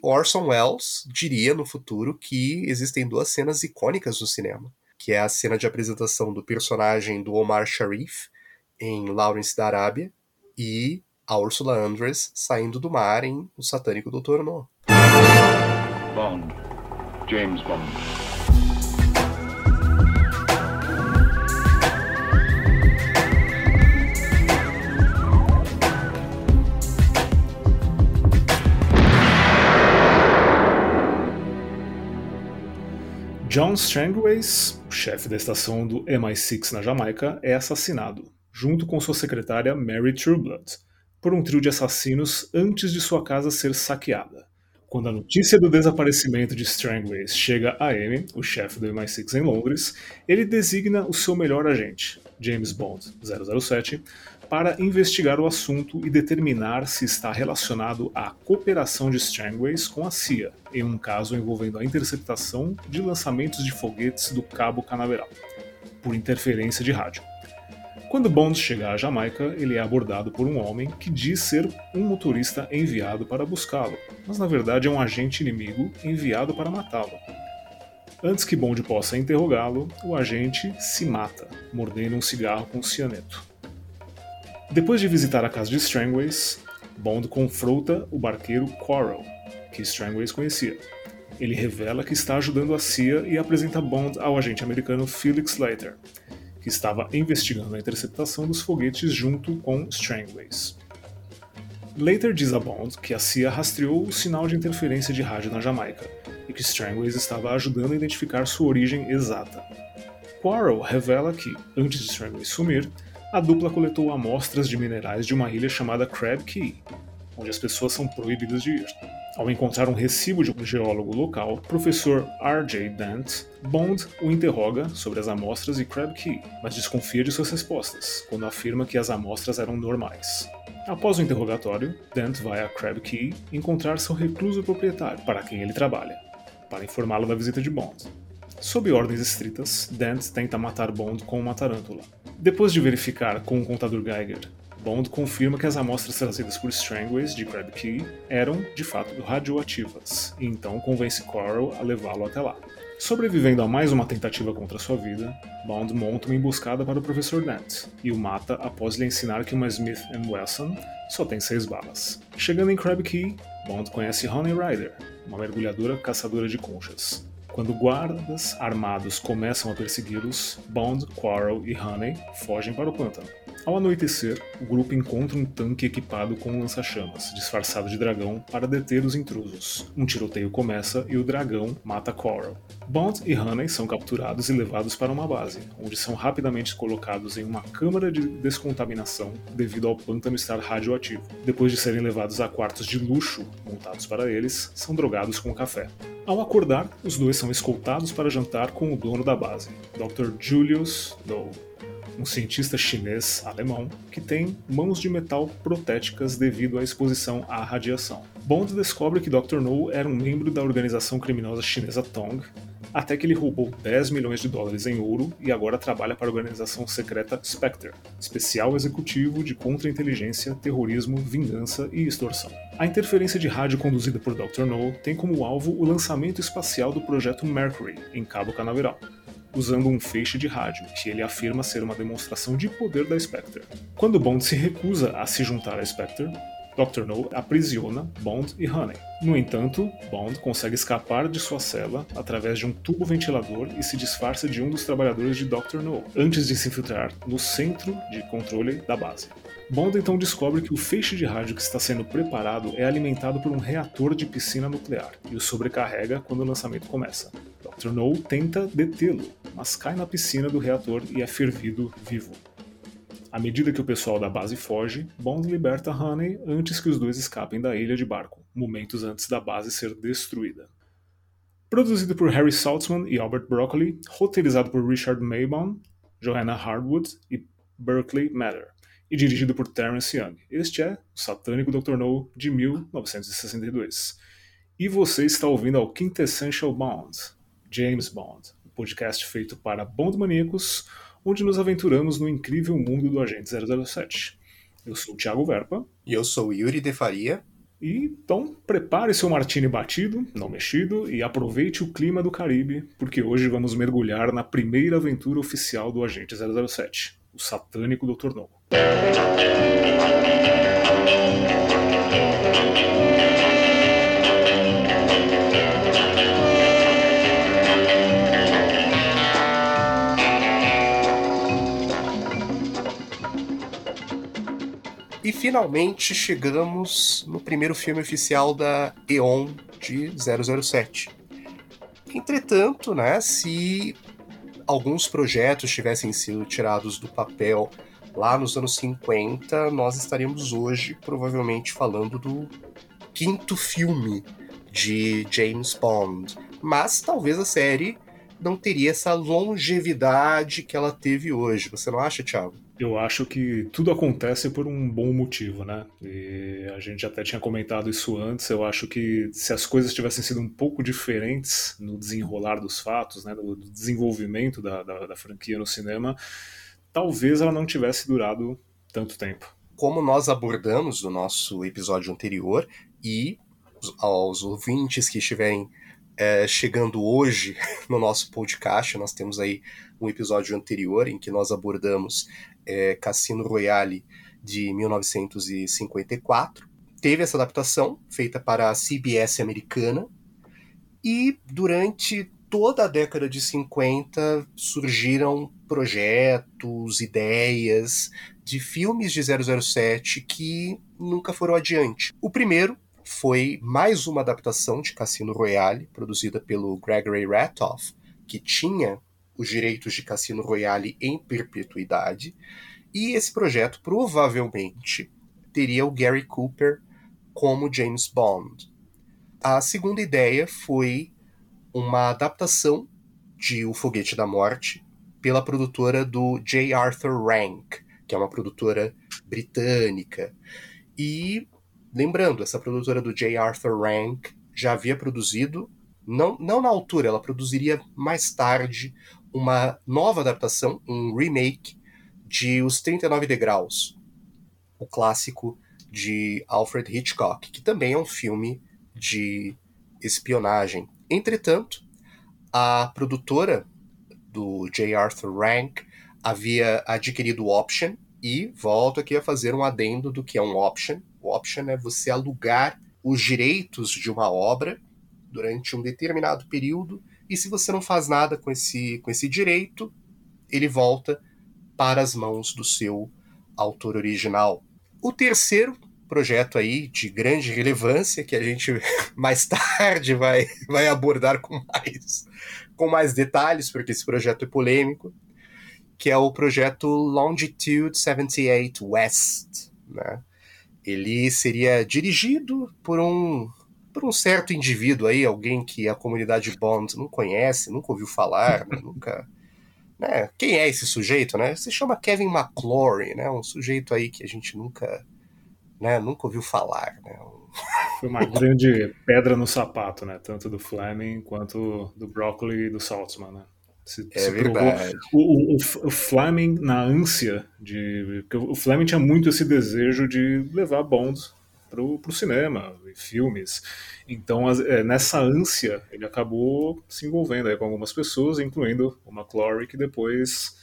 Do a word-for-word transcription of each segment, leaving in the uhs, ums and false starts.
Orson Welles diria no futuro que existem duas cenas icônicas do cinema, que é a cena de apresentação do personagem do Omar Sharif em Lawrence da Arábia e a Ursula Andress saindo do mar em O Satânico doutor No. Bond. James Bond. John Strangways, o chefe da estação do M I seis na Jamaica, é assassinado, junto com sua secretária Mary Trueblood, por um trio de assassinos antes de sua casa ser saqueada. Quando a notícia do desaparecimento de Strangways chega a M, o chefe do M I seis em Londres, ele designa o seu melhor agente, James Bond zero zero sete, para investigar o assunto e determinar se está relacionado à cooperação de Strangways com a C I A, em um caso envolvendo a interceptação de lançamentos de foguetes do Cabo Canaveral, por interferência de rádio. Quando Bond chega à Jamaica, ele é abordado por um homem que diz ser um motorista enviado para buscá-lo, mas na verdade é um agente inimigo enviado para matá-lo. Antes que Bond possa interrogá-lo, o agente se mata, mordendo um cigarro com cianeto. Depois de visitar a casa de Strangways, Bond confronta o barqueiro Quarrel, que Strangways conhecia. Ele revela que está ajudando a C I A e apresenta Bond ao agente americano Felix Leiter, que estava investigando a interceptação dos foguetes junto com Strangways. Leiter diz a Bond que a C I A rastreou o sinal de interferência de rádio na Jamaica e que Strangways estava ajudando a identificar sua origem exata. Quarrel revela que, antes de Strangways sumir, a dupla coletou amostras de minerais de uma ilha chamada Crab Key, onde as pessoas são proibidas de ir. Ao encontrar um recibo de um geólogo local, professor R J Dent, Bond o interroga sobre as amostras e Crab Key, mas desconfia de suas respostas, quando afirma que as amostras eram normais. Após o interrogatório, Dent vai a Crab Key encontrar seu recluso proprietário, para quem ele trabalha, para informá-lo da visita de Bond. Sob ordens estritas, Dent tenta matar Bond com uma tarântula. Depois de verificar com o contador Geiger, Bond confirma que as amostras trazidas por Strangways de Crab Key eram, de fato, radioativas, e então convence Quarrel a levá-lo até lá. Sobrevivendo a mais uma tentativa contra sua vida, Bond monta uma emboscada para o professor Dent, e o mata após lhe ensinar que uma Smith and Wesson só tem seis balas. Chegando em Crab Key, Bond conhece Honey Rider, uma mergulhadora caçadora de conchas. Quando guardas armados começam a persegui-los, Bond, Quarrel e Honey fogem para o pântano. Ao anoitecer, o grupo encontra um tanque equipado com um lança-chamas, disfarçado de dragão, para deter os intrusos. Um tiroteio começa e o dragão mata Quarrel. Bond e Honey são capturados e levados para uma base, onde são rapidamente colocados em uma câmara de descontaminação devido ao pântano estar radioativo. Depois de serem levados a quartos de luxo montados para eles, são drogados com café. Ao acordar, os dois são escoltados para jantar com o dono da base, doutor Julius Doe, um cientista chinês-alemão que tem mãos de metal protéticas devido à exposição à radiação. Bond descobre que doutor No era um membro da organização criminosa chinesa Tong, até que ele roubou dez milhões de dólares em ouro e agora trabalha para a organização secreta Spectre, especial executivo de contra-inteligência, terrorismo, vingança e extorsão. A interferência de rádio conduzida por doutor No tem como alvo o lançamento espacial do projeto Mercury, em Cabo Canaveral, usando um feixe de rádio, que ele afirma ser uma demonstração de poder da Spectre. Quando Bond se recusa a se juntar à Spectre, doutor No aprisiona Bond e Honey. No entanto, Bond consegue escapar de sua cela através de um tubo ventilador e se disfarça de um dos trabalhadores de doutor No, antes de se infiltrar no centro de controle da base. Bond então descobre que o feixe de rádio que está sendo preparado é alimentado por um reator de piscina nuclear e o sobrecarrega quando o lançamento começa. doutor No tenta detê-lo, mas cai na piscina do reator e é fervido vivo. À medida que o pessoal da base foge, Bond liberta Honey antes que os dois escapem da ilha de barco, momentos antes da base ser destruída. Produzido por Harry Saltzman e Albert Broccoli, roteirizado por Richard Maibaum, Joanna Hardwood e Berkeley Mather, e dirigido por Terence Young. Este é o Satânico doutor No de mil novecentos e sessenta e dois. E você está ouvindo ao Quintessential Bond, James Bond, um podcast feito para Bond maníacos, onde nos aventuramos no incrível mundo do Agente zero zero sete. Eu sou o Thiago Verpa. E eu sou o Yuri de Faria. E, então, prepare seu martini batido, não mexido, e aproveite o clima do Caribe, porque hoje vamos mergulhar na primeira aventura oficial do Agente zero zero sete, o satânico doutor No. E finalmente chegamos no primeiro filme oficial da Eon de zero zero sete. Entretanto, né, se alguns projetos tivessem sido tirados do papel lá nos anos cinquenta, nós estaríamos hoje provavelmente falando do quinto filme de James Bond. Mas talvez a série não teria essa longevidade que ela teve hoje. Você não acha, Thiago? Eu acho que tudo acontece por um bom motivo, né? E a gente até tinha comentado isso antes. Eu acho que se as coisas tivessem sido um pouco diferentes no desenrolar dos fatos, né, no desenvolvimento da, da, da franquia no cinema, talvez ela não tivesse durado tanto tempo. Como nós abordamos no nosso episódio anterior, e aos ouvintes que estiverem é, chegando hoje no nosso podcast, nós temos aí um episódio anterior em que nós abordamos é, Cassino Royale de mil novecentos e cinquenta e quatro. Teve essa adaptação feita para a C B S americana, e durante toda a década de cinquenta surgiram projetos, ideias de filmes de zero zero sete que nunca foram adiante. O primeiro foi mais uma adaptação de Cassino Royale, produzida pelo Gregory Ratoff, que tinha os direitos de Cassino Royale em perpetuidade, e esse projeto provavelmente teria o Gary Cooper como James Bond. A segunda ideia foi uma adaptação de O Foguete da Morte pela produtora do J. Arthur Rank, que é uma produtora britânica. E, lembrando, essa produtora do J. Arthur Rank já havia produzido, não, não na altura, ela produziria mais tarde uma nova adaptação, um remake de Os trinta e nove Degraus, o clássico de Alfred Hitchcock, que também é um filme de espionagem. Entretanto, a produtora do J. Arthur Rank havia adquirido o option, e volto aqui a fazer um adendo do que é um option. O option é você alugar os direitos de uma obra durante um determinado período, e se você não faz nada com esse, com esse direito, ele volta para as mãos do seu autor original. O terceiro projeto aí de grande relevância, que a gente mais tarde vai, vai abordar com mais, com mais detalhes, porque esse projeto é polêmico, que é o projeto Longitude setenta e oito West, né? Ele seria dirigido por um, por um certo indivíduo aí, alguém que a comunidade Bond não conhece, nunca ouviu falar, né? Nunca... Né? Quem é esse sujeito, né? Se chama Kevin McClory, né? Um sujeito aí que a gente nunca... Né, nunca ouviu falar, né? Foi uma grande pedra no sapato, né? Tanto do Fleming quanto do Broccoli e do Saltzman, né? Se, É se verdade. O, o, o Fleming, na ânsia de... Porque o Fleming tinha muito esse desejo de levar Bond pro, pro cinema, e filmes. Então, as, é, nessa ânsia, ele acabou se envolvendo aí com algumas pessoas, incluindo o McClory, que depois...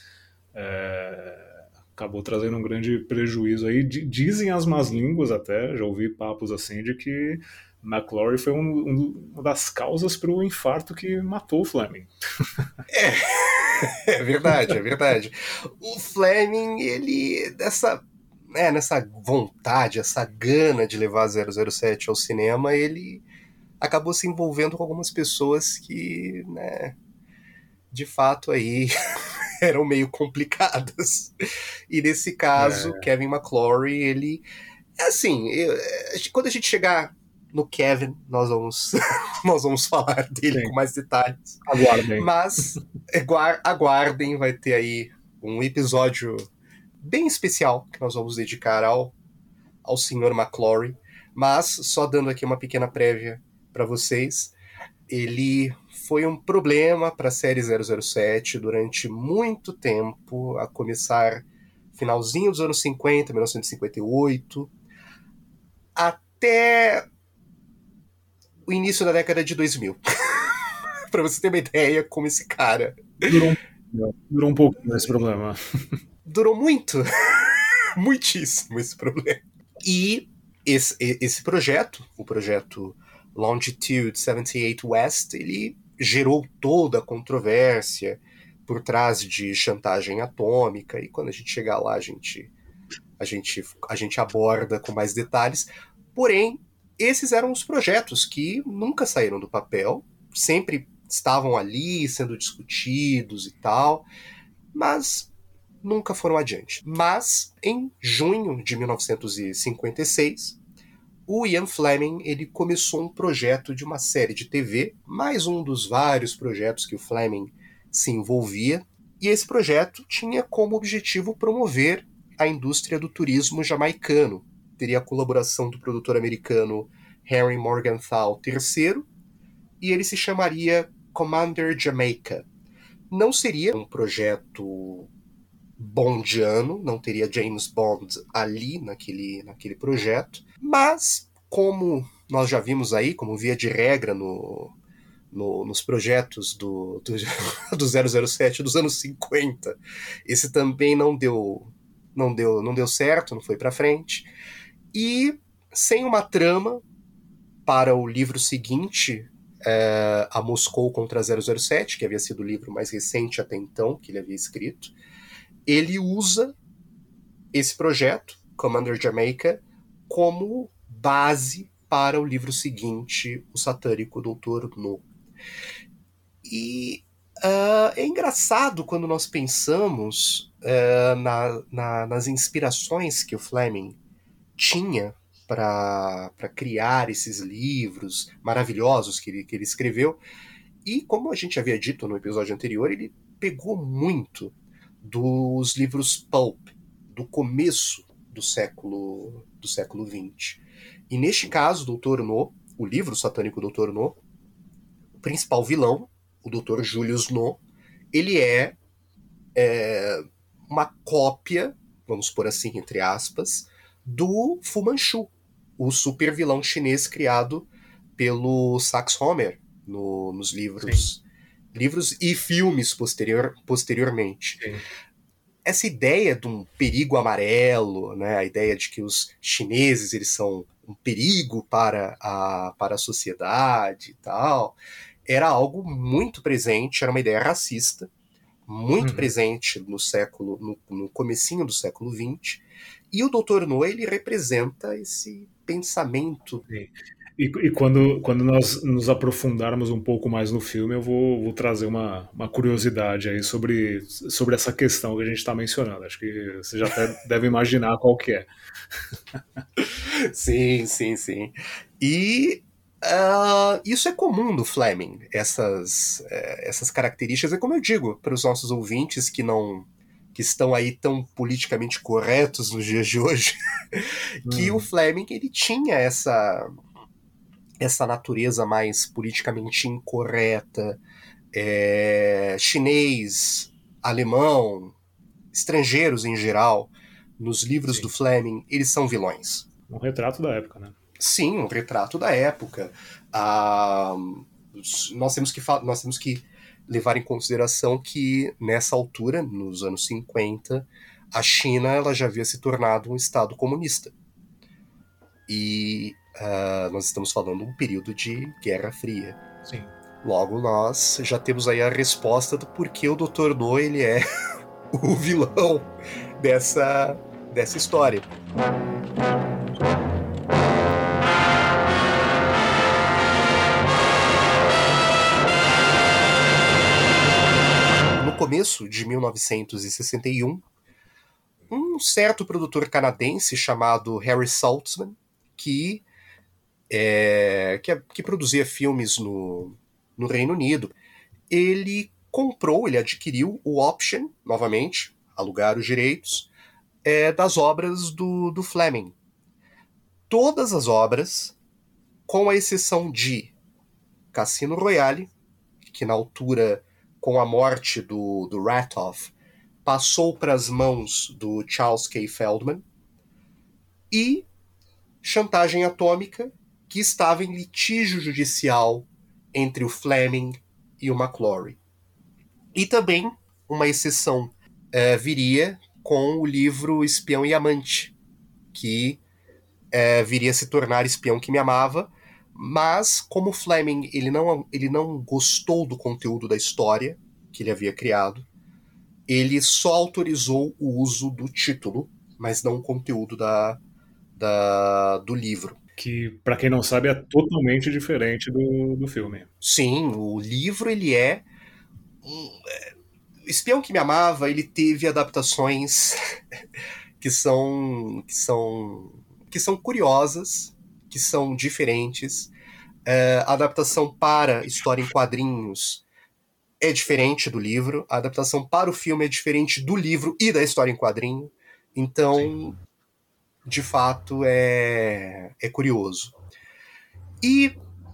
É, acabou trazendo um grande prejuízo aí. Dizem as más línguas até, já ouvi papos assim, de que McClory foi um, um, uma das causas para o infarto que matou o Fleming. É, é verdade, é verdade. O Fleming, ele, dessa, né, nessa vontade, essa gana de levar zero zero sete ao cinema, ele acabou se envolvendo com algumas pessoas que, né, de fato aí... eram meio complicadas. E nesse caso, é. Kevin McClory, ele... Assim, eu, quando a gente chegar no Kevin, nós vamos, nós vamos falar dele Sim. com mais detalhes. Aguardem. Mas aguardem, vai ter aí um episódio bem especial que nós vamos dedicar ao, ao senhor McClory. Mas, só dando aqui uma pequena prévia para vocês, ele... foi um problema para a série zero zero sete durante muito tempo, a começar finalzinho dos anos cinquenta, mil novecentos e cinquenta e oito, até o início da década de dois mil. Pra você ter uma ideia como esse cara... Durou um, durou um pouquinho esse problema. Durou muito. Muitíssimo esse problema. E esse, esse projeto, o projeto Longitude setenta e oito West, ele gerou toda a controvérsia por trás de chantagem atômica, e quando a gente chegar lá, a gente, a gente, a gente aborda com mais detalhes. Porém, esses eram os projetos que nunca saíram do papel, sempre estavam ali sendo discutidos e tal, mas nunca foram adiante. Mas, em junho de mil novecentos e cinquenta e seis, o Ian Fleming ele começou um projeto de uma série de T V, mais um dos vários projetos que o Fleming se envolvia, e esse projeto tinha como objetivo promover a indústria do turismo jamaicano. Teria a colaboração do produtor americano Henry Morgenthau terceiro, e ele se chamaria Commander Jamaica. Não seria um projeto bondiano, não teria James Bond ali naquele, naquele projeto, mas como nós já vimos aí, como via de regra no, no, nos projetos do, do, do zero zero sete dos anos cinquenta, esse também não deu, não deu, não deu certo, não foi para frente, e sem uma trama para o livro seguinte, é, A Moscou contra zero zero sete, que havia sido o livro mais recente até então que ele havia escrito, ele usa esse projeto, Commander Jamaica, como base para o livro seguinte, O Satânico doutor No. E uh, é engraçado quando nós pensamos uh, na, na, nas inspirações que o Fleming tinha para criar esses livros maravilhosos que ele, que ele escreveu. E como a gente havia dito no episódio anterior, ele pegou muito dos livros pulp, do começo do século, do século vinte. E neste caso, doutor No, o livro Satânico doutor No, o principal vilão, o doutor Julius No, ele é, é uma cópia, vamos pôr assim, entre aspas, do Fu Manchu, o super vilão chinês criado pelo Sax Homer no, nos livros, livros e filmes posterior, posteriormente. Sim. Essa ideia de um perigo amarelo, né, a ideia de que os chineses eles são um perigo para a, para a sociedade e tal, era algo muito presente, era uma ideia racista, muito uhum. presente no século, no, no comecinho do século vinte, e o doutor No, ele representa esse pensamento. Sim. E, e quando, quando nós nos aprofundarmos um pouco mais no filme, eu vou, vou trazer uma, uma curiosidade aí sobre, sobre essa questão que a gente está mencionando. Acho que você já até deve imaginar qual que é. Sim, sim, sim. E uh, isso é comum do Fleming, essas, uh, essas características. É como eu digo para os nossos ouvintes que não... que estão aí tão politicamente corretos nos dias de hoje, que hum. o Fleming ele tinha essa... essa natureza mais politicamente incorreta, é, chinês, alemão, estrangeiros em geral, nos livros Sim. do Fleming, eles são vilões. Um retrato da época, né? Sim, um retrato da época. Ah, nós, temos que, nós temos que levar em consideração que, nessa altura, nos anos cinquenta, a China ela já havia se tornado um estado comunista. E Uh, nós estamos falando de um período de Guerra Fria. Sim. Logo, nós já temos aí a resposta do porquê o doutor No ele é o vilão dessa, dessa história. No começo de mil novecentos e sessenta e um, um certo produtor canadense chamado Harry Saltzman, que É, que, que produzia filmes no, no Reino Unido, ele comprou, ele adquiriu o option, novamente, alugar os direitos, é, das obras do, do Fleming. Todas as obras, com a exceção de Cassino Royale, que na altura, com a morte do, do Ratoff, passou para as mãos do Charles K. Feldman, e Chantagem Atômica, que estava em litígio judicial entre o Fleming e o McClory. E também uma exceção é, viria com o livro Espião e Amante, que é, viria a se tornar Espião que Me Amava, mas como o Fleming ele não, ele não gostou do conteúdo da história que ele havia criado, ele só autorizou o uso do título, mas não o conteúdo da, da, do livro. Que, para quem não sabe, é totalmente diferente do, do filme. Sim, o livro ele é... Um, é Espião que Me Amava, ele teve adaptações que são, que são, que são curiosas, que são diferentes. É, a adaptação para história em quadrinhos é diferente do livro, a adaptação para o filme é diferente do livro e da história em quadrinho. Então, sim, de fato, é, é curioso. E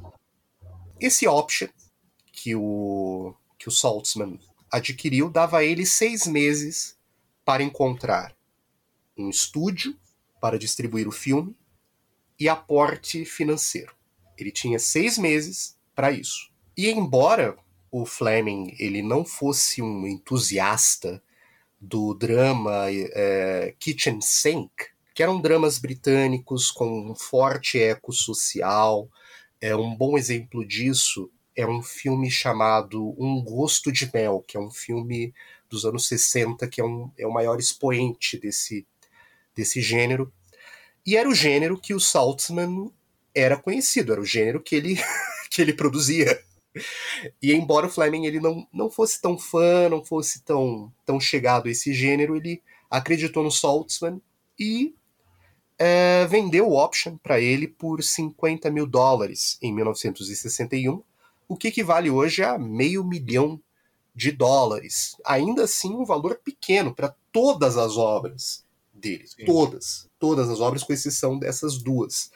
esse option que o, que o Saltzman adquiriu dava a ele seis meses para encontrar um estúdio para distribuir o filme e aporte financeiro. Ele tinha seis meses para isso. E embora o Fleming ele não fosse um entusiasta do drama é, Kitchen Sink, que eram dramas britânicos com um forte eco social, é, um bom exemplo disso é um filme chamado Um Gosto de Mel, que é um filme dos anos sessenta, que é, um, é o maior expoente desse, desse gênero. E era o gênero que o Saltzman era conhecido, era o gênero que ele, que ele produzia. E embora o Fleming ele não, não fosse tão fã, não fosse tão, tão chegado a esse gênero, ele acreditou no Saltzman e é, vendeu o option para ele por cinquenta mil dólares em mil novecentos e sessenta e um, o que equivale hoje a meio milhão de dólares. Ainda assim, um valor pequeno para todas as obras dele. Sim. Todas. Todas as obras, com exceção dessas duas.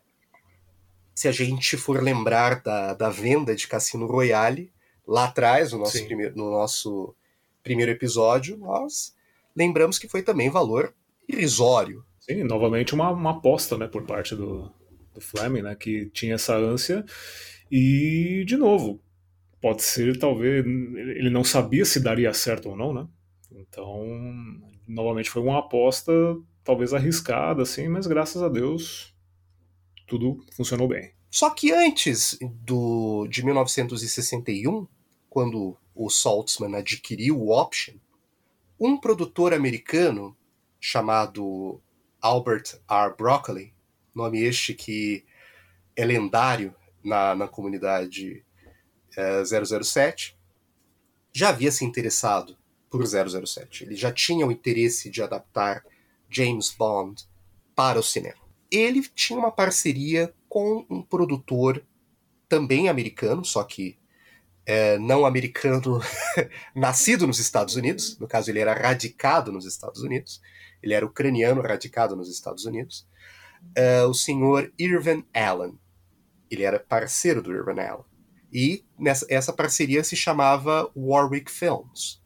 Se a gente for lembrar da, da venda de Cassino Royale, lá atrás, no nosso, primeiro, no nosso primeiro episódio, nós lembramos que foi também valor irrisório. Sim, novamente uma, uma aposta, né, por parte do, do Fleming, né, que tinha essa ânsia. E, de novo, pode ser, talvez, ele não sabia se daria certo ou não, né? Então, novamente foi uma aposta, talvez arriscada, assim, mas graças a Deus tudo funcionou bem. Só que antes do, de mil novecentos e sessenta e um, quando o Saltzman adquiriu o option, um produtor americano chamado Albert R. Broccoli, nome este que é lendário na, na comunidade é, zero zero sete, já havia se interessado por zero zero sete. Ele já tinha o interesse de adaptar James Bond para o cinema. Ele tinha uma parceria com um produtor também americano, só que é, não americano nascido nos Estados Unidos. No caso, ele era radicado nos Estados Unidos. Ele era ucraniano radicado nos Estados Unidos. É, o senhor Irvin Allen. Ele era parceiro do Irvin Allen. E nessa, essa parceria se chamava Warwick Films.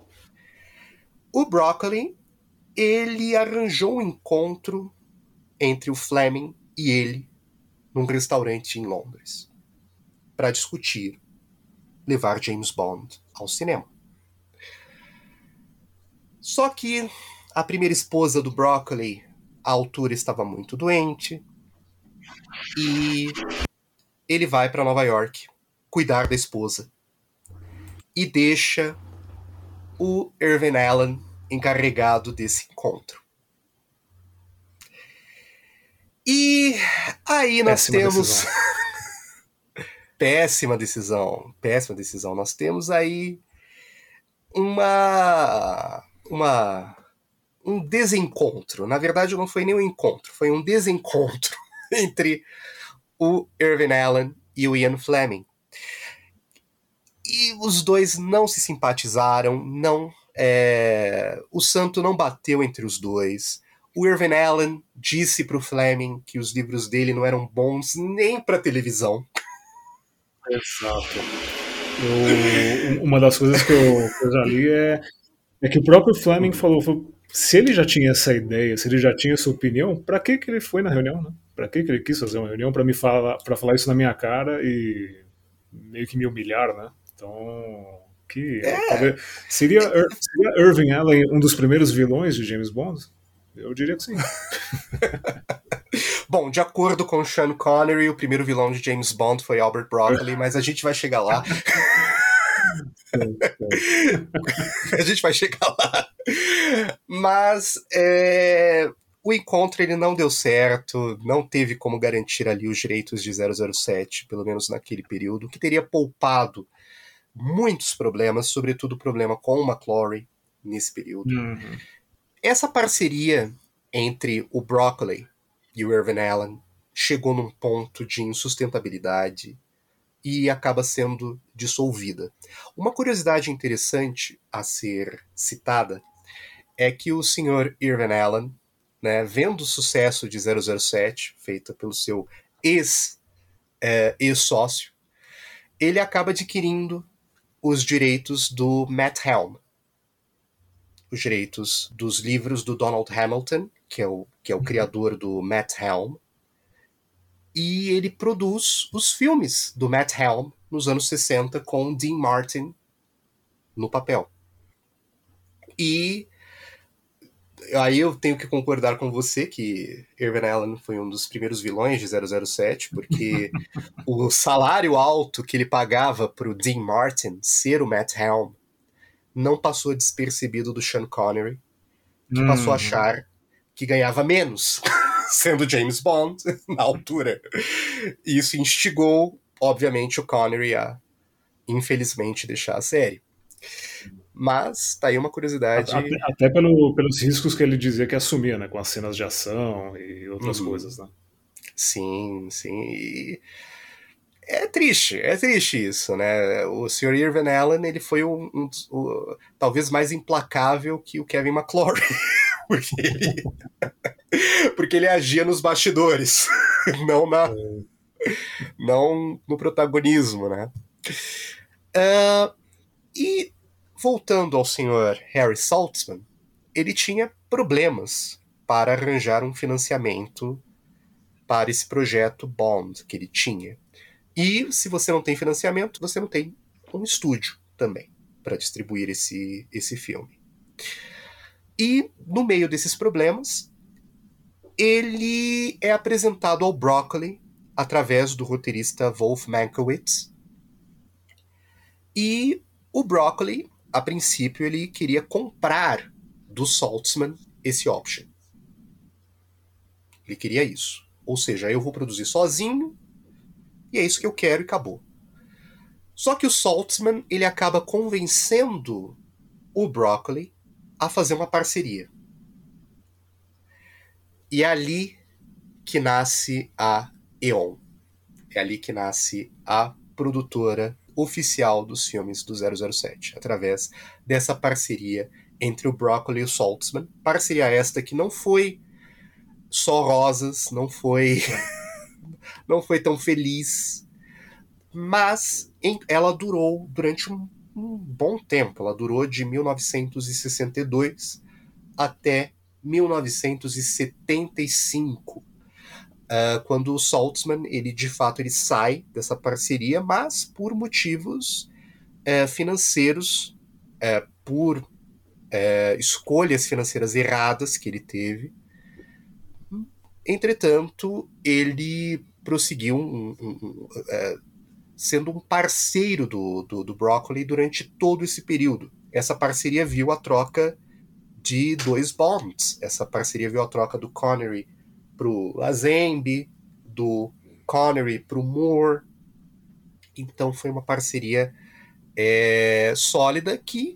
O Broccoli, ele arranjou um encontro entre o Fleming e ele num restaurante em Londres para discutir levar James Bond ao cinema. Só que a primeira esposa do Broccoli, à altura, estava muito doente e ele vai para Nova York cuidar da esposa e deixa o Irvin Allen encarregado desse encontro. E aí nós péssima temos... Decisão. péssima decisão. Péssima decisão. Nós temos aí uma... uma um desencontro. Na verdade, não foi nem um encontro. Foi um desencontro entre o Irvin Allen e o Ian Fleming. E os dois não se simpatizaram. Não, é... o santo não bateu entre os dois. O Irvin Allen disse para o Fleming que os livros dele não eram bons nem para televisão. Exato. Eu, uma das coisas que eu, que eu já li é, é que o próprio Fleming falou, falou, se ele já tinha essa ideia, se ele já tinha essa opinião, para que, que ele foi na reunião, né? Pra que que ele quis fazer uma reunião pra me falar, para falar isso na minha cara e meio que me humilhar, né? Então, que É, talvez seria, seria Irving Allen um dos primeiros vilões de James Bond? Eu diria que sim. bom, de acordo com Sean Connery, o primeiro vilão de James Bond foi Albert Broccoli, mas a gente vai chegar lá. A gente vai chegar lá. Mas é, o encontro ele não deu certo, não teve como garantir ali os direitos de zero zero sete, pelo menos naquele período, que teria poupado muitos problemas, sobretudo o problema com o McClory nesse período. Uhum. Essa parceria entre o Broccoli e o Irvin Allen chegou num ponto de insustentabilidade e acaba sendo dissolvida. Uma curiosidade interessante a ser citada é que o senhor Irvin Allen, né, vendo o sucesso de zero zero sete, feita pelo seu ex, é, ex-sócio, ele acaba adquirindo os direitos do Matt Helm, os direitos dos livros do Donald Hamilton, que é o, que é o uhum. criador do Matt Helm, e ele produz os filmes do Matt Helm nos anos sessenta com Dean Martin no papel. E aí eu tenho que concordar com você que Irvin Allen foi um dos primeiros vilões de zero zero sete, porque o salário alto que ele pagava para o Dean Martin ser o Matt Helm não passou despercebido do Sean Connery, que uhum. passou a achar que ganhava menos sendo James Bond na altura. E isso instigou, obviamente, o Connery a, infelizmente, deixar a série. Mas tá aí uma curiosidade. Até, até pelo, pelos riscos que ele dizia que assumia, né? Com as cenas de ação e outras uhum. coisas, né? Sim, sim. E é triste, é triste isso, né? O senhor Irvin Allen, ele foi um, um, um, talvez mais implacável que o Kevin McClory. porque, ele, porque ele agia nos bastidores, não, na, é. não no protagonismo, né? Uh, e voltando ao senhor Harry Saltzman, ele tinha problemas para arranjar um financiamento para esse projeto Bond que ele tinha. E se você não tem financiamento, você não tem um estúdio também para distribuir esse, esse filme. E no meio desses problemas, ele é apresentado ao Broccoli através do roteirista Wolf Mankiewicz. E o Broccoli, a princípio, ele queria comprar do Saltzman esse option. Ele queria isso. Ou seja, eu vou produzir sozinho e é isso que eu quero e acabou. Só que o Saltzman, ele acaba convencendo o Broccoli a fazer uma parceria. E é ali que nasce a E.ON. É ali que nasce a produtora oficial dos filmes do zero zero sete, através dessa parceria entre o Broccoli e o Saltzman. Parceria esta que não foi só rosas, não foi, não foi tão feliz, mas ela durou durante um, um bom tempo. Ela durou de mil novecentos e sessenta e dois até mil novecentos e setenta e cinco, uh, quando o Saltzman, ele de fato ele sai dessa parceria, mas por motivos uh, financeiros, uh, por uh, escolhas financeiras erradas que ele teve. Entretanto, ele prosseguiu um, um, um, uh, sendo um parceiro do, do, do Broccoli durante todo esse período. Essa parceria viu a troca de dois Bonds. Essa parceria viu a troca do Connery pro Lazenby, do Connery pro Moore. Então foi uma parceria é, sólida que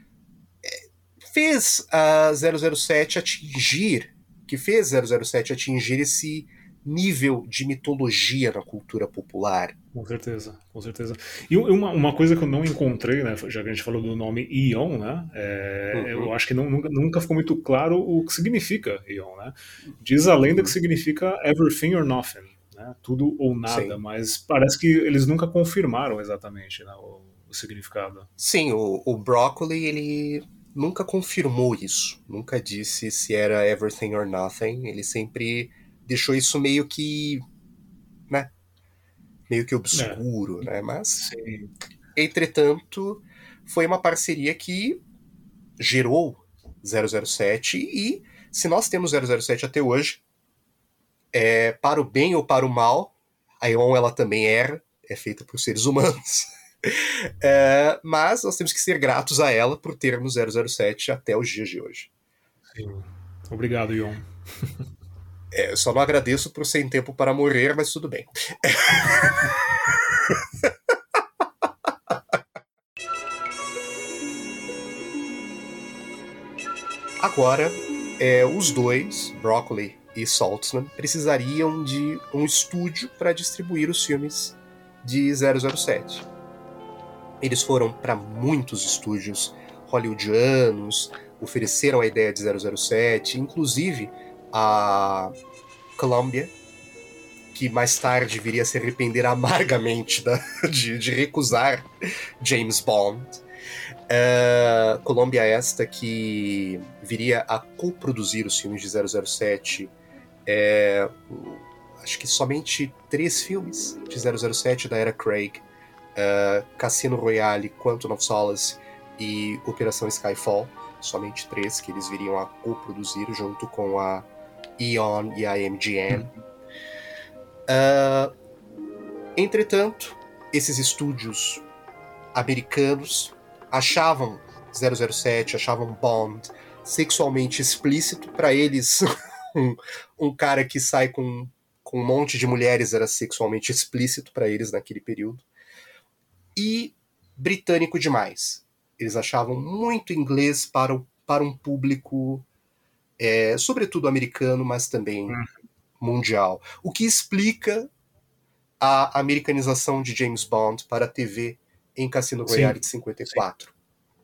fez a zero zero sete atingir, que fez zero zero sete atingir esse nível de mitologia na cultura popular. Com certeza, com certeza. E uma, uma coisa que eu não encontrei, né, já que a gente falou do nome E.ON, né, é, uhum. eu acho que não, nunca, nunca ficou muito claro o que significa E.ON, né? Diz a lenda uhum. que significa everything or nothing, né, tudo ou nada, Sim. mas parece que eles nunca confirmaram exatamente, né, o, o significado. Sim, o, o Broccoli, ele nunca confirmou isso, nunca disse se era everything or nothing, ele sempre deixou isso meio que, né, meio que É, obscuro, né? Mas, sim. entretanto, foi uma parceria que gerou zero zero sete e, se nós temos zero zero sete até hoje, é, para o bem ou para o mal, a Eon ela também erra, é feita por seres humanos. É, mas nós temos que ser gratos a ela por termos zero zero sete até os dias de hoje. Sim. Obrigado, Ion. É, eu só não agradeço por Sem Tempo para Morrer, mas tudo bem. Agora, é, os dois, Broccoli e Saltzman, precisariam de um estúdio para distribuir os filmes de zero zero sete. Eles foram para muitos estúdios hollywoodianos, ofereceram a ideia de zero zero sete, inclusive a Columbia, que mais tarde viria a se arrepender amargamente da, de, de recusar James Bond. Uh, Columbia esta que viria a coproduzir os filmes de zero zero sete, é, acho que somente três filmes de zero zero sete da era Craig, uh, Cassino Royale, Quantum of Solace e Operação Skyfall, somente três que eles viriam a coproduzir junto com a Eon e a M G M. Uh, entretanto, esses estúdios americanos achavam zero zero sete, achavam Bond sexualmente explícito. Para eles, um, um cara que sai com, com um monte de mulheres era sexualmente explícito para eles naquele período. E britânico demais. Eles achavam muito inglês para, o, para um público, é, sobretudo americano, mas também hum. mundial. O que explica a americanização de James Bond para a T V em Cassino Royale sim, de cinquenta e quatro. Sim.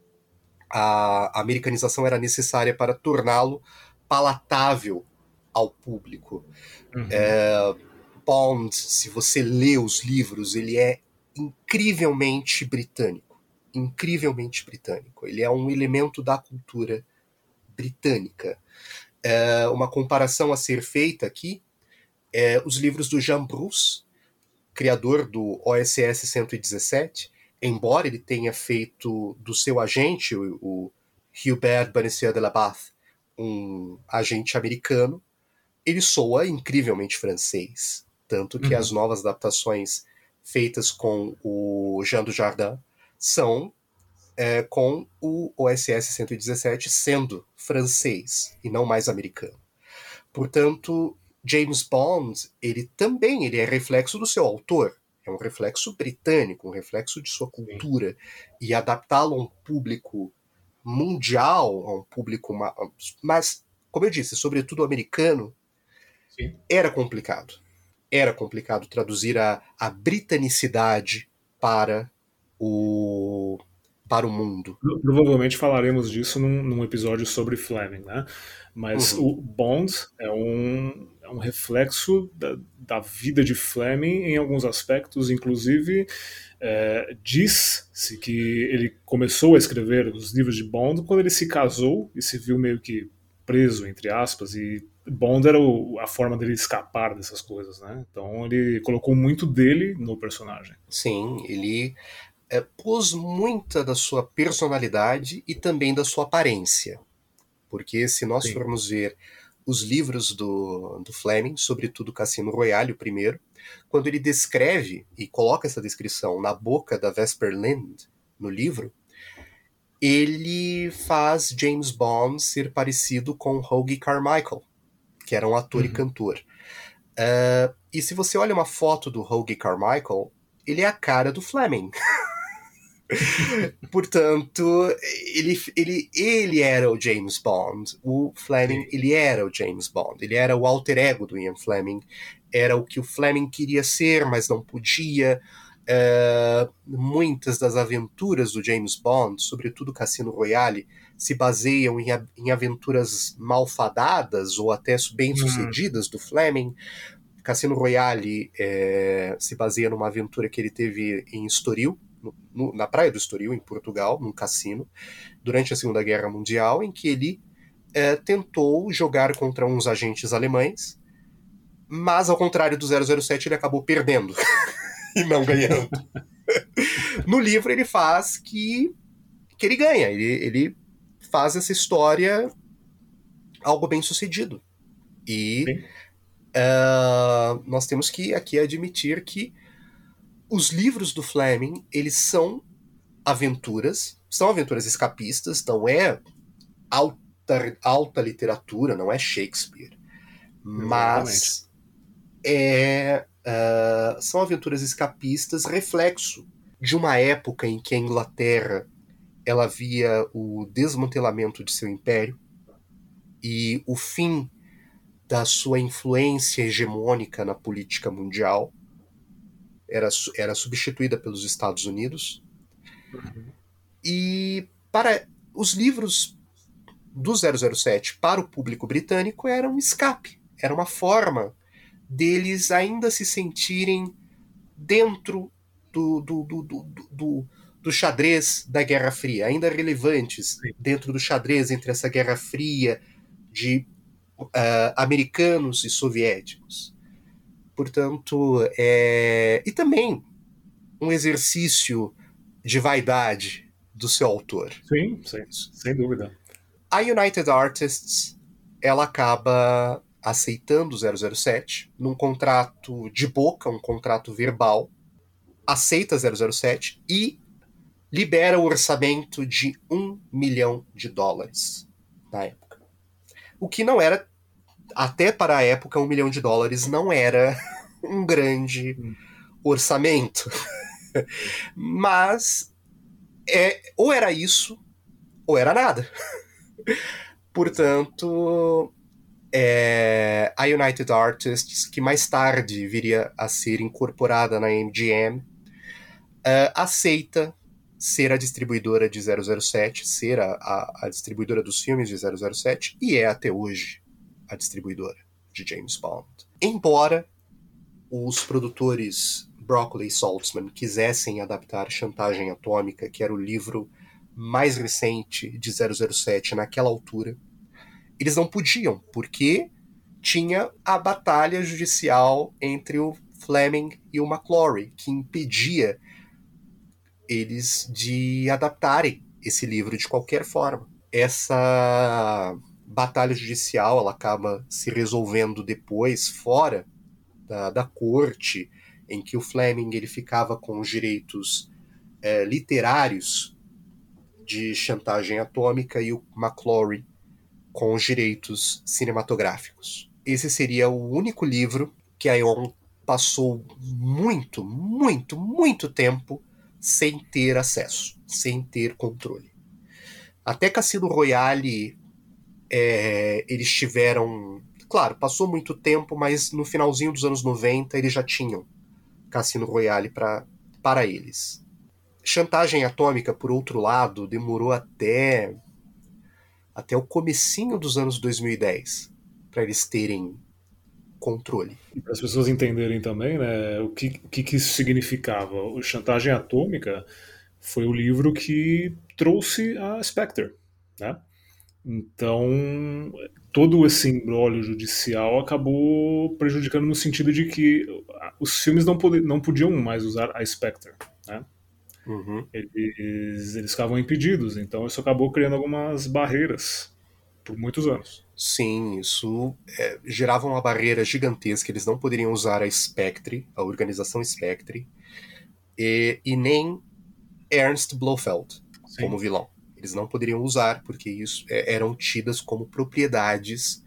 A americanização era necessária para torná-lo palatável ao público. Uhum. É, Bond, se você lê os livros, ele é incrivelmente britânico. Incrivelmente britânico. Ele é um elemento da cultura britânica. É, uma comparação a ser feita aqui é os livros do Jean Bruce, criador do O S S cento e dezessete, embora ele tenha feito do seu agente, o, o Hubert Banissier de la Bath, um agente americano, ele soa incrivelmente francês. Tanto que uhum. as novas adaptações feitas com o Jean Dujardin são é, com o O S S cento e dezessete sendo francês e não mais americano. Portanto, James Bond, ele também ele é reflexo do seu autor. É um reflexo britânico, um reflexo de sua cultura. Sim. E adaptá-lo a um público mundial, a um público... Mas, como eu disse, sobretudo americano, sim, era complicado. Era complicado traduzir a, a britanicidade para o, para o mundo. Provavelmente falaremos disso num, num episódio sobre Fleming, né? Mas uhum. o Bond é um, é um reflexo da, da vida de Fleming em alguns aspectos, inclusive é, diz-se que ele começou a escrever os livros de Bond quando ele se casou e se viu meio que preso, entre aspas, e Bond era o, a forma dele escapar dessas coisas, né? Então ele colocou muito dele no personagem. Sim, ele é, pôs muita da sua personalidade e também da sua aparência. Porque se nós Sim. formos ver os livros do, do Fleming, sobretudo Cassino Royale, o primeiro, quando ele descreve e coloca essa descrição na boca da Vesper Lynd, no livro, ele faz James Bond ser parecido com Hoagy Carmichael, que era um ator uhum. e cantor. Uh, e se você olha uma foto do Hoagy Carmichael, ele é a cara do Fleming. Portanto, ele, ele, ele era o James Bond. O Fleming, Sim. ele era o James Bond. Ele era o alter ego do Ian Fleming. Era o que o Fleming queria ser, mas não podia. Uh, muitas das aventuras do James Bond, sobretudo Cassino Royale, se baseiam em, em aventuras malfadadas ou até bem-sucedidas hum. do Fleming. Cassino Royale é, se baseia numa aventura que ele teve em Estoril, no, na praia do Estoril, em Portugal, num cassino, durante a Segunda Guerra Mundial, em que ele é, tentou jogar contra uns agentes alemães Mas, ao contrário do zero zero sete, ele acabou perdendo e não ganhando. No livro, ele faz que, que ele ganha. Ele, ele faz essa história algo bem sucedido. E uh, nós temos que aqui admitir que os livros do Fleming, eles são aventuras, são aventuras escapistas, não é alta, alta literatura, não é Shakespeare. Mas é, uh, são aventuras escapistas, reflexo de uma época em que a Inglaterra ela via o desmantelamento de seu império e o fim da sua influência hegemônica na política mundial. Era, era substituída pelos Estados Unidos. Uhum. E para os livros do zero zero sete para o público britânico era um escape, era uma forma deles ainda se sentirem dentro do, do, do, do, do, do xadrez da Guerra Fria, ainda relevantes Sim. dentro do xadrez entre essa Guerra Fria de uh, americanos e soviéticos. Portanto, é... e também um exercício de vaidade do seu autor. Sim, sim, sem dúvida. A United Artists, ela acaba aceitando o zero zero sete num contrato de boca, um contrato verbal, aceita zero zero sete e libera o orçamento de um milhão de dólares na época. O que não era, até para a época, um milhão de dólares não era um grande hum. orçamento. Mas é, ou era isso, ou era nada. Portanto, é, a United Artists, que mais tarde viria a ser incorporada na M G M, uh, aceita ser a distribuidora de zero zero sete, ser a, a, a distribuidora dos filmes de zero zero sete, e é até hoje a distribuidora de James Bond. Embora os produtores Broccoli e Saltzman quisessem adaptar Chantagem Atômica, que era o livro mais recente de zero zero sete naquela altura, eles não podiam, porque tinha a batalha judicial entre o Fleming e o McClory, que impedia eles de adaptarem esse livro de qualquer forma. Essa batalha judicial ela acaba se resolvendo depois, fora da, da corte, em que o Fleming ele ficava com os direitos é, literários de Chantagem Atômica e o McClory com os direitos cinematográficos. Esse seria o único livro que a Eon passou muito, muito, muito tempo sem ter acesso, sem ter controle. Até Cassino Royale, é, eles tiveram... Claro, passou muito tempo, mas no finalzinho dos anos noventa eles já tinham Cassino Royale pra, para eles. Chantagem Atômica, por outro lado, demorou até, até o comecinho dos anos dois mil e dez para eles terem controle. E para as pessoas entenderem também, né, o que, o que, que isso significava. O Chantagem Atômica foi o livro que trouxe a Spectre, né? Então, todo esse imbróglio judicial acabou prejudicando no sentido de que os filmes não, pod- não podiam mais usar a Spectre, né? Uhum. Eles, eles ficavam impedidos, então isso acabou criando algumas barreiras por muitos anos. Sim, isso é, gerava uma barreira gigantesca. Eles não poderiam usar a Spectre, a organização Spectre, e, e nem Ernst Blofeld Sim. como vilão. Eles não poderiam usar, porque isso é, eram tidas como propriedades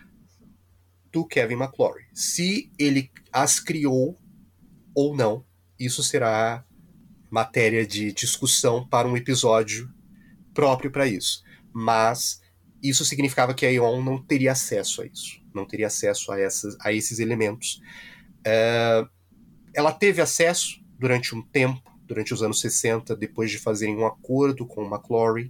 do Kevin McClory. Se ele as criou ou não, isso será matéria de discussão para um episódio próprio para isso. Mas isso significava que a Eon não teria acesso a isso, não teria acesso a, essas, a esses elementos. Uh, ela teve acesso durante um tempo, durante os anos sessenta, depois de fazerem um acordo com o McClory,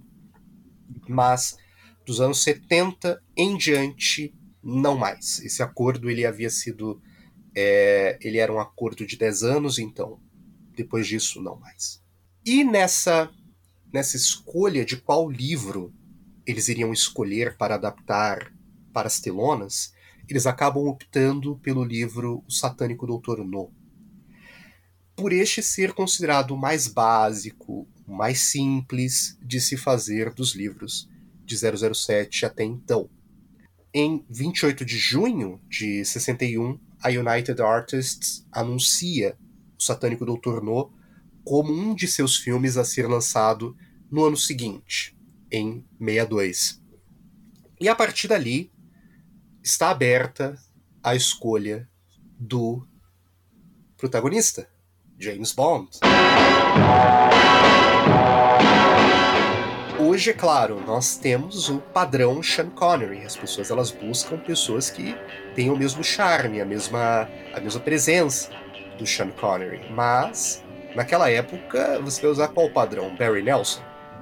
mas dos anos setenta em diante, não mais. Esse acordo ele havia sido... É, ele era um acordo de dez anos, então, depois disso, não mais. E nessa, nessa escolha de qual livro eles iriam escolher para adaptar para as telonas, eles acabam optando pelo livro O Satânico doutor No. Por este ser considerado o mais básico, o mais simples de se fazer dos livros de zero zero sete até então. Em vinte e oito de junho de sessenta e um, a United Artists anuncia O Satânico doutor No como um de seus filmes a ser lançado no ano seguinte, em sessenta e dois. E a partir dali, está aberta a escolha do protagonista, James Bond. Hoje, é claro, nós temos o padrão Sean Connery. As pessoas elas buscam pessoas que têm o mesmo charme, a mesma, a mesma presença do Sean Connery. Mas, naquela época, você vai usar qual padrão? Barry Nelson?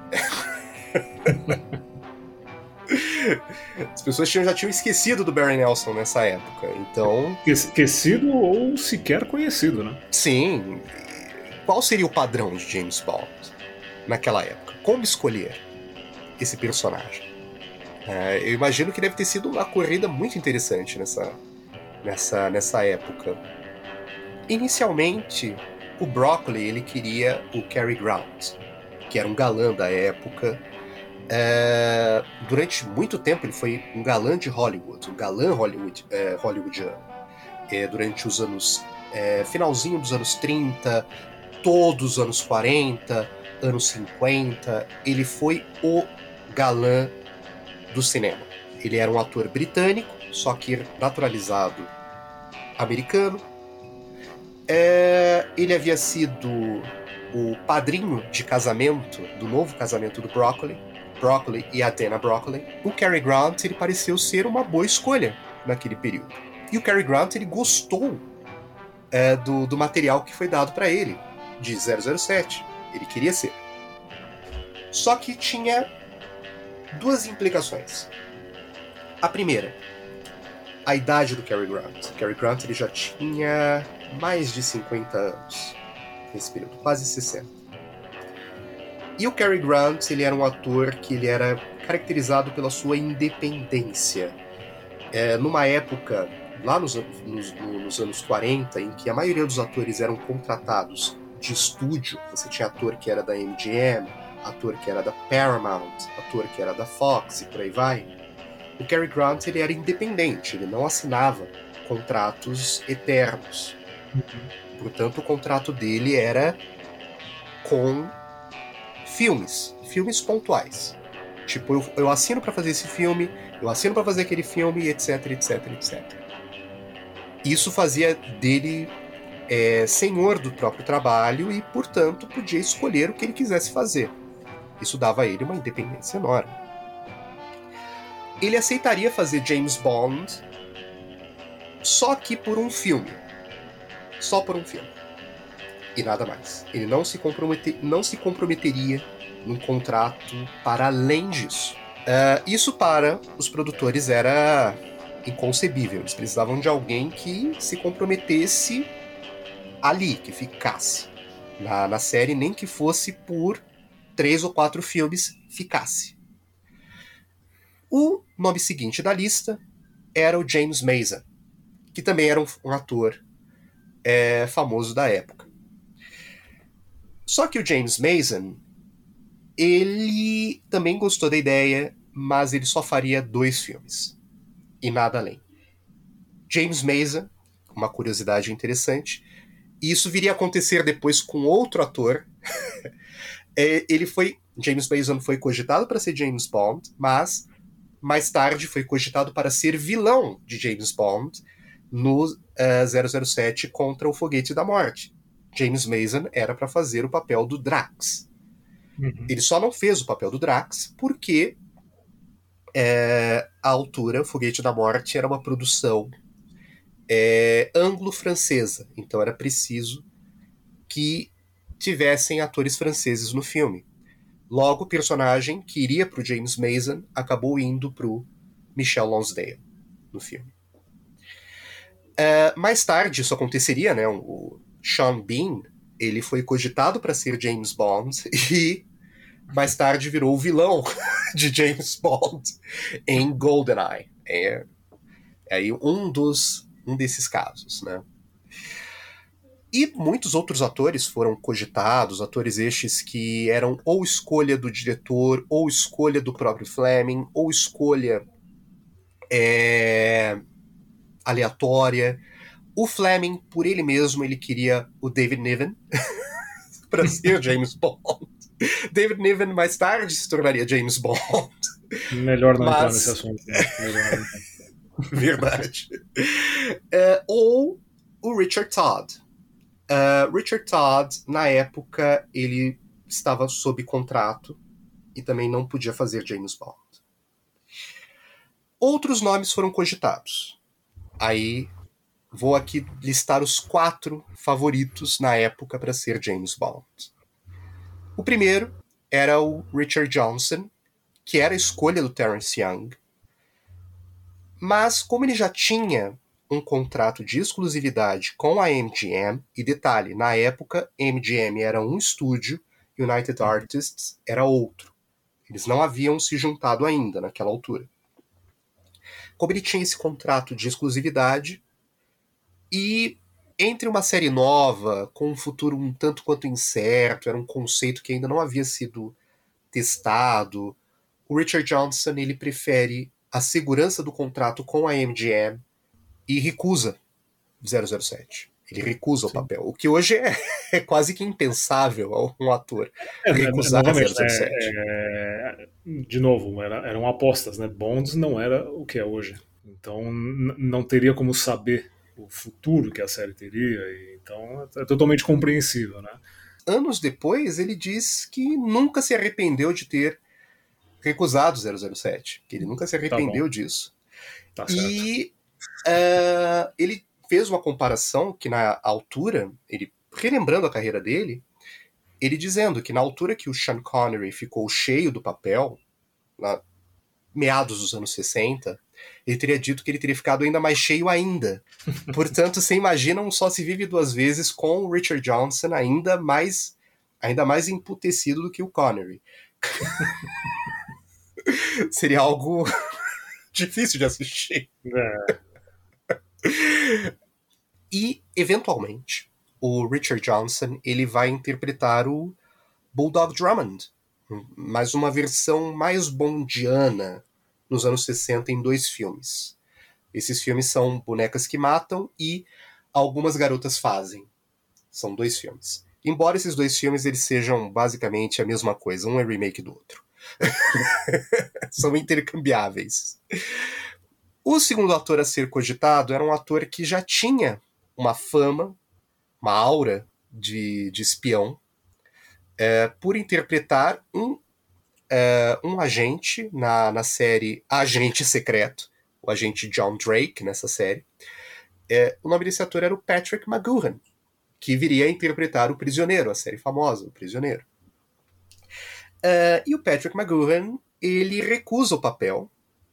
As pessoas tinham, já tinham esquecido do Barry Nelson nessa época, então... Esquecido ou sequer conhecido, né? Sim. Qual seria o padrão de James Bond naquela época? Como escolher esse personagem? É, eu imagino que deve ter sido uma corrida muito interessante nessa, nessa, nessa época. Inicialmente, o Broccoli ele queria o Cary Grant, que era um galã da época. É, durante muito tempo ele foi um galã de Hollywood, um galã Hollywood, é, hollywoodiano. É, durante os anos... É, finalzinho dos anos trinta, todos os anos quarenta, anos cinquenta, ele foi o galã do cinema. Ele era um ator britânico, só que naturalizado americano. É, ele havia sido o padrinho de casamento, do novo casamento do Broccoli, Broccoli e a Dana Broccoli. O Cary Grant ele pareceu ser uma boa escolha naquele período. E o Cary Grant ele gostou é, do, do material que foi dado para ele, de zero zero sete. Ele queria ser. Só que tinha duas implicações. A primeira, a idade do Cary Grant. O Cary Grant ele já tinha mais de cinquenta anos nesse período, quase sessenta. E o Cary Grant ele era um ator que ele era caracterizado pela sua independência. É, numa época, lá nos, nos, nos anos quarenta, em que a maioria dos atores eram contratados de estúdio, você tinha ator que era da M G M, ator que era da Paramount, ator que era da Fox e por aí vai. O Cary Grant ele era independente, ele não assinava contratos eternos. Uhum. Portanto, o contrato dele era com filmes, filmes pontuais. Tipo, eu, eu assino para fazer esse filme, eu assino para fazer aquele filme, etc, etc, etcétera. Isso fazia dele é, senhor do próprio trabalho e, portanto, podia escolher o que ele quisesse fazer. Isso dava a ele uma independência enorme. Ele aceitaria fazer James Bond só que por um filme. Só por um filme. E nada mais. Ele não se, comprometer, não se comprometeria num contrato para além disso. Uh, isso para os produtores era inconcebível. Eles precisavam de alguém que se comprometesse ali, que ficasse na, na série, nem que fosse por três ou quatro filmes, ficasse. O nome seguinte da lista era o James Mason, que também era um, um ator é, famoso da época. Só que o James Mason, ele também gostou da ideia, mas ele só faria dois filmes, e nada além. James Mason, uma curiosidade interessante, e isso viria a acontecer depois com outro ator. é, ele foi, James Mason foi cogitado para ser James Bond, mas mais tarde foi cogitado para ser vilão de James Bond no uh, zero zero sete contra o Foguete da Morte. James Mason era para fazer o papel do Drax. Uhum. Ele só não fez o papel do Drax porque é, à altura, o Foguete da Morte era uma produção é, anglo-francesa, então era preciso que tivessem atores franceses no filme. Logo, o personagem que iria para o James Mason acabou indo para o Michel Lonsdale no filme. Uh, mais tarde, isso aconteceria, né? O Sean Bean, ele foi cogitado para ser James Bond e mais tarde virou o vilão de James Bond em GoldenEye. É, É aí um, dos, um desses casos, né? E muitos outros atores foram cogitados, atores estes que eram ou escolha do diretor, ou escolha do próprio Fleming, ou escolha é, aleatória. O Fleming, por ele mesmo, ele queria o David Niven para ser James Bond. David Niven mais tarde se tornaria James Bond. Melhor não Mas... entrar nesse assunto. Né? Melhor não. Verdade. É, ou o Richard Todd. Uh, Richard Todd, na época, ele estava sob contrato e também não podia fazer James Bond. Outros nomes foram cogitados. Aí vou aqui listar os quatro favoritos na época para ser James Bond. O primeiro era o Richard Johnson, que era a escolha do Terence Young. Mas como ele já tinha um contrato de exclusividade com a M G M, e detalhe, na época, M G M era um estúdio, United Artists era outro. Eles não haviam se juntado ainda naquela altura. Como ele tinha esse contrato de exclusividade, e entre uma série nova, com um futuro um tanto quanto incerto, era um conceito que ainda não havia sido testado, o Richard Johnson ele prefere a segurança do contrato com a M G M e recusa zero zero sete. Ele recusa Sim. o papel. O que hoje é, é quase que impensável a um ator é, recusar zero zero sete. É, é, de novo, era, eram apostas, né? Bond não era o que é hoje. Então n- não teria como saber o futuro que a série teria. E, então é totalmente compreensível, né? Anos depois, ele diz que nunca se arrependeu de ter recusado zero zero sete. Que ele nunca se arrependeu tá disso. Tá certo. E uh, ele fez uma comparação que na altura, ele relembrando a carreira dele, ele dizendo que na altura que o Sean Connery ficou cheio do papel, na meados dos anos sessenta, ele teria dito que ele teria ficado ainda mais cheio ainda. Portanto, você imagina um Só Se Vive Duas Vezes com o Richard Johnson ainda mais, ainda mais emputecido do que o Connery. Seria algo difícil de assistir. É. E, eventualmente, o Richard Johnson ele vai interpretar o Bulldog Drummond, mas uma versão mais bondiana nos anos sessenta em dois filmes. Esses filmes são Bonecas que Matam e Algumas Garotas Fazem. São dois filmes. Embora esses dois filmes eles sejam basicamente a mesma coisa, um é remake do outro. São intercambiáveis. O segundo ator a ser cogitado era um ator que já tinha uma fama, uma aura de, de espião, é, por interpretar um, é, um agente na, na série Agente Secreto, o agente John Drake nessa série. É, o nome desse ator era o Patrick McGoohan, que viria a interpretar o Prisioneiro, a série famosa, o Prisioneiro. É, e o Patrick McGoohan, ele recusa o papel,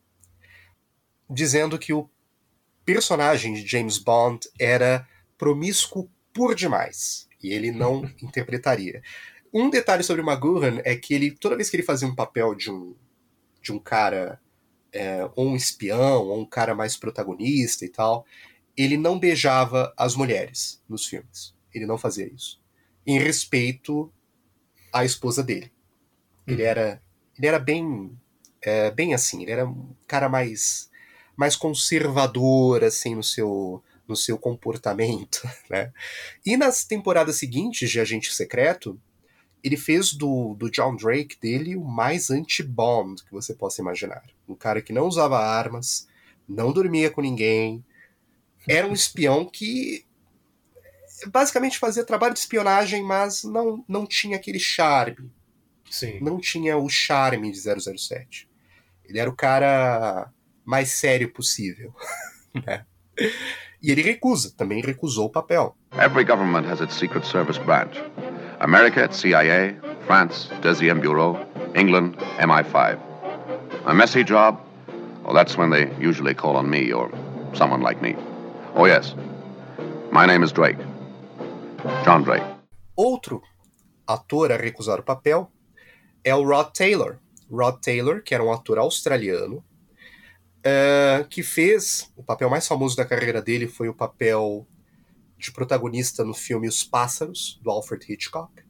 dizendo que o personagem de James Bond era promíscuo por demais, e ele não interpretaria. Um detalhe sobre o McGoohan é que ele, toda vez que ele fazia um papel de um, de um cara, é, ou um espião, ou um cara mais protagonista e tal, ele não beijava as mulheres nos filmes. Ele não fazia isso. Em respeito à esposa dele. Ele era, ele era bem, é, bem assim, ele era um cara mais... mais conservador, assim, no seu, no seu comportamento, né? E nas temporadas seguintes de Agente Secreto, ele fez do, do John Drake dele o mais anti-Bond que você possa imaginar. Um cara que não usava armas, não dormia com ninguém, era um espião que basicamente fazia trabalho de espionagem, mas não, não tinha aquele charme. Sim. Não tinha o charme de zero zero sete. Ele era o cara mais sério possível. Né? E ele recusa, também recusou o papel. Every government has its secret service branch. America, it's C I A, France, Deuxième Bureau, England, M I five. A messy job? Well, that's when they usually call on me or someone like me. Oh yes, my name is Drake. John Drake. Outro ator a recusar o papel é o Rod Taylor. Rod Taylor, que era um ator australiano, uh, que fez, o papel mais famoso da carreira dele foi o papel de protagonista no filme Os Pássaros, do Alfred Hitchcock.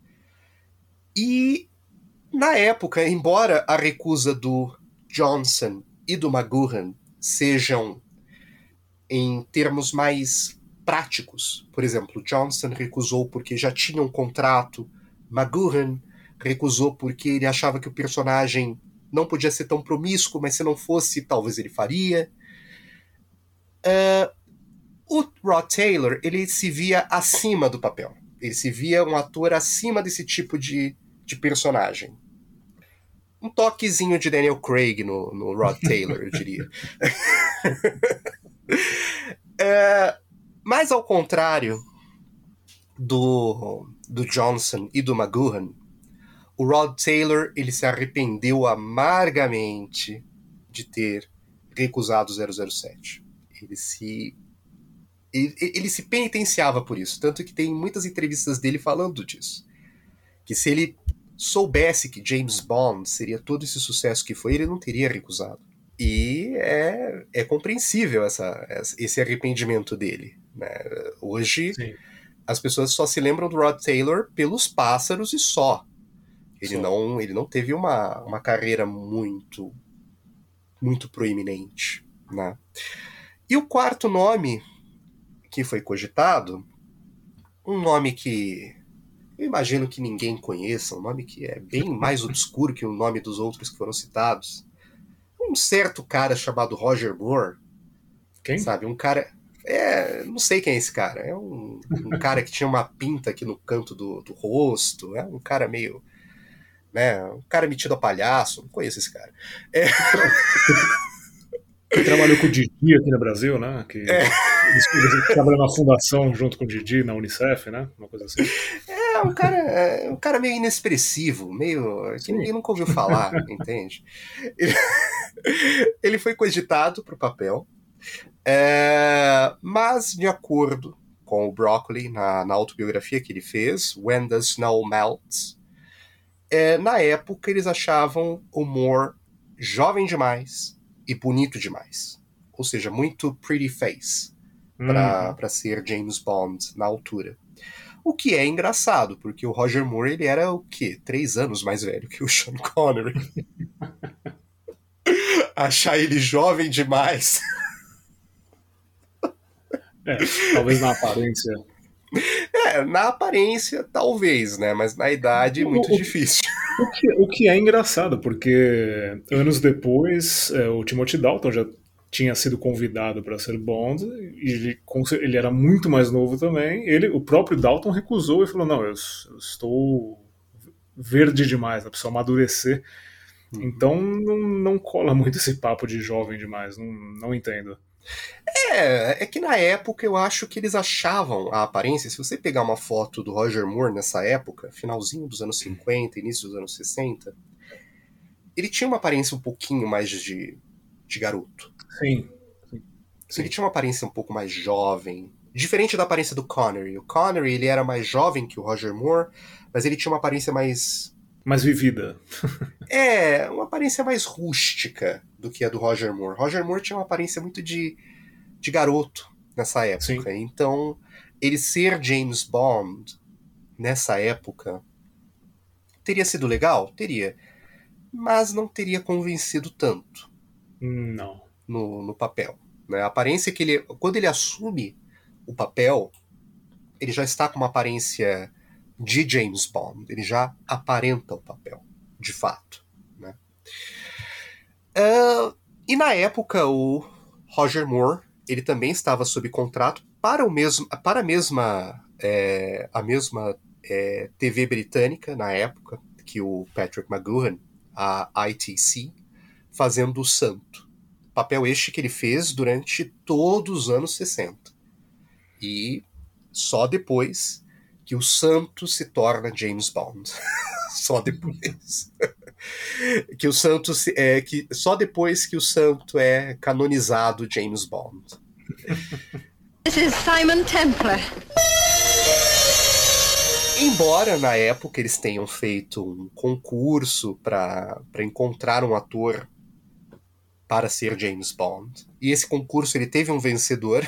E, na época, embora a recusa do Johnson e do McGoohan sejam em termos mais práticos, por exemplo, Johnson recusou porque já tinha um contrato, McGoohan recusou porque ele achava que o personagem não podia ser tão promíscuo, mas se não fosse, talvez ele faria. Uh, o Rod Taylor, ele se via acima do papel. Ele se via um ator acima desse tipo de, de personagem. Um toquezinho de Daniel Craig no, no Rod Taylor, eu diria. É, mas ao contrário do, do Johnson e do McGoohan, o Rod Taylor ele se arrependeu amargamente de ter recusado o zero zero sete. Ele se, ele, ele se penitenciava por isso, tanto que tem muitas entrevistas dele falando disso. Que se ele soubesse que James Bond seria todo esse sucesso que foi, ele não teria recusado. E é, é compreensível essa, esse arrependimento dele, né? Hoje, Sim. as pessoas só se lembram do Rod Taylor pelos Pássaros e só. Ele, não, ele não teve uma, uma carreira muito, muito proeminente, né? E o quarto nome que foi cogitado, um nome que eu imagino que ninguém conheça, um nome que é bem mais obscuro que o nome dos outros que foram citados, um certo cara chamado Roger Moore. Quem? Sabe, um cara... É, não sei quem é esse cara. É um, um cara que tinha uma pinta aqui no canto do, do rosto. É um cara meio... Né, um cara metido a palhaço. Não conheço esse cara. É... Que trabalhou com o Didi aqui no Brasil, né? Que é. Eles trabalham na fundação junto com o Didi na Unicef, né? Uma coisa assim. É, um cara, um cara meio inexpressivo, meio que ninguém nunca ouviu falar, entende? Ele, ele foi cogitado para o papel, é, mas de acordo com o Broccoli, na, na autobiografia que ele fez, When the Snow Melts, é, na época eles achavam o Moore jovem demais e bonito demais. Ou seja, muito pretty face para uhum. ser James Bond na altura. O que é engraçado, porque o Roger Moore ele era o quê? Três anos mais velho que o Sean Connery. Achar ele jovem demais. É, talvez na aparência. É, na aparência, talvez, né? Mas na idade, muito o, difícil. O que, o que é engraçado, porque anos depois, é, o Timothy Dalton já tinha sido convidado para ser Bond, e ele, ele era muito mais novo também. Ele, o próprio Dalton recusou e falou: não, eu, eu estou verde demais, né, preciso amadurecer. Uhum. Então não, não cola muito esse papo de jovem demais, não, não entendo. É, é que na época eu acho que eles achavam a aparência. Se você pegar uma foto do Roger Moore nessa época, finalzinho dos anos cinquenta, início dos anos sessenta, ele tinha uma aparência um pouquinho mais de, de garoto. Sim. Sim. Ele tinha uma aparência um pouco mais jovem, diferente da aparência do Connery. O Connery ele era mais jovem que o Roger Moore, mas ele tinha uma aparência mais... mais vivida. É, uma aparência mais rústica do que a do Roger Moore. Roger Moore tinha uma aparência muito de, de garoto nessa época. Sim. Então, ele ser James Bond nessa época teria sido legal? Teria. Mas não teria convencido tanto. Não. No, no papel. Né? A aparência que ele... Quando ele assume o papel, ele já está com uma aparência de James Bond. Ele já aparenta o papel, de fato. Né? Uh, e na época, o Roger Moore ele também estava sob contrato para, o mesmo, para a mesma, é, a mesma é, T V britânica, na época, que o Patrick McGoohan, a I T C, fazendo o Santo. Papel este que ele fez durante todos os anos sessenta. E só depois que o Santo se torna James Bond. Só depois. que o Santo se, é, que, só depois que o Santo é canonizado James Bond. This is Simon Templar. Embora na época eles tenham feito um concurso para encontrar um ator para ser James Bond. E esse concurso ele teve um vencedor,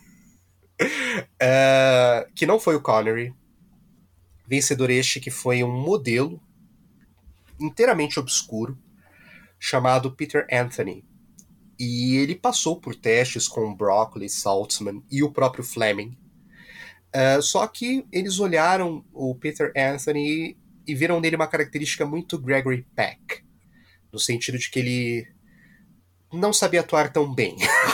uh, que não foi o Connery. Vencedor este que foi um modelo inteiramente obscuro, chamado Peter Anthony. E ele passou por testes com Broccoli, Saltzman e o próprio Fleming. Uh, só que eles olharam o Peter Anthony e viram nele uma característica muito Gregory Peck, no sentido de que ele não sabia atuar tão bem.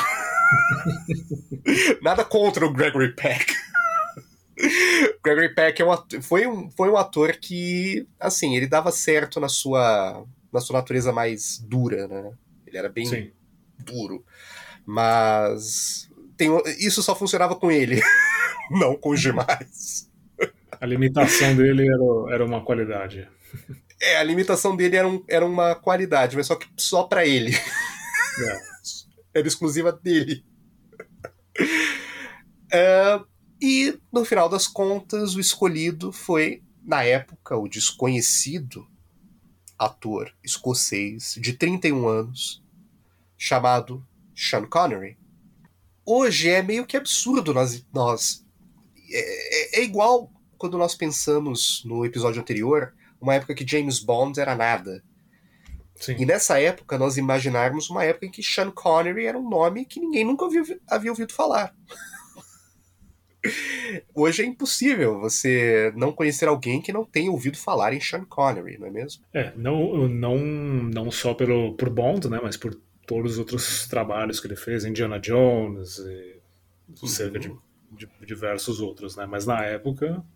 Nada contra o Gregory Peck. Gregory Peck é um ator, foi, um, foi um ator que, assim, ele dava certo na sua, na sua natureza mais dura, né? Ele era bem Sim. duro. Mas tem, isso só funcionava com ele, não com os demais. A limitação dele era, era uma qualidade. É, a limitação dele era, um, era uma qualidade, mas só que só pra ele. É. Era exclusiva dele. É, e, no final das contas, o escolhido foi, na época, o desconhecido ator escocês de trinta e um anos, chamado Sean Connery. Hoje é meio que absurdo nós... nós é, é, é igual quando nós pensamos no episódio anterior, uma época que James Bond era nada. Sim. E nessa época nós imaginarmos uma época em que Sean Connery era um nome que ninguém nunca havia, havia ouvido falar. Hoje é impossível você não conhecer alguém que não tenha ouvido falar em Sean Connery, não é mesmo? É, não, não, não só pelo, por Bond, né, mas por todos os outros trabalhos que ele fez, Indiana Jones e uhum. cerca de, de diversos outros, né? Mas na época,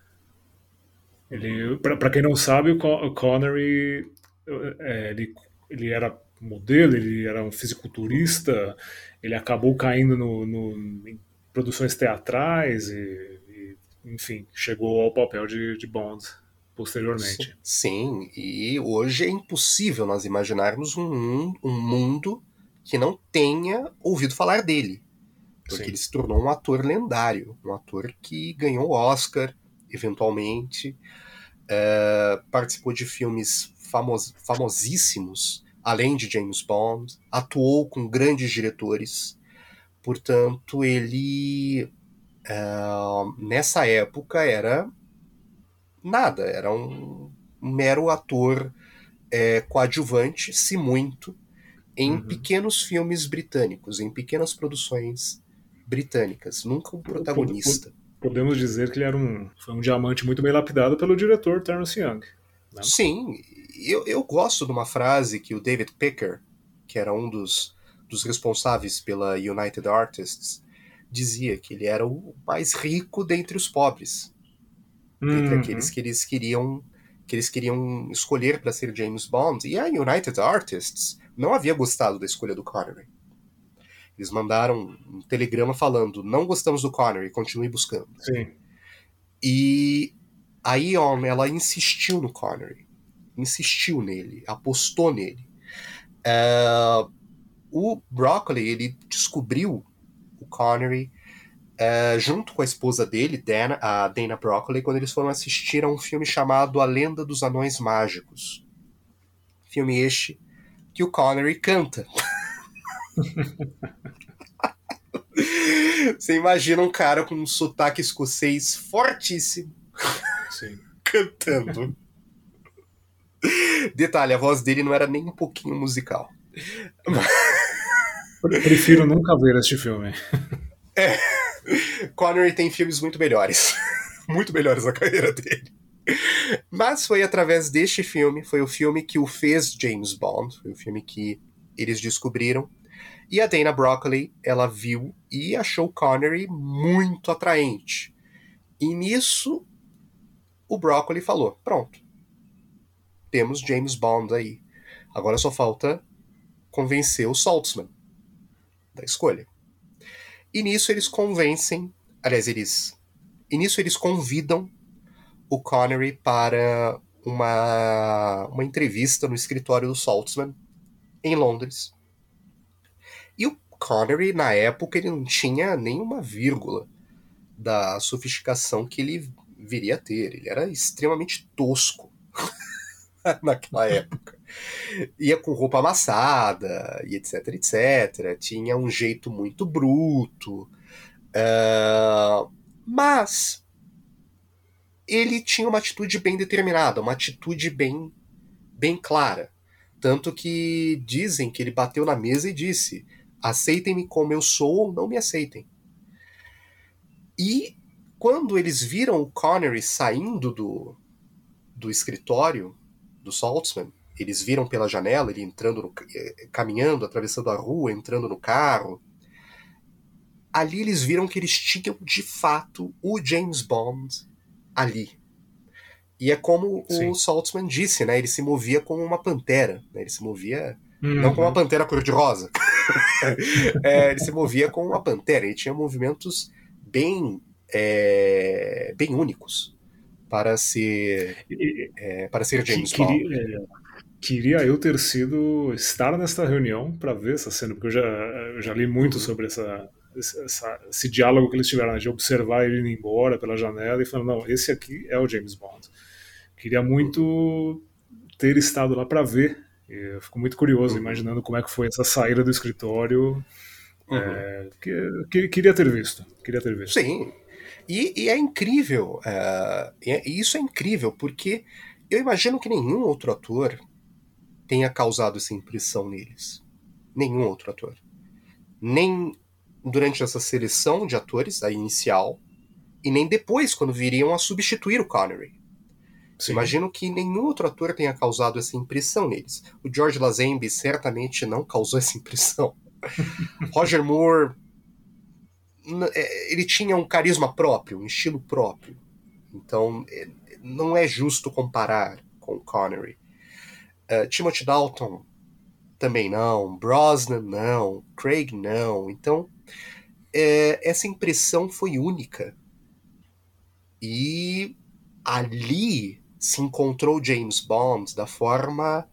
ele, para quem não sabe, o Connery é, ele, ele era modelo, ele era um fisiculturista, ele acabou caindo no, no, em produções teatrais e, e, enfim, chegou ao papel de, de Bond posteriormente. Sim, e hoje é impossível nós imaginarmos um, um mundo que não tenha ouvido falar dele. Porque Sim. ele se tornou um ator lendário, um ator que ganhou Oscar, eventualmente, uh, participou de filmes famos, famosíssimos, além de James Bond, atuou com grandes diretores. Portanto, ele, uh, nessa época, era nada, era um, um mero ator é, coadjuvante, se muito, em uhum. pequenos filmes britânicos, em pequenas produções britânicas, nunca um protagonista. Podemos dizer que ele era um, foi um diamante muito bem lapidado pelo diretor Terence Young. Né? Sim, eu, eu gosto de uma frase que o David Picker, que era um dos, dos responsáveis pela United Artists, dizia que ele era o mais rico dentre os pobres. Dentre uhum. aqueles que eles queriam que eles queriam escolher para ser James Bond. E a United Artists não havia gostado da escolha do Connery. Eles mandaram um telegrama falando: não gostamos do Connery, continue buscando. Sim. E a Eon, ela insistiu no Connery. Insistiu nele, apostou nele. Uh, o Broccoli, ele descobriu o Connery Uh, junto com a esposa dele, Dana, a Dana Broccoli, quando eles foram assistir a um filme chamado A Lenda dos Anões Mágicos. Filme este que o Connery canta. Você imagina um cara com um sotaque escocês fortíssimo Sim. cantando. Detalhe, a voz dele não era nem um pouquinho musical. Prefiro nunca ver este filme. É. Connery tem filmes muito melhores. Muito melhores na carreira dele. Mas foi através deste filme, foi o filme que o fez James Bond, foi o filme que eles descobriram. E a Dana Broccoli, ela viu e achou Connery muito atraente. E nisso, o Broccoli falou: pronto, temos James Bond aí. Agora só falta convencer o Saltzman da escolha. E nisso eles convencem, aliás, eles, e nisso eles convidam o Connery para uma, uma entrevista no escritório do Saltzman, em Londres. E o Connery, na época, ele não tinha nenhuma vírgula da sofisticação que ele viria a ter. Ele era extremamente tosco naquela época. Ia com roupa amassada, e etc, etcétera. Tinha um jeito muito bruto. Uh, mas ele tinha uma atitude bem determinada, uma atitude bem, bem clara. Tanto que dizem que ele bateu na mesa e disse: aceitem-me como eu sou ou não me aceitem. E quando eles viram o Connery saindo do, do escritório do Saltzman, eles viram pela janela ele entrando no, caminhando, atravessando a rua, entrando no carro. Ali eles viram que eles tinham de fato o James Bond ali. E é como Sim. o Saltzman disse, né? Ele se movia como uma pantera, né? Ele se movia uhum. não como uma pantera cor-de-rosa. é, ele se movia como uma pantera. Ele tinha movimentos bem, é, bem únicos para ser, é, para ser James que, Bond. Queria, é, queria eu ter sido estar nesta reunião para ver essa cena, porque eu já, eu já li muito uhum. sobre essa, essa, esse diálogo que eles tiveram, né, de observar ele indo embora pela janela e falando, não, esse aqui é o James Bond. Queria muito uhum. ter estado lá para ver. Eu fico muito curioso, uhum. imaginando como é que foi essa saída do escritório. Uhum. É, que, que, queria ter visto. Queria ter visto. Sim. E, e é incrível. Uh, e isso é incrível, porque eu imagino que nenhum outro ator tenha causado essa impressão neles. Nenhum outro ator. Nem durante essa seleção de atores, a inicial, e nem depois, quando viriam a substituir o Connery. Sim. Imagino que nenhum outro ator tenha causado essa impressão neles. O George Lazenby certamente não causou essa impressão. Roger Moore, ele tinha um carisma próprio, um estilo próprio. Então, não é justo comparar com o Connery. Uh, Timothy Dalton, também não. Brosnan, não. Craig, não. Então, é, essa impressão foi única. E ali se encontrou James Bond da forma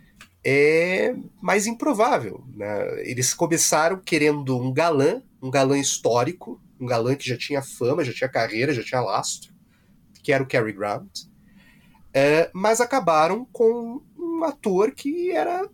é, mais improvável. Né? Eles começaram querendo um galã, um galã histórico, um galã que já tinha fama, já tinha carreira, já tinha lastro, que era o Cary Grant, é, mas acabaram com um ator que era,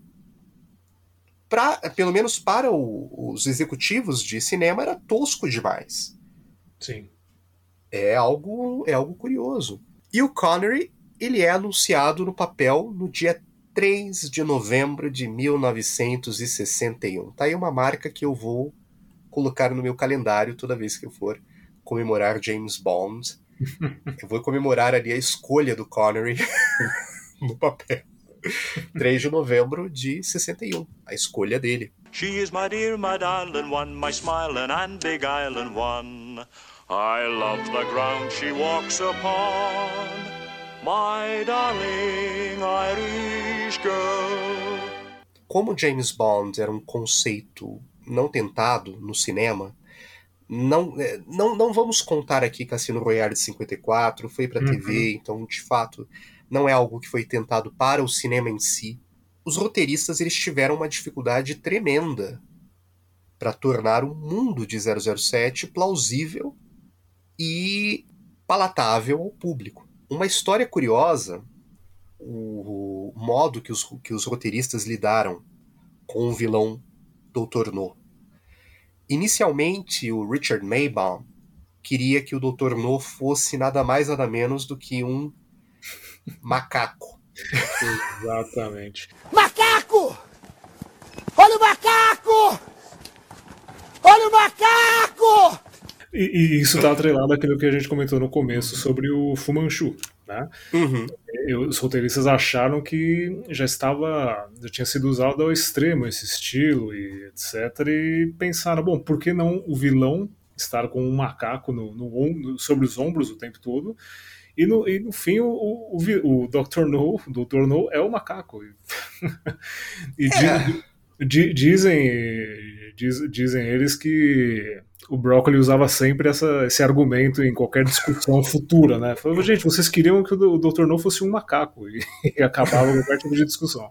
pra, pelo menos para o, os executivos de cinema, era tosco demais. Sim. É algo, é algo curioso. E o Connery, ele é anunciado no papel no dia três de novembro de mil novecentos e sessenta e um. Tá aí uma marca que eu vou colocar no meu calendário toda vez que eu for comemorar James Bond. Eu vou comemorar ali a escolha do Connery no papel. três de novembro de sessenta e um, a escolha dele. She is my dear, my darling one, my smiling and beguiling one. I love the ground she walks upon, my darling Irish girl. Como James Bond era um conceito não tentado no cinema, não, não, não vamos contar aqui Cassino Royale de cinquenta e quatro, foi para uhum. T V, então de fato não é algo que foi tentado para o cinema em si. Os roteiristas eles tiveram uma dificuldade tremenda para tornar o mundo de zero zero sete plausível e palatável ao público. Uma história curiosa, o modo que os, que os roteiristas lidaram com o vilão doutor No. Inicialmente, o Richard Maybaum queria que o doutor No fosse nada mais nada menos do que um macaco. Exatamente. Macaco! Olha o macaco! Olha o macaco! E, e isso está atrelado àquilo que a gente comentou no começo sobre o Fu Manchu, né? Uhum. E os roteiristas acharam que já estava, já tinha sido usado ao extremo esse estilo e etcétera. E pensaram, bom, por que não o vilão estar com um macaco no, no, sobre os ombros o tempo todo? E no, e no fim o, o, o doutor No, o doutor No é o macaco. E é. di, dizem, diz, dizem eles que o Broccoli usava sempre essa, esse argumento em qualquer discussão futura, né? Falava, gente, vocês queriam que o doutor No fosse um macaco e, e acabava qualquer tipo de discussão.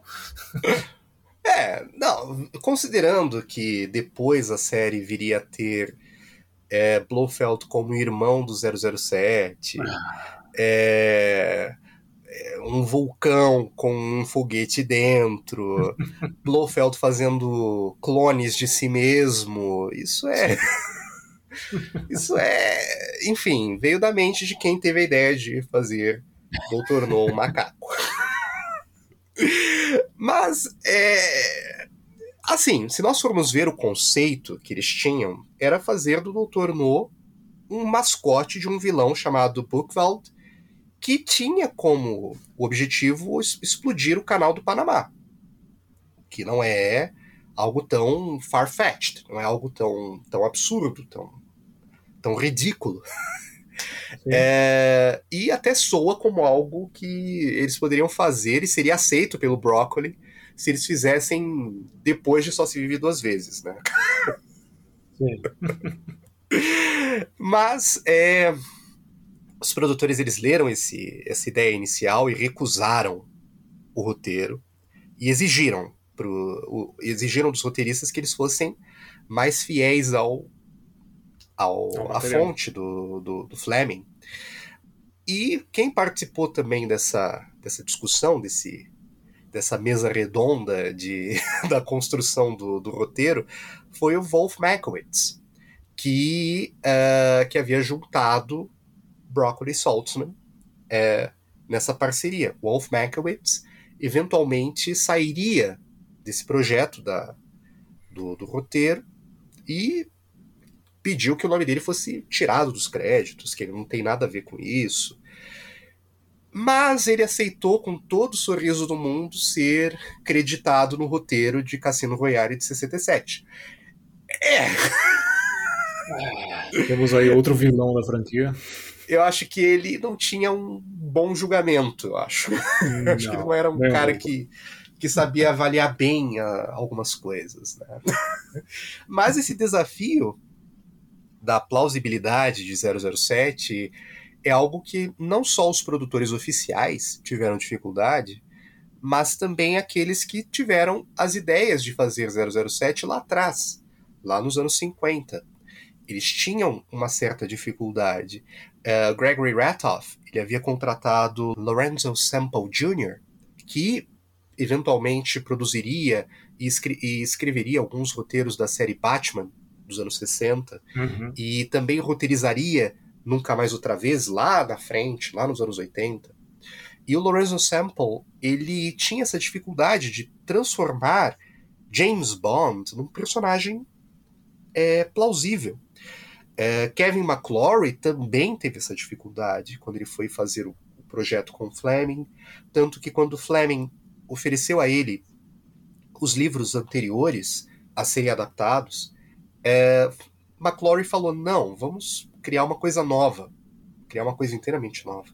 É, não, considerando que depois a série viria a ter é, Blofeld como irmão do zero zero sete, ah. é, um vulcão com um foguete dentro, Blofeld fazendo clones de si mesmo. Isso é... Isso é... Enfim, veio da mente de quem teve a ideia de fazer doutor No um macaco. Mas, é... assim, se nós formos ver o conceito que eles tinham, era fazer do doutor No um mascote de um vilão chamado Buchwald, que tinha como objetivo explodir o canal do Panamá. Que não é algo tão far-fetched, não é algo tão, tão absurdo, tão, tão ridículo. É, e até soa como algo que eles poderiam fazer e seria aceito pelo Broccoli se eles fizessem depois de Só Se Vive Duas Vezes, né? Sim. Mas é, os produtores eles leram esse, essa ideia inicial e recusaram o roteiro e exigiram, pro, o, exigiram dos roteiristas que eles fossem mais fiéis ao, ao, à fonte do, do, do Fleming. E quem participou também dessa, dessa discussão, desse, dessa mesa redonda de, da construção do, do roteiro, foi o Wolf Mankiewicz, que, uh, que havia juntado Broccoli e Saltzman uh, nessa parceria. Wolf Mankiewicz eventualmente sairia desse projeto da, do, do roteiro e pediu que o nome dele fosse tirado dos créditos, que ele não tem nada a ver com isso. Mas ele aceitou com todo o sorriso do mundo ser creditado no roteiro de Cassino Royale de sessenta e sete. É... Temos aí outro vilão da franquia. Eu acho que ele não tinha um bom julgamento, eu acho. Não, eu acho que ele não era um cara que, que sabia avaliar bem uh, algumas coisas, né? Mas esse desafio da plausibilidade de zero zero sete é algo que não só os produtores oficiais tiveram dificuldade, mas também aqueles que tiveram as ideias de fazer zero zero sete lá atrás, lá nos anos cinquenta. Eles tinham uma certa dificuldade. Uh, Gregory Ratoff, ele havia contratado Lorenzo Semple Júnior, que eventualmente produziria e, escre- e escreveria alguns roteiros da série Batman dos anos sessenta, uhum. e também roteirizaria Nunca Mais Outra Vez lá na frente, lá nos anos oitenta. E o Lorenzo Semple, ele tinha essa dificuldade de transformar James Bond num personagem é, plausível. É, Kevin McClory também teve essa dificuldade quando ele foi fazer o, o projeto com Fleming, tanto que quando Fleming ofereceu a ele os livros anteriores a serem adaptados, é, McClory falou, não, vamos criar uma coisa nova, criar uma coisa inteiramente nova.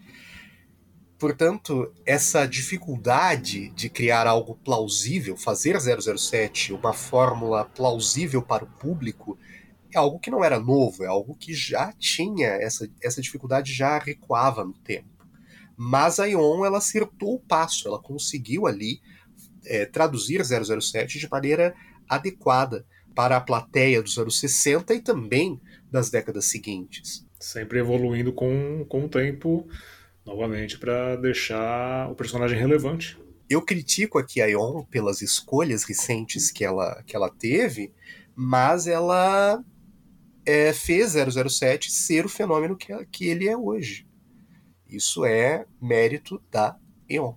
Portanto, essa dificuldade de criar algo plausível, fazer zero zero sete uma fórmula plausível para o público, é algo que não era novo, é algo que já tinha, essa, essa dificuldade já recuava no tempo. Mas a Eon, ela acertou o passo, ela conseguiu ali é, traduzir zero zero sete de maneira adequada para a plateia dos anos sessenta e também das décadas seguintes. Sempre evoluindo com, com o tempo, novamente, para deixar o personagem relevante. Eu critico aqui a Eon pelas escolhas recentes que ela, que ela teve, mas ela é, fez zero zero sete ser o fenômeno que, que ele é hoje. Isso é mérito da Eon.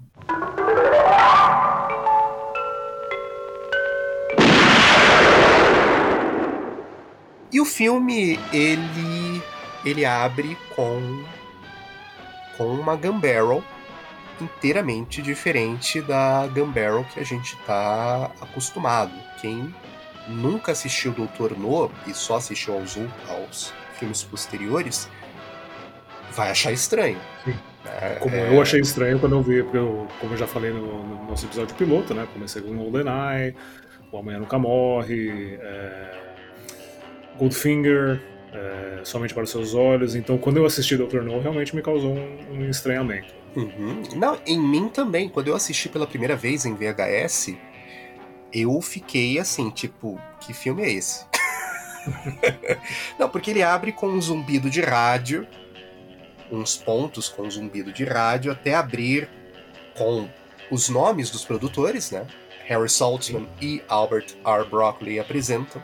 E o filme, ele, ele abre com, com uma gun barrel inteiramente diferente da gun barrel que a gente está acostumado. Quem nunca assistiu doutor No e só assistiu aos, aos filmes posteriores vai achar estranho. Sim. É, como é... eu achei estranho quando eu vi, porque eu, como eu já falei no, no nosso episódio piloto, né? Comecei com GoldenEye, O Amanhã Nunca Morre, é... Goldfinger, é... Somente para os Seus Olhos. Então, quando eu assisti doutor No, realmente me causou um, um estranhamento. Uhum. Não, em mim também. Quando eu assisti pela primeira vez em V H S, eu fiquei assim, tipo, que filme é esse? Não, porque ele abre com um zumbido de rádio uns pontos com zumbido de rádio até abrir com os nomes dos produtores, né? Harry Saltzman e Albert R. Broccoli apresentam,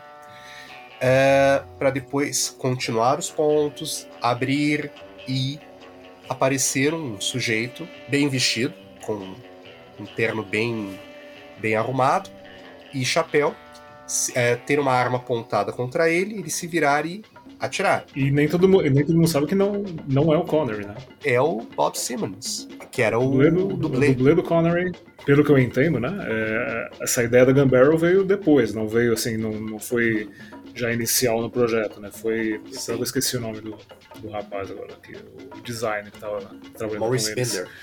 uh, para depois continuar os pontos, abrir e aparecer um sujeito bem vestido, com um terno bem, bem arrumado e chapéu, é, ter uma arma apontada contra ele, ele se virar e atirar. E nem todo mundo, nem todo mundo sabe que não, não é o Connery, né? É o Bob Simmons, que era o dublê do, dublê. O dublê do Connery, pelo que eu entendo, né? É, essa ideia da Gun Barrel veio depois, não veio assim, não, não foi já inicial no projeto, né? Foi. Sim. Eu esqueci o nome do, do rapaz agora, aqui, o designer que estava trabalhando Maurice com eles. Binder.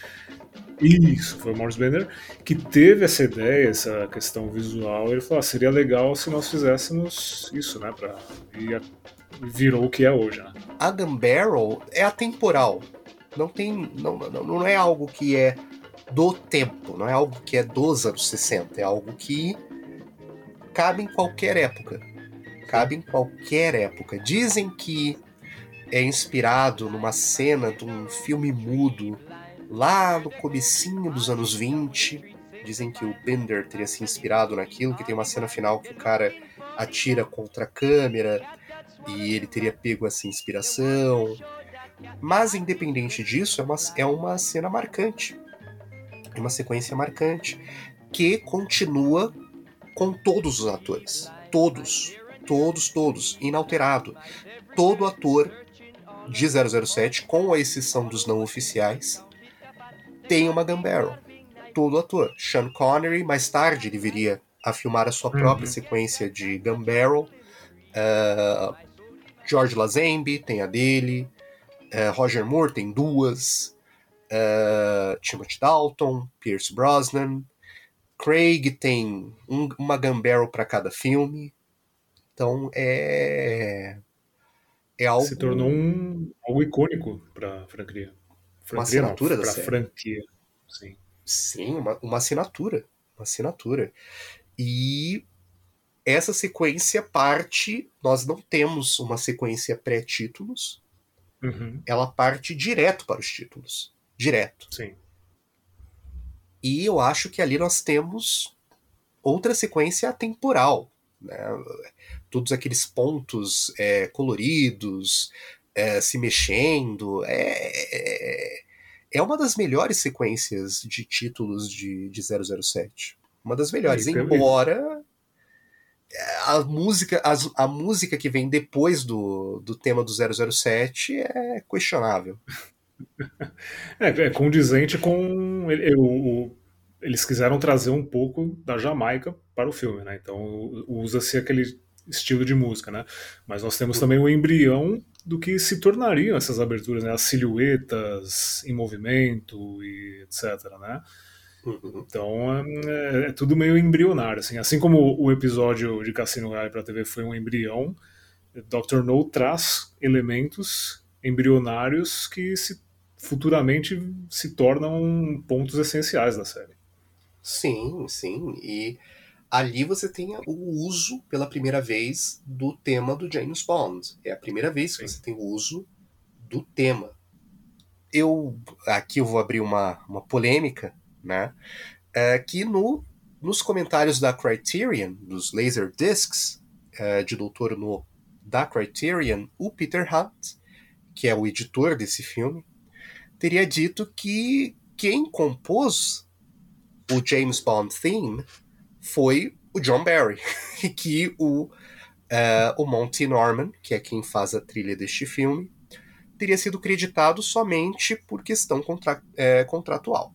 Isso, foi o Maurice Binder que teve essa ideia, essa questão visual. Ele falou: ah, seria legal se nós fizéssemos isso, né? Pra, e virou o que é hoje, né? A Gun Barrel é atemporal. Não tem, não, não, não é algo que é do tempo, não é algo que é dos anos sessenta, é algo que cabe em qualquer época. Cabe em qualquer época. Dizem que é inspirado numa cena de um filme mudo lá no comecinho dos anos vinte. Dizem que o Binder teria se inspirado naquilo, que tem uma cena final que o cara atira contra a câmera e ele teria pego essa inspiração. Mas, independente disso, é uma, é uma cena marcante. É uma sequência marcante que continua com todos os atores. Todos. Todos, todos. Inalterado. Todo ator de zero zero sete, com a exceção dos não oficiais, tem uma Gun Barrel. Todo ator. Sean Connery, mais tarde, ele viria a filmar a sua própria uhum. sequência de Gun Barrel. Uh, George Lazenby tem a dele. Uh, Roger Moore tem duas. Uh, Timothy Dalton, Pierce Brosnan. Craig tem um, uma Gun Barrel para cada filme. Então é... é algo... Se tornou um, algo icônico para a franquia. Uma assinatura não, da pra série. franquia. Sim, Sim uma, uma assinatura. Uma assinatura. E essa sequência parte... Nós não temos uma sequência pré-títulos. Uhum. Ela parte direto para os títulos. Direto. Sim. E eu acho que ali nós temos outra sequência atemporal. Né? Todos aqueles pontos é, coloridos, é, se mexendo. É, é uma das melhores sequências de títulos de, de zero zero sete. Uma das melhores. E, embora a música, a, a música que vem depois do, do tema do zero zero sete é questionável. É, é condizente com... O, o, eles quiseram trazer um pouco da Jamaica para o filme, né? Então usa-se aquele estilo de música, né? Mas nós temos também o embrião do que se tornariam essas aberturas, né? As silhuetas em movimento e etc, né? Uhum. Então é, é tudo meio embrionário, assim. Assim como o episódio de Cassino Royale para a T V foi um embrião, doutor No traz elementos embrionários que se, futuramente se tornam pontos essenciais da série. Sim, sim. E ali você tem o uso, pela primeira vez, do tema do James Bond. É a primeira vez que sim. você tem o uso do tema. Eu, aqui eu vou abrir uma, uma polêmica, né? É, que no, nos comentários da Criterion, dos Laserdiscs, é, de doutor No da Criterion, o Peter Hunt, que é o editor desse filme, teria dito que quem compôs o James Bond theme foi o John Barry, e que o, uh, o Monty Norman, que é quem faz a trilha deste filme, teria sido creditado somente por questão contra, é, contratual.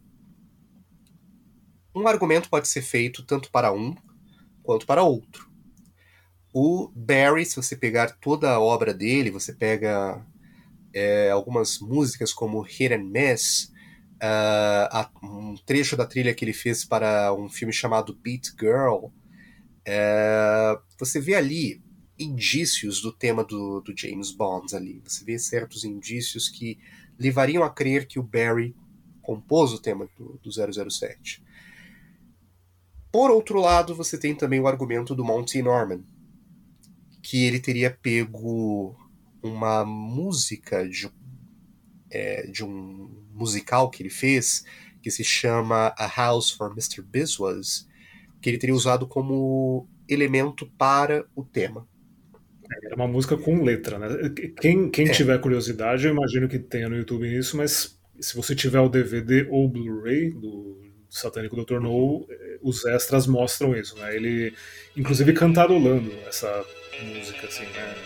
Um argumento pode ser feito tanto para um quanto para outro. O Barry, se você pegar toda a obra dele, você pega é, algumas músicas como Hit and Miss, Uh, a, um trecho da trilha que ele fez para um filme chamado Beat Girl, uh, você vê ali indícios do tema do, do James Bond ali. Você vê certos indícios que levariam a crer que o Barry compôs o tema do, do zero zero sete. Por outro lado, você tem também o argumento do Monty Norman, que ele teria pego uma música de é, de um musical que ele fez, que se chama A House for mister Biswas, que ele teria usado como elemento para o tema. Era uma música com letra, né? Quem, quem É. tiver curiosidade, eu imagino que tenha no YouTube isso, mas se você tiver o D V D ou o Blu-ray do Satânico doutor No, os extras mostram isso, né? Ele, inclusive, cantarolando essa música, assim, né?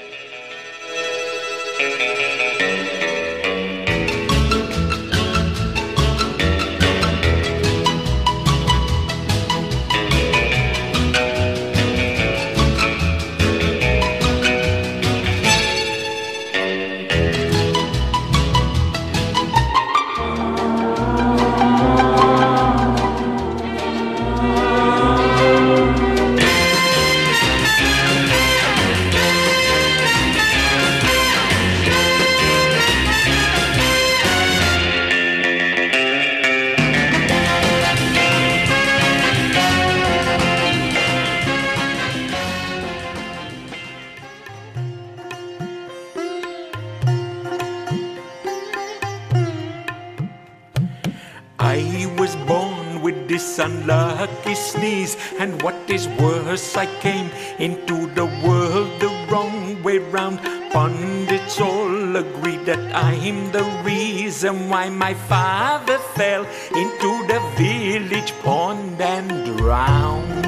I was born with this unlucky sneeze, and what is worse, I came into the world the wrong way round. Pundits all agree that I'm the reason why my father fell into the village pond and drowned.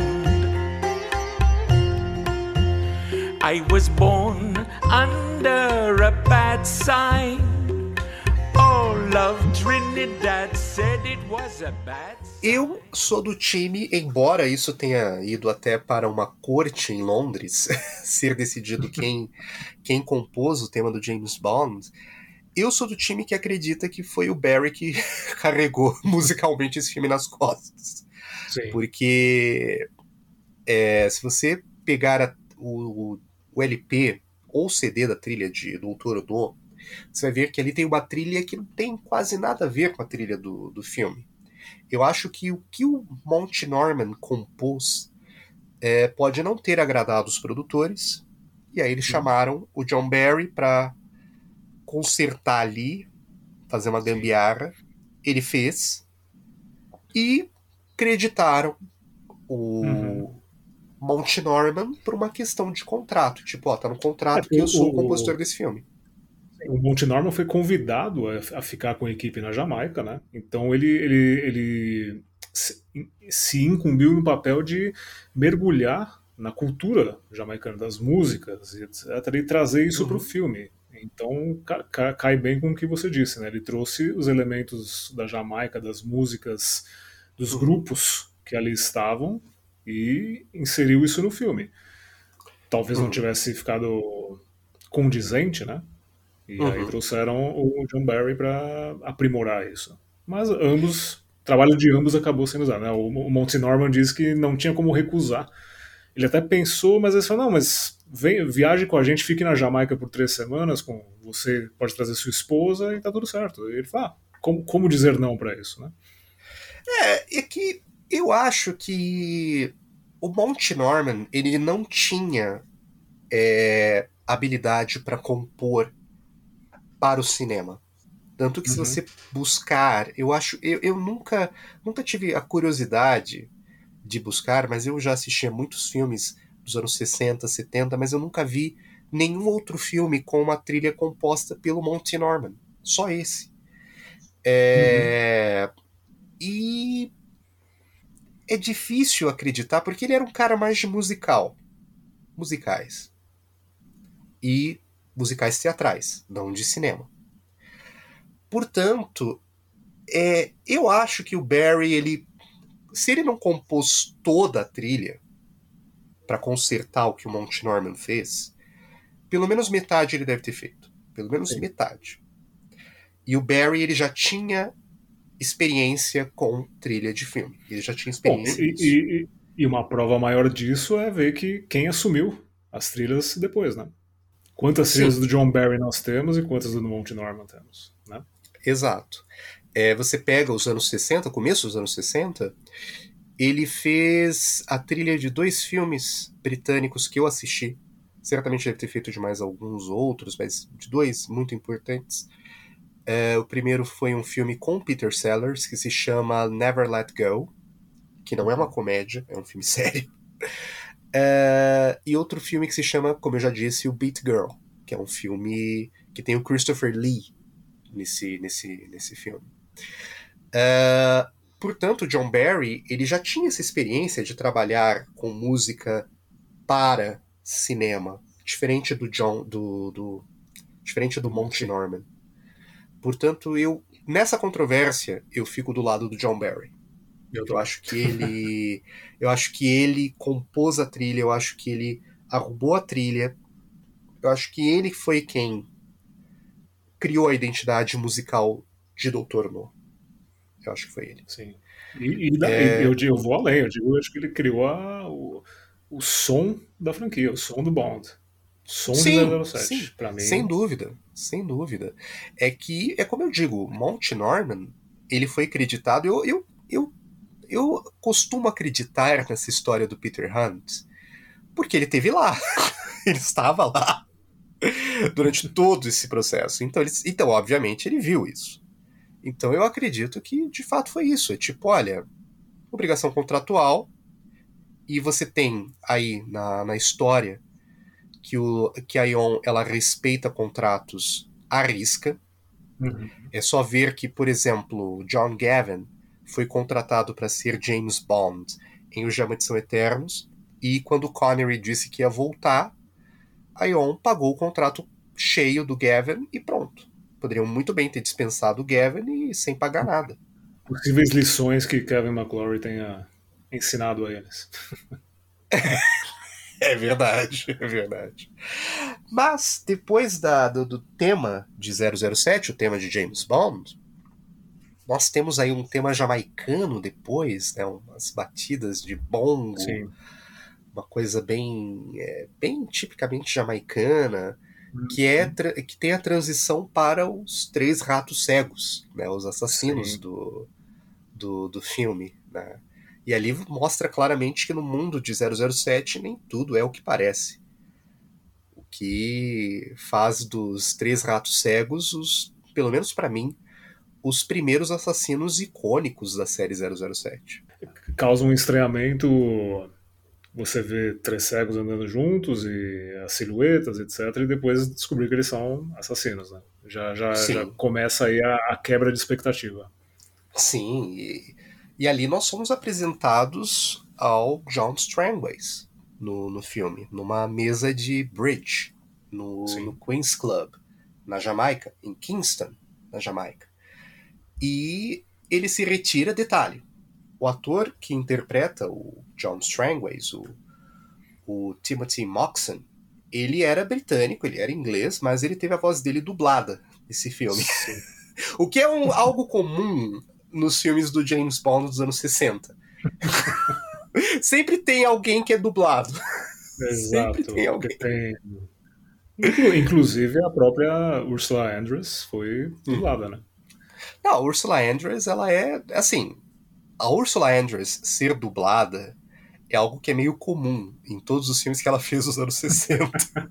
I was born under a bad sign. Eu sou do time, embora isso tenha ido até para uma corte em Londres, ser decidido quem, quem compôs o tema do James Bond, eu sou do time que acredita que foi o Barry que carregou musicalmente esse filme nas costas. Sim. Porque é, se você pegar a, o, o L P ou C D da trilha de Doutor No, você vai ver que ali tem uma trilha que não tem quase nada a ver com a trilha do, do filme. Eu acho que o que o Monty Norman compôs é, pode não ter agradado os produtores, e aí eles Sim. chamaram o John Barry para consertar ali, fazer uma gambiarra. Ele fez, e creditaram o uhum. Monty Norman por uma questão de contrato. Tipo, ó, tá no contrato é, que eu sou o compositor desse filme. O Monty Norman foi convidado a, a ficar com a equipe na Jamaica, né? Então ele, ele, ele se, se incumbiu no papel de mergulhar na cultura jamaicana, das músicas, etcétera, e trazer isso uhum. para o filme. Então ca, cai bem com o que você disse, né? Ele trouxe os elementos da Jamaica, das músicas, dos uhum. grupos que ali estavam e inseriu isso no filme. Talvez uhum. não tivesse ficado condizente, né? E uhum. aí trouxeram o John Barry para aprimorar isso. Mas ambos, o trabalho de ambos acabou sendo usado, né? O Monty Norman diz que não tinha como recusar. Ele até pensou, mas ele falou, não, mas vem, viaje com a gente, fique na Jamaica por três semanas, com você pode trazer sua esposa e tá tudo certo. E ele falou, ah, como, como dizer não para isso, né? É, é que eu acho que o Monty Norman, ele não tinha é, habilidade para compor para o cinema. Tanto que uhum. se você buscar, eu acho, eu, eu nunca, nunca tive a curiosidade de buscar, mas eu já assisti a muitos filmes dos anos sessenta, setenta, mas eu nunca vi nenhum outro filme com uma trilha composta pelo Monty Norman. Só esse. É, uhum. E é difícil acreditar, porque ele era um cara mais de musical. Musicais. E musicais teatrais, não de cinema. Portanto, é, eu acho que o Barry, ele, se ele não compôs toda a trilha para consertar o que o Monty Norman fez, pelo menos metade ele deve ter feito. Pelo menos Sim. metade. E o Barry, ele já tinha experiência com trilha de filme. Ele já tinha experiência Bom, e, nisso. E, e uma prova maior disso é ver que quem assumiu as trilhas depois, né? Quantas Sim. trilhas do John Barry nós temos e quantas do Monty Norman temos, né? Exato. É, você pega os anos sessenta, começo dos anos sessenta, ele fez a trilha de dois filmes britânicos que eu assisti. Certamente deve ter feito de mais alguns outros, mas de dois muito importantes. É, o primeiro foi um filme com Peter Sellers, que se chama Never Let Go, que não é uma comédia, é um filme sério. É, e outro filme que se chama, como eu já disse, o Beat Girl, que é um filme que tem o Christopher Lee nesse, nesse, nesse filme. É, portanto, John Barry ele já tinha essa experiência de trabalhar com música para cinema, diferente do John, do, do diferente do Monty Norman. Portanto, eu nessa controvérsia eu fico do lado do John Barry. Eu, eu acho que ele, eu acho que ele compôs a trilha, eu acho que ele arrumou a trilha, eu acho que ele foi quem criou a identidade musical de doutor No. Eu acho que foi ele. Sim. E, e daí, é... eu, eu vou além, eu digo, eu acho que ele criou a, o, o som da franquia, o som do Bond. Som sim, de zero zero sete, sim, pra mim. Sem dúvida, sem dúvida. É que, é como eu digo, Monty Norman, ele foi acreditado, eu, eu, eu, eu costumo acreditar nessa história do Peter Hunt, porque ele esteve lá, ele estava lá durante todo esse processo. Então, ele, então, obviamente, ele viu isso. Então, eu acredito que, de fato, foi isso. É tipo, olha, obrigação contratual, e você tem aí na, na história que, o, que a Ion ela respeita contratos à risca. Uhum. É só ver que, por exemplo, John Gavin foi contratado para ser James Bond em Os Diamantes São Eternos, e quando Connery disse que ia voltar, a Ion pagou o contrato cheio do Gavin e pronto. Poderiam muito bem ter dispensado o Gavin e sem pagar nada. Possíveis lições que Kevin McClory tenha ensinado a eles. É verdade, é verdade. Mas, depois da, do, do tema de zero zero sete, o tema de James Bond, nós temos aí um tema jamaicano depois, né, umas batidas de bongo, sim, uma coisa bem, é, bem tipicamente jamaicana, uhum. que, é, que tem a transição para os três ratos cegos, né, os assassinos do, do, do filme, né? E ali mostra claramente que no mundo de zero zero sete nem tudo é o que parece. O que faz dos Três Ratos Cegos, os, pelo menos para mim, os primeiros assassinos icônicos da série zero zero sete. Causa um estranhamento você vê três cegos andando juntos e as silhuetas, etcétera, e depois descobrir que eles são assassinos, né? Já, já, já começa aí a, a quebra de expectativa. Sim, e... E ali nós somos apresentados ao John Strangways no, no filme, numa mesa de bridge, no, no Queen's Club, na Jamaica, em Kingston, na Jamaica. E ele se retira, detalhe, o ator que interpreta o John Strangways, o, o Timothy Moxon, ele era britânico, ele era inglês, mas ele teve a voz dele dublada nesse filme. O que é um, algo comum nos filmes do James Bond dos anos sessenta. Sempre tem alguém que é dublado. Exato. Sempre tem alguém. Tem... Inclu- inclusive a própria Ursula Andress foi dublada, né? Não, a Ursula Andress, ela é, assim, a Ursula Andress ser dublada é algo que é meio comum em todos os filmes que ela fez nos anos sessenta.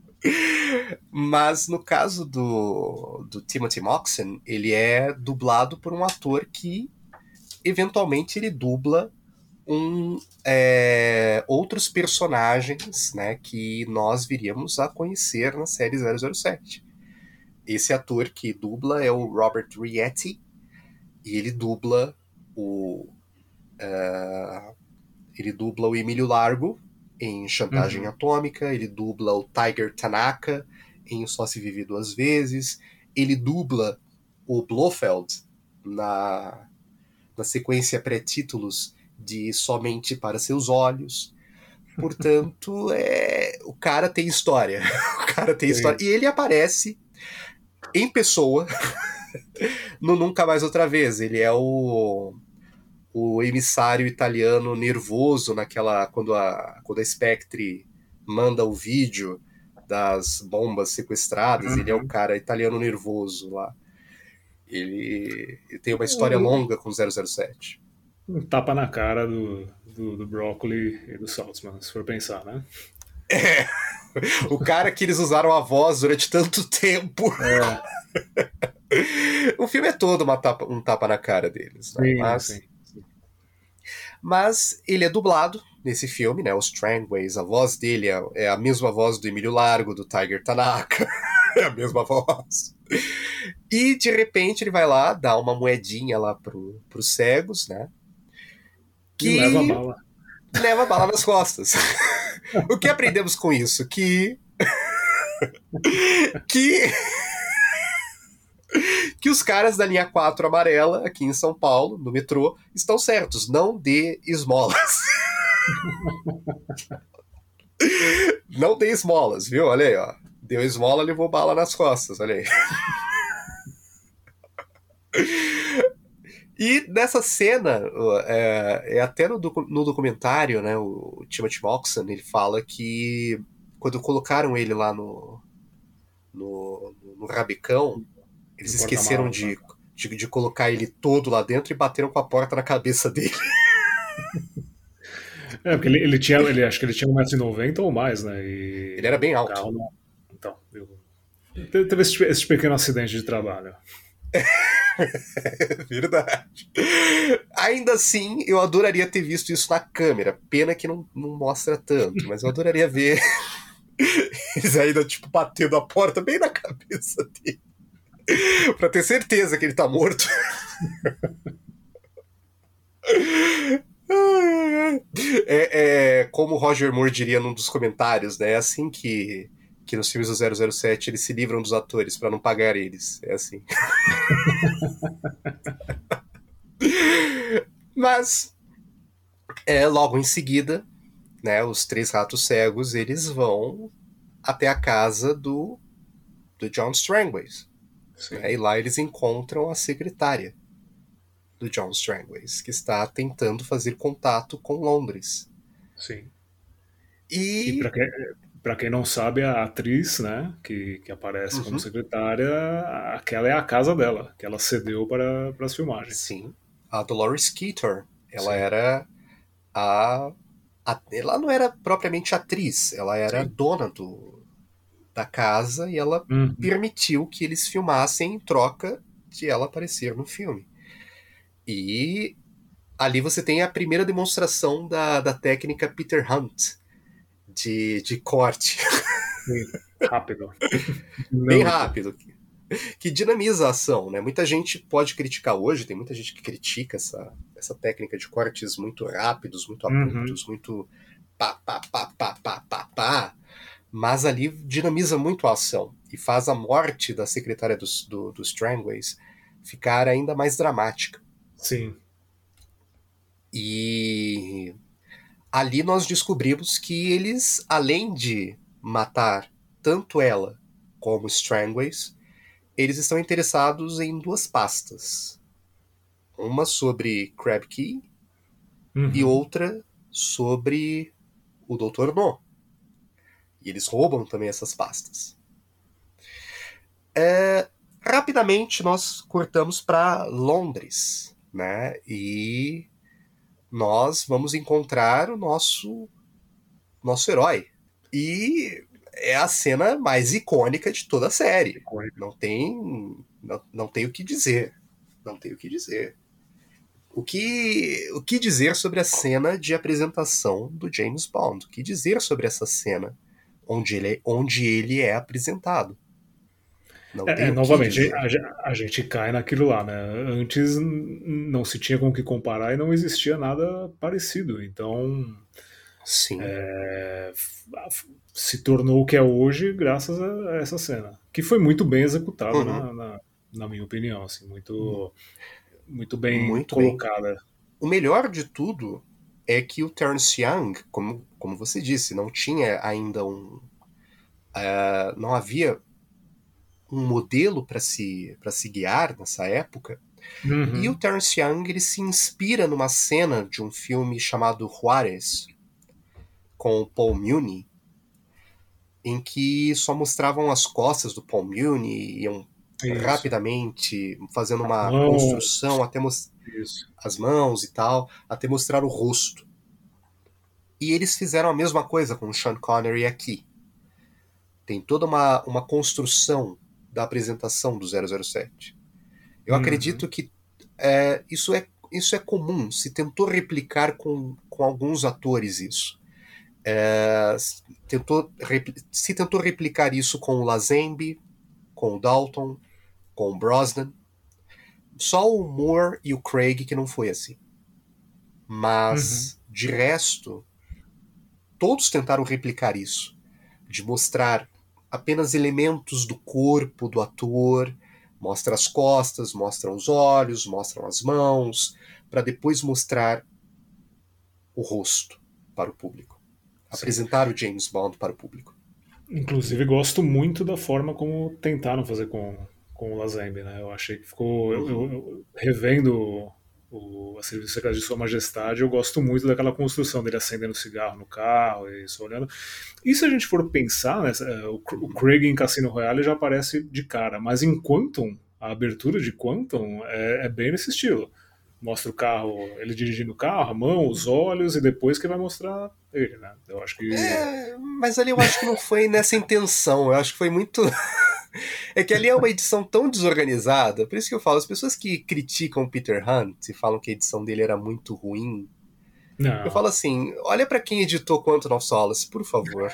Mas no caso do, do Timothy Moxon, ele é dublado por um ator que eventualmente ele dubla um, é, outros personagens, né, que nós viríamos a conhecer na série zero zero sete. Esse ator que dubla é o Robert Rietti, e ele dubla o uh, ele dubla o Emílio Largo em Chantagem uhum. Atômica, ele dubla o Tiger Tanaka em Só Se Vive Duas Vezes, ele dubla o Blofeld na, na sequência pré-títulos de Somente para Seus Olhos. Portanto, é, o cara tem história. O cara tem Sim. história. E ele aparece em pessoa no Nunca Mais Outra Vez. Ele é o... o emissário italiano nervoso naquela quando a quando a Spectre manda o vídeo das bombas sequestradas, uhum. ele é o cara italiano nervoso lá. Ele, ele tem uma história uhum. longa com zero zero sete. Um tapa na cara do, do, do Broccoli e do Saltzman, se for pensar, né? É, o cara que eles usaram a voz durante tanto tempo. É. O filme é todo uma tapa, um tapa na cara deles, né? Sim, Mas, sim, sim. mas ele é dublado nesse filme, né? Os Strangways, a voz dele é, é a mesma voz do Emílio Largo, do Tiger Tanaka. É a mesma voz. E de repente ele vai lá, dá uma moedinha lá pro, pros cegos, né? Que e leva a bala. Leva a bala nas costas. O que aprendemos com isso? Que. que. que os caras da linha quatro amarela, aqui em São Paulo, no metrô, estão certos. Não dê esmolas. Não dê esmolas, viu? Olha aí, ó. Deu esmola, levou bala nas costas, olha aí. E nessa cena, é, é até no, docu- no documentário, né, o Timothy Moxon, ele fala que quando colocaram ele lá no, no, no rabicão, eles No esqueceram de, de, de colocar ele todo lá dentro e bateram com a porta na cabeça dele. É, porque ele, ele tinha, ele, acho que ele tinha um metro e noventa ou mais, né? E Ele era bem o alto. carro não- Então, eu... Te- teve esse, esse pequeno acidente de trabalho. Verdade. Ainda assim, eu adoraria ter visto isso na câmera. Pena que não, não mostra tanto, mas eu adoraria ver eles ainda, tipo, batendo a porta bem na cabeça dele. Pra ter certeza que ele tá morto. É, é como o Roger Moore diria num dos comentários, né? É assim que, que nos filmes do zero zero sete eles se livram dos atores pra não pagar eles. É assim. Mas é, logo em seguida, né, os três ratos cegos eles vão até a casa do, do John Strangways. Né, e lá eles encontram a secretária do John Strangways, que está tentando fazer contato com Londres. Sim. E, E pra quem, pra quem não sabe, a atriz, né, que, que aparece Uhum. como secretária, aquela é a casa dela, que ela cedeu para, para as filmagens. sim, a Dolores Keator, ela Sim. era a, a... Ela não era propriamente atriz, ela era Sim. dona do, da casa e ela Uhum. permitiu que eles filmassem em troca de ela aparecer no filme. E ali você tem a primeira demonstração da, da técnica Peter Hunt de, de corte. Sim. Rápido. Bem Dinâmico. rápido. Que dinamiza a ação, né? Muita gente pode criticar hoje, tem muita gente que critica essa, essa técnica de cortes muito rápidos, muito abruptos, Uhum. muito pá, pá, pá, pá, pá, pá, pá. Mas ali dinamiza muito a ação e faz a morte da secretária dos, do, dos Strangways ficar ainda mais dramática. Sim. E ali nós descobrimos que eles, além de matar tanto ela como os Strangways, eles estão interessados em duas pastas. Uma sobre Crab Key Uhum. e outra sobre o doutor No. E eles roubam também essas pastas. É, rapidamente nós cortamos para Londres, né? E nós vamos encontrar o nosso nosso herói. E é a cena mais icônica de toda a série. Icônica. Não tem não, não tem o que dizer. Não tem o que dizer. O que, o que dizer sobre a cena de apresentação do James Bond? O que dizer sobre essa cena onde ele, onde ele é apresentado? Não É, tem é, o que novamente, dizer. a, ge- a gente cai naquilo lá, né? Antes n- não se tinha com o que comparar e não existia nada parecido. Então, Sim. é, f- a- f- se tornou o que é hoje graças a, a essa cena, que foi muito bem executada, Uhum. na, na, na minha opinião, assim, muito, muito bem Muito bem. colocada. O melhor de tudo é que o Terence Young, como, como você disse, não tinha ainda um... Uh, não havia um modelo para se, para se guiar nessa época. Uhum. E o Terence Young ele se inspira numa cena de um filme chamado Juárez, com o Paul Muni, em que só mostravam as costas do Paul Muni, iam Isso. rapidamente fazendo uma Mãos. construção, até mostrar Isso. as mãos e tal, até mostrar o rosto. E eles fizeram a mesma coisa com o Sean Connery aqui. Tem toda uma, uma construção da apresentação do zero zero sete. Eu Uhum. acredito que é, isso, é, isso é comum, se tentou replicar com, com alguns atores isso. É, tentou, se tentou replicar isso com o Lazenby, com o Dalton, com o Brosnan. Só o Moore e o Craig que não foi assim. Mas, Uhum. de resto, todos tentaram replicar isso. De mostrar apenas elementos do corpo do ator, mostra as costas, mostra os olhos, mostram as mãos, para depois mostrar o rosto para o público. Sim. Apresentar o James Bond para o público. Inclusive, gosto muito da forma como tentaram fazer com, com o Lazenby, né? Eu achei que ficou... Eu, eu, eu, revendo o A Serviço Secreto de Sua Majestade, eu gosto muito daquela construção dele acendendo cigarro no carro e só olhando. E se a gente for pensar, né, o, o Craig em Cassino Royale já aparece de cara, mas em Quantum, a abertura de Quantum é, é bem nesse estilo. Mostra o carro, ele dirigindo o carro, a mão, os olhos, e depois que vai mostrar ele, né? Eu acho que... É, mas ali eu acho que não foi nessa intenção, eu acho que foi muito... É que ali é uma edição tão desorganizada, por isso que eu falo, as pessoas que criticam o Peter Hunt e falam que a edição dele era muito ruim, não. Eu falo assim, olha pra quem editou Quantum of Solace, por favor.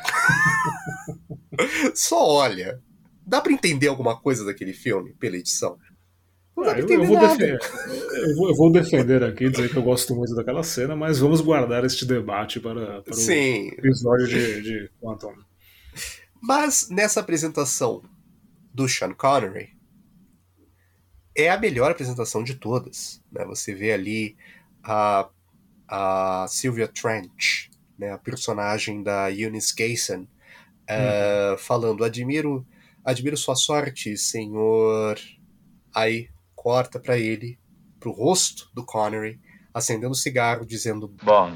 Só olha. Dá pra entender alguma coisa daquele filme pela edição? Não dá Ah, pra eu, entender eu, vou nada. defender, eu, vou, eu vou defender aqui, dizer que eu gosto muito daquela cena, mas vamos guardar este debate para, para Sim. o episódio de, de Quantum. Mas nessa apresentação do Sean Connery, é a melhor apresentação de todas. Né? Você vê ali a, a Sylvia Trench, né? A personagem da Eunice Gayson, uh, uhum. falando, admiro, admiro sua sorte, senhor... Aí corta pra ele, pro rosto do Connery, acendendo o cigarro, dizendo Bond.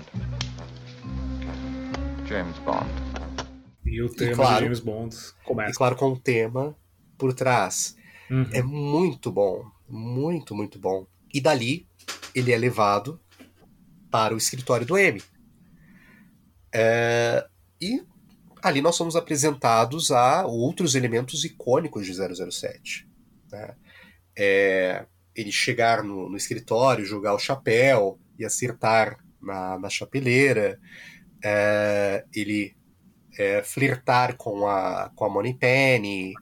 James Bond. E o tema e claro, de James Bond começa. E claro, com o tema por trás. Uhum. É muito bom, muito, muito bom. E dali, ele é levado para o escritório do M. É, e ali nós somos apresentados a outros elementos icônicos de zero zero sete. Né? É, ele chegar no, no escritório, jogar o chapéu e acertar na, na chapeleira, é, ele é, flertar com a, com a Moneypenny.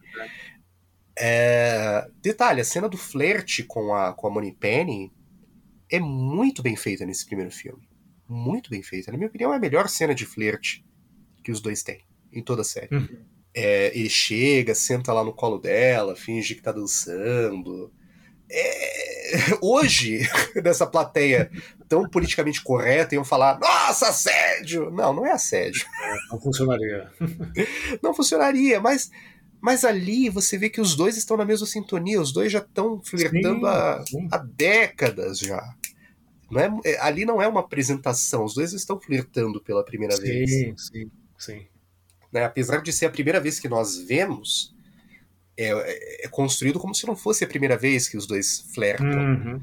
É, detalhe, a cena do flerte com a, com a Moneypenny é muito bem feita nesse primeiro filme. Muito bem feita. Na minha opinião, é a melhor cena de flerte que os dois têm em toda a série. Uhum. É, ele chega, senta lá no colo dela, finge que tá dançando. É... Hoje, nessa plateia tão politicamente correta, iam falar, nossa, assédio! Não, não é assédio. É, não funcionaria. Não funcionaria, mas, mas ali você vê que os dois estão na mesma sintonia, os dois já estão flertando sim, há, sim. há décadas já. Não é, ali não é uma apresentação, os dois estão flertando pela primeira sim, vez. Sim, sim, sim. Né? Apesar de ser a primeira vez que nós vemos, é, é construído como se não fosse a primeira vez que os dois flertam. Uhum.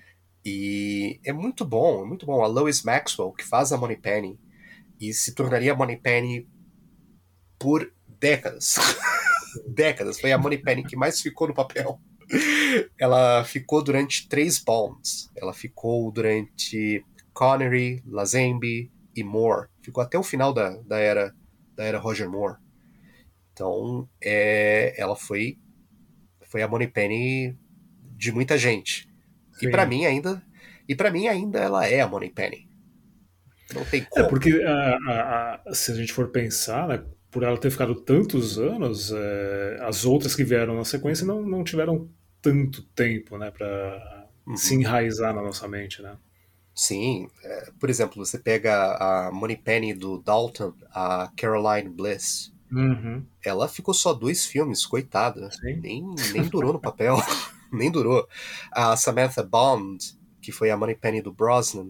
E é muito bom, é muito bom. A Lois Maxwell, que faz a Moneypenny, e se tornaria a Moneypenny por décadas. décadas. Foi a Moneypenny que mais ficou no papel. Ela ficou durante três Bonds. Ela ficou durante Connery, Lazenby e Moore. Ficou até o final da, da era da era Roger Moore. Então, é, ela foi, foi a Moneypenny de muita gente. Sim. E para mim ainda, e para mim ainda ela é a Moneypenny. Não tem como. É porque a, a, a, se a gente for pensar, né, por ela ter ficado tantos anos, é, as outras que vieram na sequência não, não tiveram tanto tempo, né, para uhum. se enraizar na nossa mente, né? Sim, é, por exemplo, você pega a Moneypenny do Dalton, a Caroline Bliss. Uhum. Ela ficou só dois filmes, coitada. Sim. Nem, nem durou no papel. nem durou. A Samantha Bond, que foi a Moneypenny do Brosnan,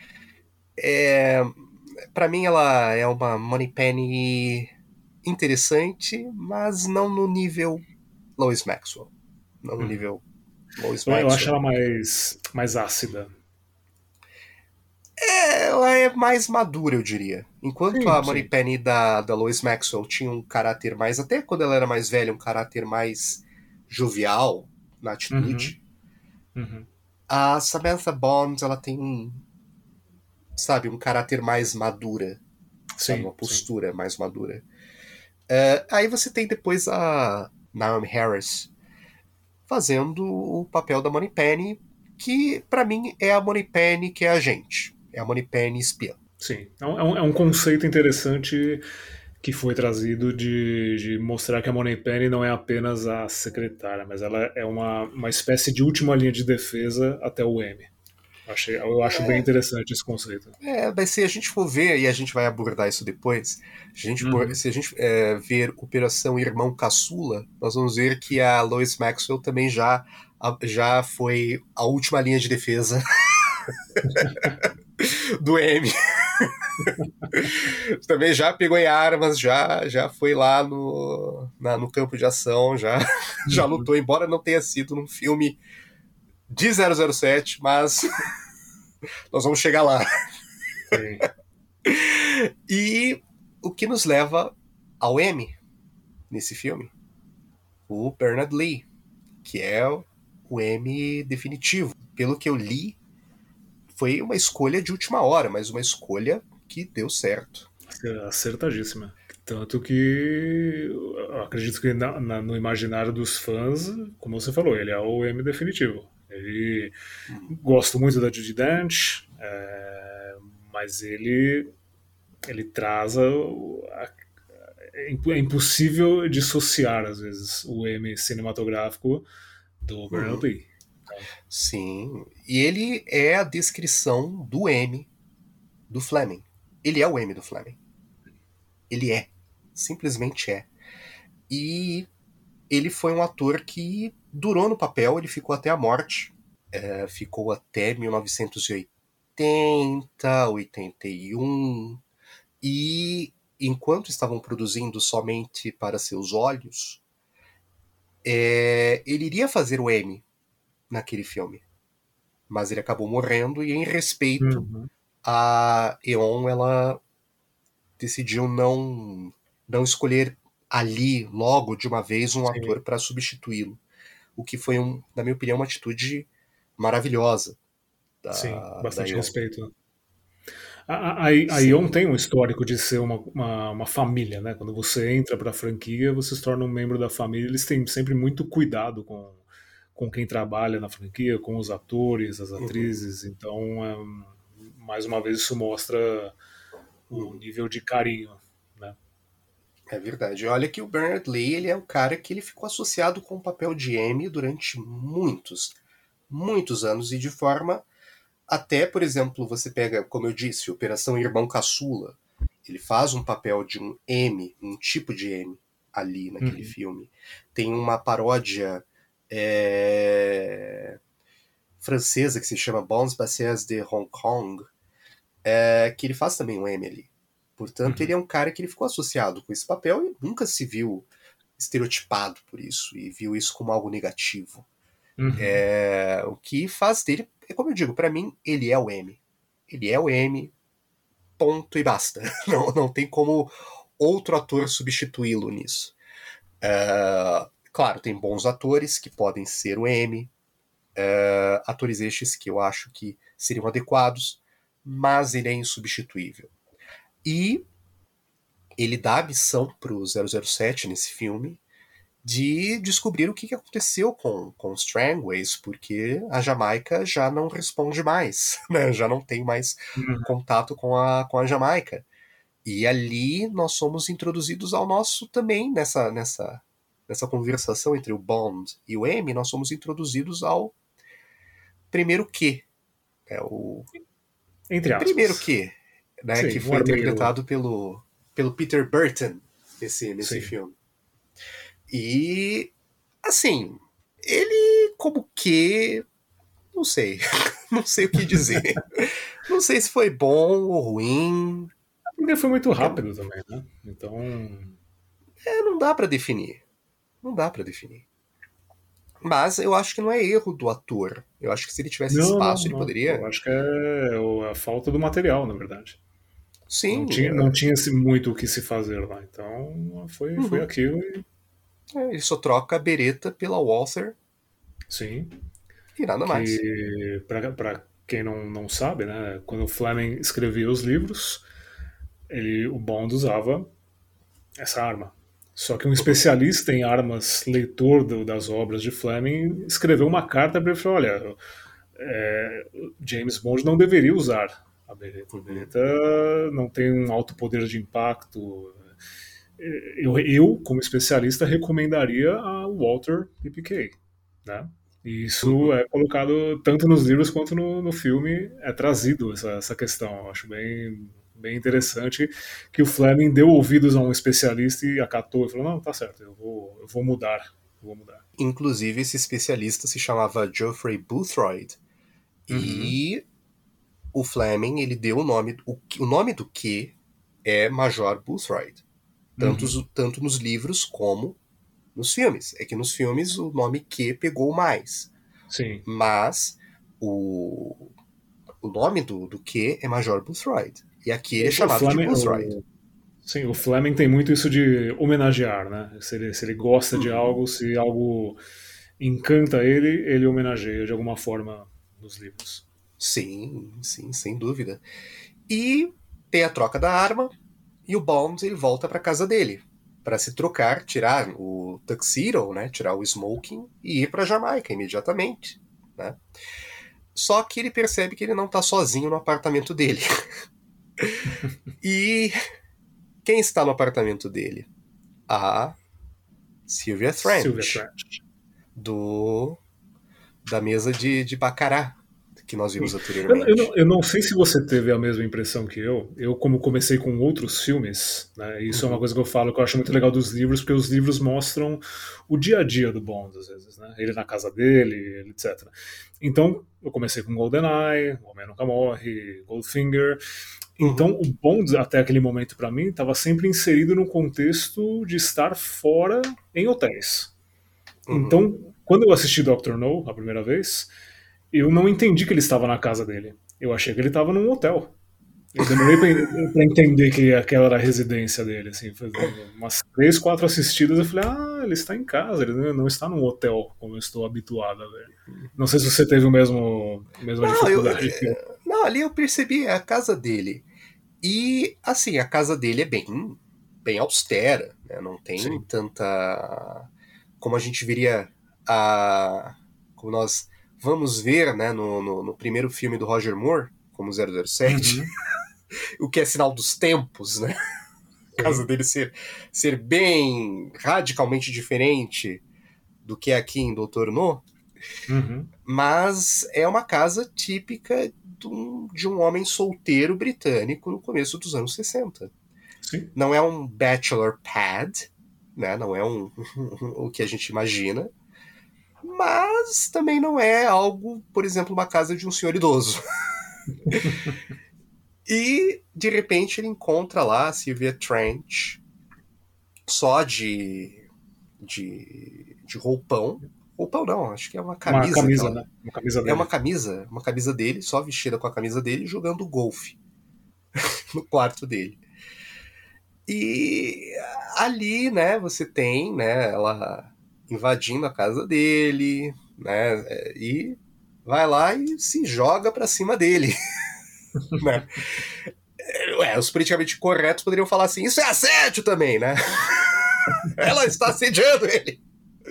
é, pra mim ela é uma Moneypenny interessante, mas não no nível Lois Maxwell. Não no uhum. nível Lois Maxwell. Eu acho ela mais, mais ácida. É, ela é mais madura, eu diria. Enquanto sim, a Moneypenny da, da Lois Maxwell tinha um caráter mais, até quando ela era mais velha, um caráter mais jovial na atitude, Uhum. A Samantha Bond, ela tem um, sabe, um caráter mais madura, sabe, Sim, uma sim. postura mais madura. Uh, aí você tem depois a Naomi Harris fazendo o papel da Moneypenny, que pra mim é a Moneypenny que é a gente, é a Moneypenny espiã. Sim, é um, é um conceito interessante que foi trazido de, de mostrar que a Moneypenny não é apenas a secretária, mas ela é uma, uma espécie de última linha de defesa até o M. Eu, achei, eu acho bem interessante esse conceito. É, mas se a gente for ver, e a gente vai abordar isso depois, a gente Uhum. for, se a gente é, ver Operação Irmão Caçula, nós vamos ver que a Lois Maxwell também já, já foi a última linha de defesa do M. Também já pegou em armas, já, já foi lá no, na, no campo de ação, já, uhum. já lutou, embora não tenha sido num filme de zero zero sete, mas nós vamos chegar lá. Sim. E o que nos leva ao M nesse filme? O Bernard Lee, que é o M definitivo. Pelo que eu li, foi uma escolha de última hora, mas uma escolha que deu certo. Acertadíssima. Tanto que eu acredito que na, na, no imaginário dos fãs, como você falou, ele é o M definitivo. Ele hum. gosto muito da Judi Dench, é, mas ele ele traz a, a, é impossível dissociar às vezes o M cinematográfico do Bernard uhum. Lee. Sim, e ele é a descrição do M do Fleming. Ele é o M do Fleming. Ele é. Simplesmente é. E ele foi um ator que durou no papel, ele ficou até a morte. É, ficou até mil novecentos e oitenta, oitenta e um. E enquanto estavam produzindo Somente para Seus Olhos, é, ele iria fazer o M naquele filme. Mas ele acabou morrendo e em respeito uhum. a Eon, ela decidiu não, não escolher ali, logo, de uma vez, um Sim. ator para substituí-lo. O que foi, um, na minha opinião, uma atitude maravilhosa. Da, Sim, bastante da respeito. A, a, a Eon tem um histórico de ser uma, uma, uma família, né? Quando você entra para a franquia, você se torna um membro da família. Eles têm sempre muito cuidado com, com quem trabalha na franquia, com os atores, as atrizes. Uhum. Então, é, mais uma vez, isso mostra o nível de carinho, né? É verdade. Olha que o Bernard Lee, ele é um cara que ele ficou associado com o papel de M durante muitos, muitos anos e de forma até, por exemplo, você pega, como eu disse, Operação Irmão Caçula. Ele faz um papel de um M, um tipo de M ali naquele uhum. filme. Tem uma paródia é, francesa que se chama Bons Bassés de Hong Kong, é, que ele faz também um M ali. Portanto, uhum. ele é um cara que ele ficou associado com esse papel e nunca se viu estereotipado por isso e viu isso como algo negativo. Uhum. É, o que faz dele, é como eu digo, para mim, ele é o M. Ele é o M, ponto e basta. Não, não tem como outro ator substituí-lo nisso. É, claro, tem bons atores que podem ser o M, é, atores estes que eu acho que seriam adequados, mas ele é insubstituível. E ele dá a missão pro zero zero sete nesse filme de descobrir o que aconteceu com, com os Strangways, porque a Jamaica já não responde mais, né? Já não tem mais uhum. contato com a, com a Jamaica. E ali nós somos introduzidos ao nosso também, nessa, nessa, nessa conversação entre o Bond e o M, nós somos introduzidos ao primeiro Q. É o entre aspas. Primeiro Q, né? Sim, que foi interpretado pelo, pelo Peter Burton nesse, nesse filme. E, assim, ele como que... Não sei. Não sei o que dizer. Não sei se foi bom ou ruim. Porque foi muito rápido é... também, né? Então... É, não dá pra definir. Não dá pra definir. Mas eu acho que não é erro do ator. Eu acho que se ele tivesse não, espaço, não, ele não. poderia... Eu acho que é a falta do material, na verdade. Sim. Não tinha, não tinha muito o que se fazer lá. Então, foi, uhum. foi aquilo e... Ele só troca a Beretta pela Walther. Sim. E nada mais. Que, para quem não, não sabe, né, quando o Fleming escrevia os livros, ele, o Bond usava essa arma. Só que um especialista em armas, leitor do, das obras de Fleming, escreveu uma carta para ele e falou: olha, é, James Bond não deveria usar a bereta. A bereta não tem um alto poder de impacto. Eu, eu como especialista, recomendaria a Walther P P K, né? E isso uhum. é colocado tanto nos livros quanto no, no filme, é trazido essa, essa questão. Eu acho bem, bem interessante que o Fleming deu ouvidos a um especialista e acatou e falou: não, tá certo, eu vou, eu vou mudar, eu vou mudar. Inclusive, esse especialista se chamava Geoffrey Boothroyd. Uhum. E o Fleming, ele deu o nome, o, o nome do Q é Major Boothroyd. Tanto, uhum. tanto nos livros como nos filmes. É que nos filmes o nome Q pegou mais. Sim. Mas o, o nome do, do Q é Major Boothroyd. E aqui ele é chamado Fleming, de Boothroyd. O, sim, o Fleming tem muito isso de homenagear, né? Se ele, se ele gosta uhum. de algo, se algo encanta ele, ele homenageia de alguma forma nos livros. Sim, sim, sem dúvida. E tem a troca da arma, e o Bond ele volta para casa dele para se trocar, tirar o tuxedo, né, tirar o smoking e ir para Jamaica imediatamente, né? Só que ele percebe que ele não está sozinho no apartamento dele. E quem está no apartamento dele? A Sylvia Trench, Sylvia Trench. do da mesa de, de Baccarat que nós vimos anteriormente. Eu, eu, não, eu não sei se você teve a mesma impressão que eu. Eu, como comecei com outros filmes, né, isso uhum. é uma coisa que eu falo que eu acho muito legal dos livros, porque os livros mostram o dia a dia do Bond, às vezes, né? Ele na casa dele, etcétera. Então, eu comecei com GoldenEye, O Homem Nunca Morre, Goldfinger. Então, uhum. o Bond, até aquele momento, para mim, estava sempre inserido no contexto de estar fora em hotéis. Uhum. Então, quando eu assisti doutor No a primeira vez, eu não entendi que ele estava na casa dele. Eu achei que ele estava num hotel. Eu demorei para entender que aquela era a residência dele. Assim, foi umas três, quatro assistidas, eu falei: ah, ele está em casa, ele não está num hotel, como eu estou habituado a ver. Não sei se você teve o mesmo a mesma não, dificuldade. Eu, eu, não, ali eu percebi a casa dele. E, assim, a casa dele é bem, bem austera, né? Não tem Sim. tanta... Como a gente viria a... Como nós... Vamos ver, né, no, no, no primeiro filme do Roger Moore, como zero zero sete, uhum. o que é sinal dos tempos, né? A casa dele ser, ser bem radicalmente diferente do que é aqui em doutor No. Uhum. Mas é uma casa típica de um, de um homem solteiro britânico no começo dos anos sessenta. Sim. Não é um bachelor pad, né? Não é um, o que a gente imagina. Mas também não é algo, por exemplo, uma casa de um senhor idoso. E, de repente, ele encontra lá a Sylvia Trench só de, de, de roupão. Roupão não, acho que é uma camisa. Uma camisa, ela, né? Uma camisa dele. É uma camisa, uma camisa dele, só vestida com a camisa dele, jogando golfe no quarto dele. E ali, né, você tem, né, ela... invadindo a casa dele, né, e vai lá e se joga pra cima dele. Né? Ué, os politicamente corretos poderiam falar assim: isso é assédio também, né? Ela está assediando ele.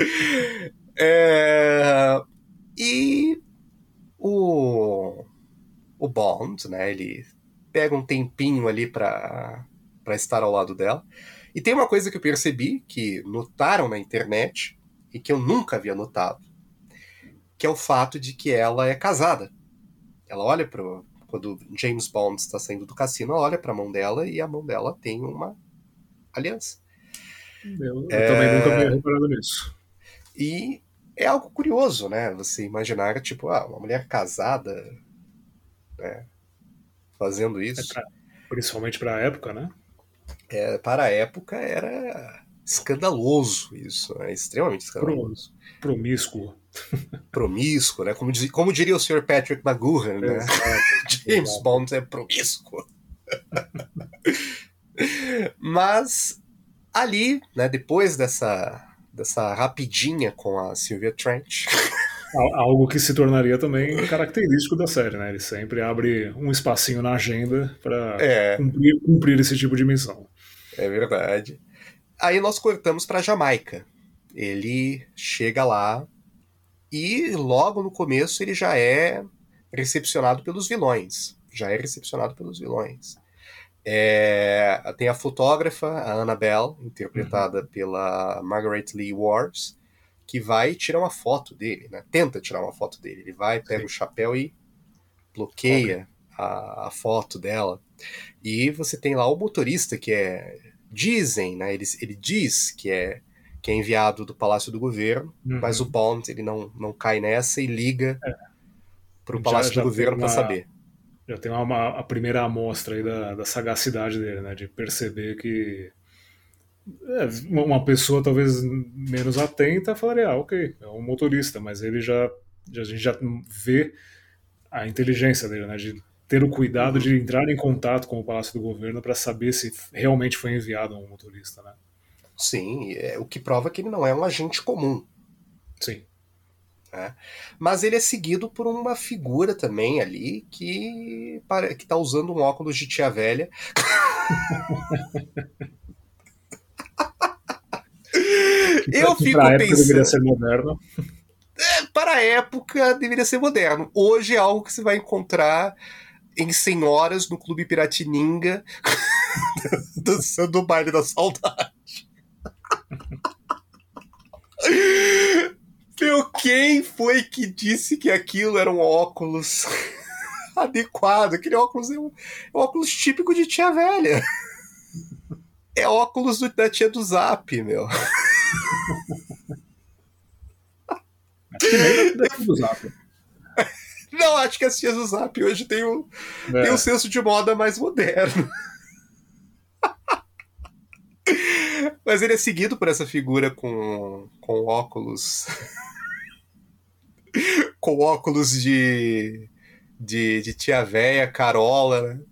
É... E o... o Bond, né, ele pega um tempinho ali pra, pra estar ao lado dela. E tem uma coisa que eu percebi, que notaram na internet, e que eu nunca havia notado, que é o fato de que ela é casada. Ela olha para quando James Bond está saindo do cassino, ela olha para a mão dela e a mão dela tem uma aliança. Eu, eu é... também nunca havia reparado nisso. E é algo curioso, né? Você imaginar, tipo, ah, uma mulher casada, né, fazendo isso. É pra, principalmente para a época, né? É, para a época era... escandaloso isso, é extremamente escandaloso. Promíscuo. Promíscuo, né? Como, diz, como diria o senhor Patrick McGoohan, né? James Exato. Bond é promíscuo. Mas ali, né, depois dessa, dessa rapidinha com a Sylvia Trench, Algo que se tornaria também característico da série, né? Ele sempre abre um espacinho na agenda para É, cumprir, cumprir esse tipo de missão. é verdade. Aí nós cortamos pra Jamaica. Ele chega lá e logo no começo ele já é recepcionado pelos vilões. Já é recepcionado pelos vilões. É, tem a fotógrafa, a Annabelle, interpretada uhum. pela Margaret Lee Ward, que vai tirar uma foto dele, né? Tenta tirar uma foto dele. Ele vai, pega Sim. o chapéu e bloqueia a, a foto dela. E você tem lá o motorista que é... Dizem, né? Ele, ele diz que é, que é enviado do Palácio do Governo, uhum. mas o Bond ele não, não cai nessa e liga é. para o Palácio já, já do Governo para saber. Já tem uma, a primeira amostra aí da, da sagacidade dele, né? De perceber que é, uma pessoa talvez menos atenta falaria, ah, ok, é um motorista, mas ele já, já a gente já vê a inteligência dele, né? De ter o cuidado uhum. de entrar em contato com o Palácio do Governo para saber se realmente foi enviado um motorista, né? Sim, é, o que prova que ele não é um agente comum. Sim. É. Mas ele é seguido por uma figura também ali que para, que tá usando um óculos de tia velha. Eu fico pra pensando. Época deveria ser moderno. É, para a época deveria ser moderno. Hoje é algo que você vai encontrar em senhoras no Clube Piratininga dançando o baile da saudade. Meu, quem foi que disse que aquilo era um óculos adequado? Aquele óculos é um, é um óculos típico de tia velha. É óculos do, da tia do Zap, meu. Acho que nem da tia do Zap. Não, acho que as tias do Zap hoje tem um, é. tem um senso de moda mais moderno. Mas ele é seguido por essa figura com, com óculos... com óculos de, de, de tia véia, Carola, né?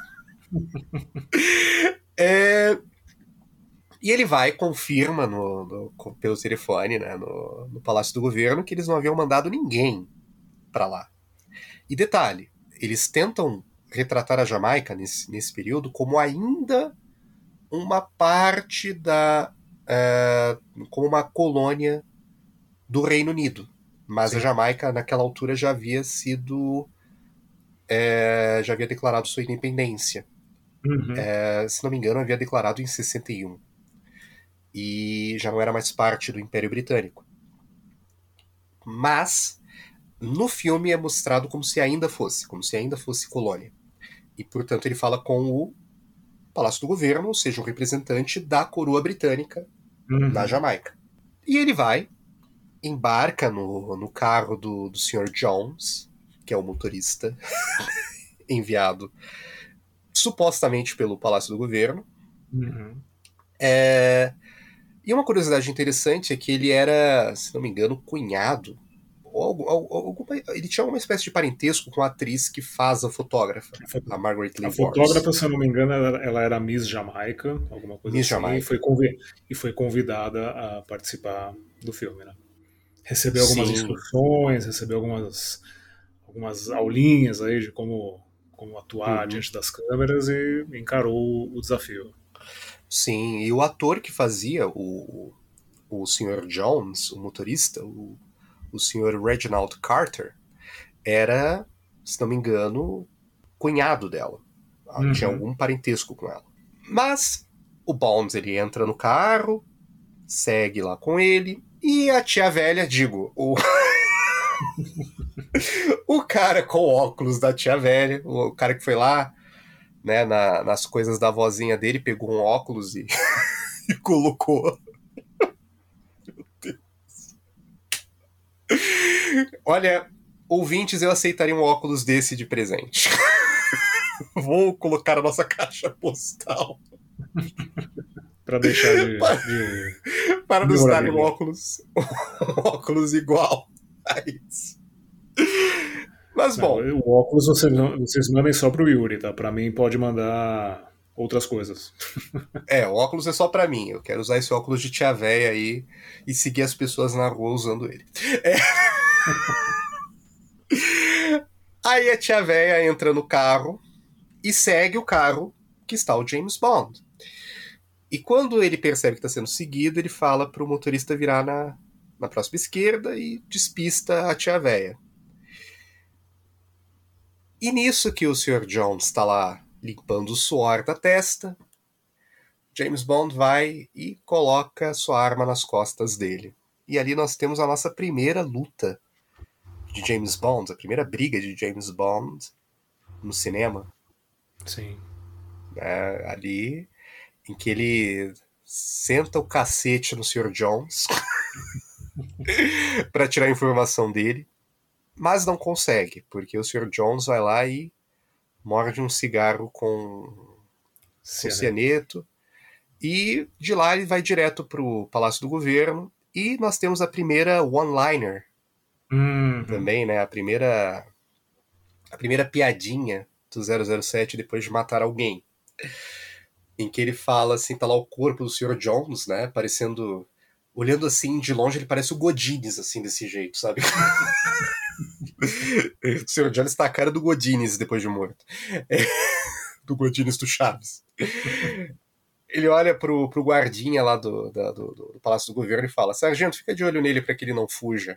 É, e ele vai, confirma no, no, pelo telefone, né, no, no Palácio do Governo, que eles não haviam mandado ninguém para lá. E detalhe, eles tentam retratar a Jamaica nesse, nesse período como ainda uma parte da... Uh, como uma colônia do Reino Unido. Mas Sim. a Jamaica, naquela altura, já havia sido... É, já havia declarado sua independência. Uhum. É, se não me engano, havia declarado em sessenta e um. E já não era mais parte do Império Britânico. Mas, no filme é mostrado como se ainda fosse, como se ainda fosse colônia. E, portanto, ele fala com o Palácio do Governo, ou seja, um representante da coroa britânica uhum. na Jamaica. E ele vai... embarca no, no carro do, do senhor Jones, que é o motorista enviado supostamente pelo Palácio do Governo. Uhum. É, e uma curiosidade interessante é que ele era, se não me engano, cunhado. Ou, ou, ou, ele tinha alguma espécie de parentesco com a atriz que faz a fotógrafa, a, a Margaret Lee A Ward. fotógrafa, se eu não me engano, ela, ela era Miss Jamaica, alguma coisa Miss assim, Jamaica. E, foi convi- e foi convidada a participar do filme, né? Recebeu algumas Sim. instruções, recebeu algumas, algumas aulinhas aí de como, como atuar uhum. diante das câmeras e encarou o desafio. Sim, e o ator que fazia o, o senhor Jones, o motorista, o, o senhor Reginald Carter, era, se não me engano, cunhado dela. Uhum. Tinha algum parentesco com ela. Mas o Bond, ele entra no carro, segue lá com ele, e a tia velha, digo, o... o cara com óculos da tia velha, o cara que foi lá, né, na, nas coisas da vozinha dele, pegou um óculos e, e colocou. Meu Deus. Olha, ouvintes, eu aceitaria um óculos desse de presente. Vou colocar na nossa caixa postal. Para deixar de... de... para nos darem um óculos, um óculos igual a isso. Mas bom... Não, o óculos vocês, vocês mandem só pro Yuri, tá? Pra mim pode mandar outras coisas. É, o óculos é só pra mim. Eu quero usar esse óculos de tia véia aí e seguir as pessoas na rua usando ele. É... Aí a tia véia entra no carro e segue o carro que está o James Bond. E quando ele percebe que está sendo seguido, ele fala para o motorista virar na, na próxima esquerda e despista a tia véia. E nisso que o senhor Jones está lá limpando o suor da testa, James Bond vai e coloca sua arma nas costas dele. E ali nós temos a nossa primeira luta de James Bond, a primeira briga de James Bond no cinema. Sim. É, ali em que ele senta o cacete no senhor Jones para tirar a informação dele, mas não consegue, porque o senhor Jones vai lá e morde um cigarro com, com cianeto, e de lá ele vai direto pro Palácio do Governo, e nós temos a primeira one-liner uhum. também, né? A primeira, a primeira piadinha do zero zero sete depois de matar alguém. Em que ele fala assim, tá lá o corpo do senhor Jones, né? Parecendo... Olhando assim, de longe, ele parece o Godines, assim, desse jeito, sabe? O senhor Jones tá a cara do Godines depois de morto. É, do Godines do Chaves. Ele olha pro, pro guardinha lá do, da, do, do Palácio do Governo e fala: sargento, fica de olho nele pra que ele não fuja.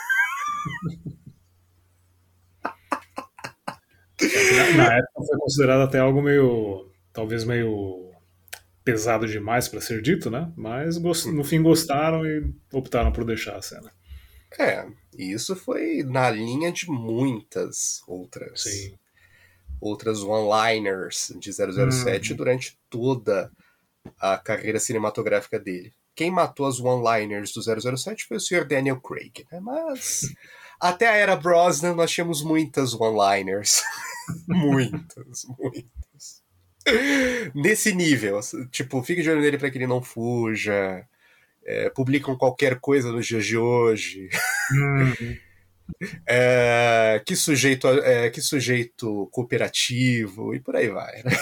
Na época foi considerado até algo meio... talvez meio... pesado demais para ser dito, né? Mas no fim gostaram e optaram por deixar a cena. É, isso foi na linha de muitas outras Sim. outras one-liners de zero zero sete uhum. durante toda a carreira cinematográfica dele. Quem matou as one-liners do zero zero sete foi o senhor Daniel Craig, né? Mas até a era Brosnan nós tínhamos muitas one-liners. muitas, muitas. Nesse nível, tipo, fique de olho nele para que ele não fuja, é, publicam qualquer coisa nos dias de hoje. Uhum. É, que, sujeito, é, que sujeito cooperativo e por aí vai, né?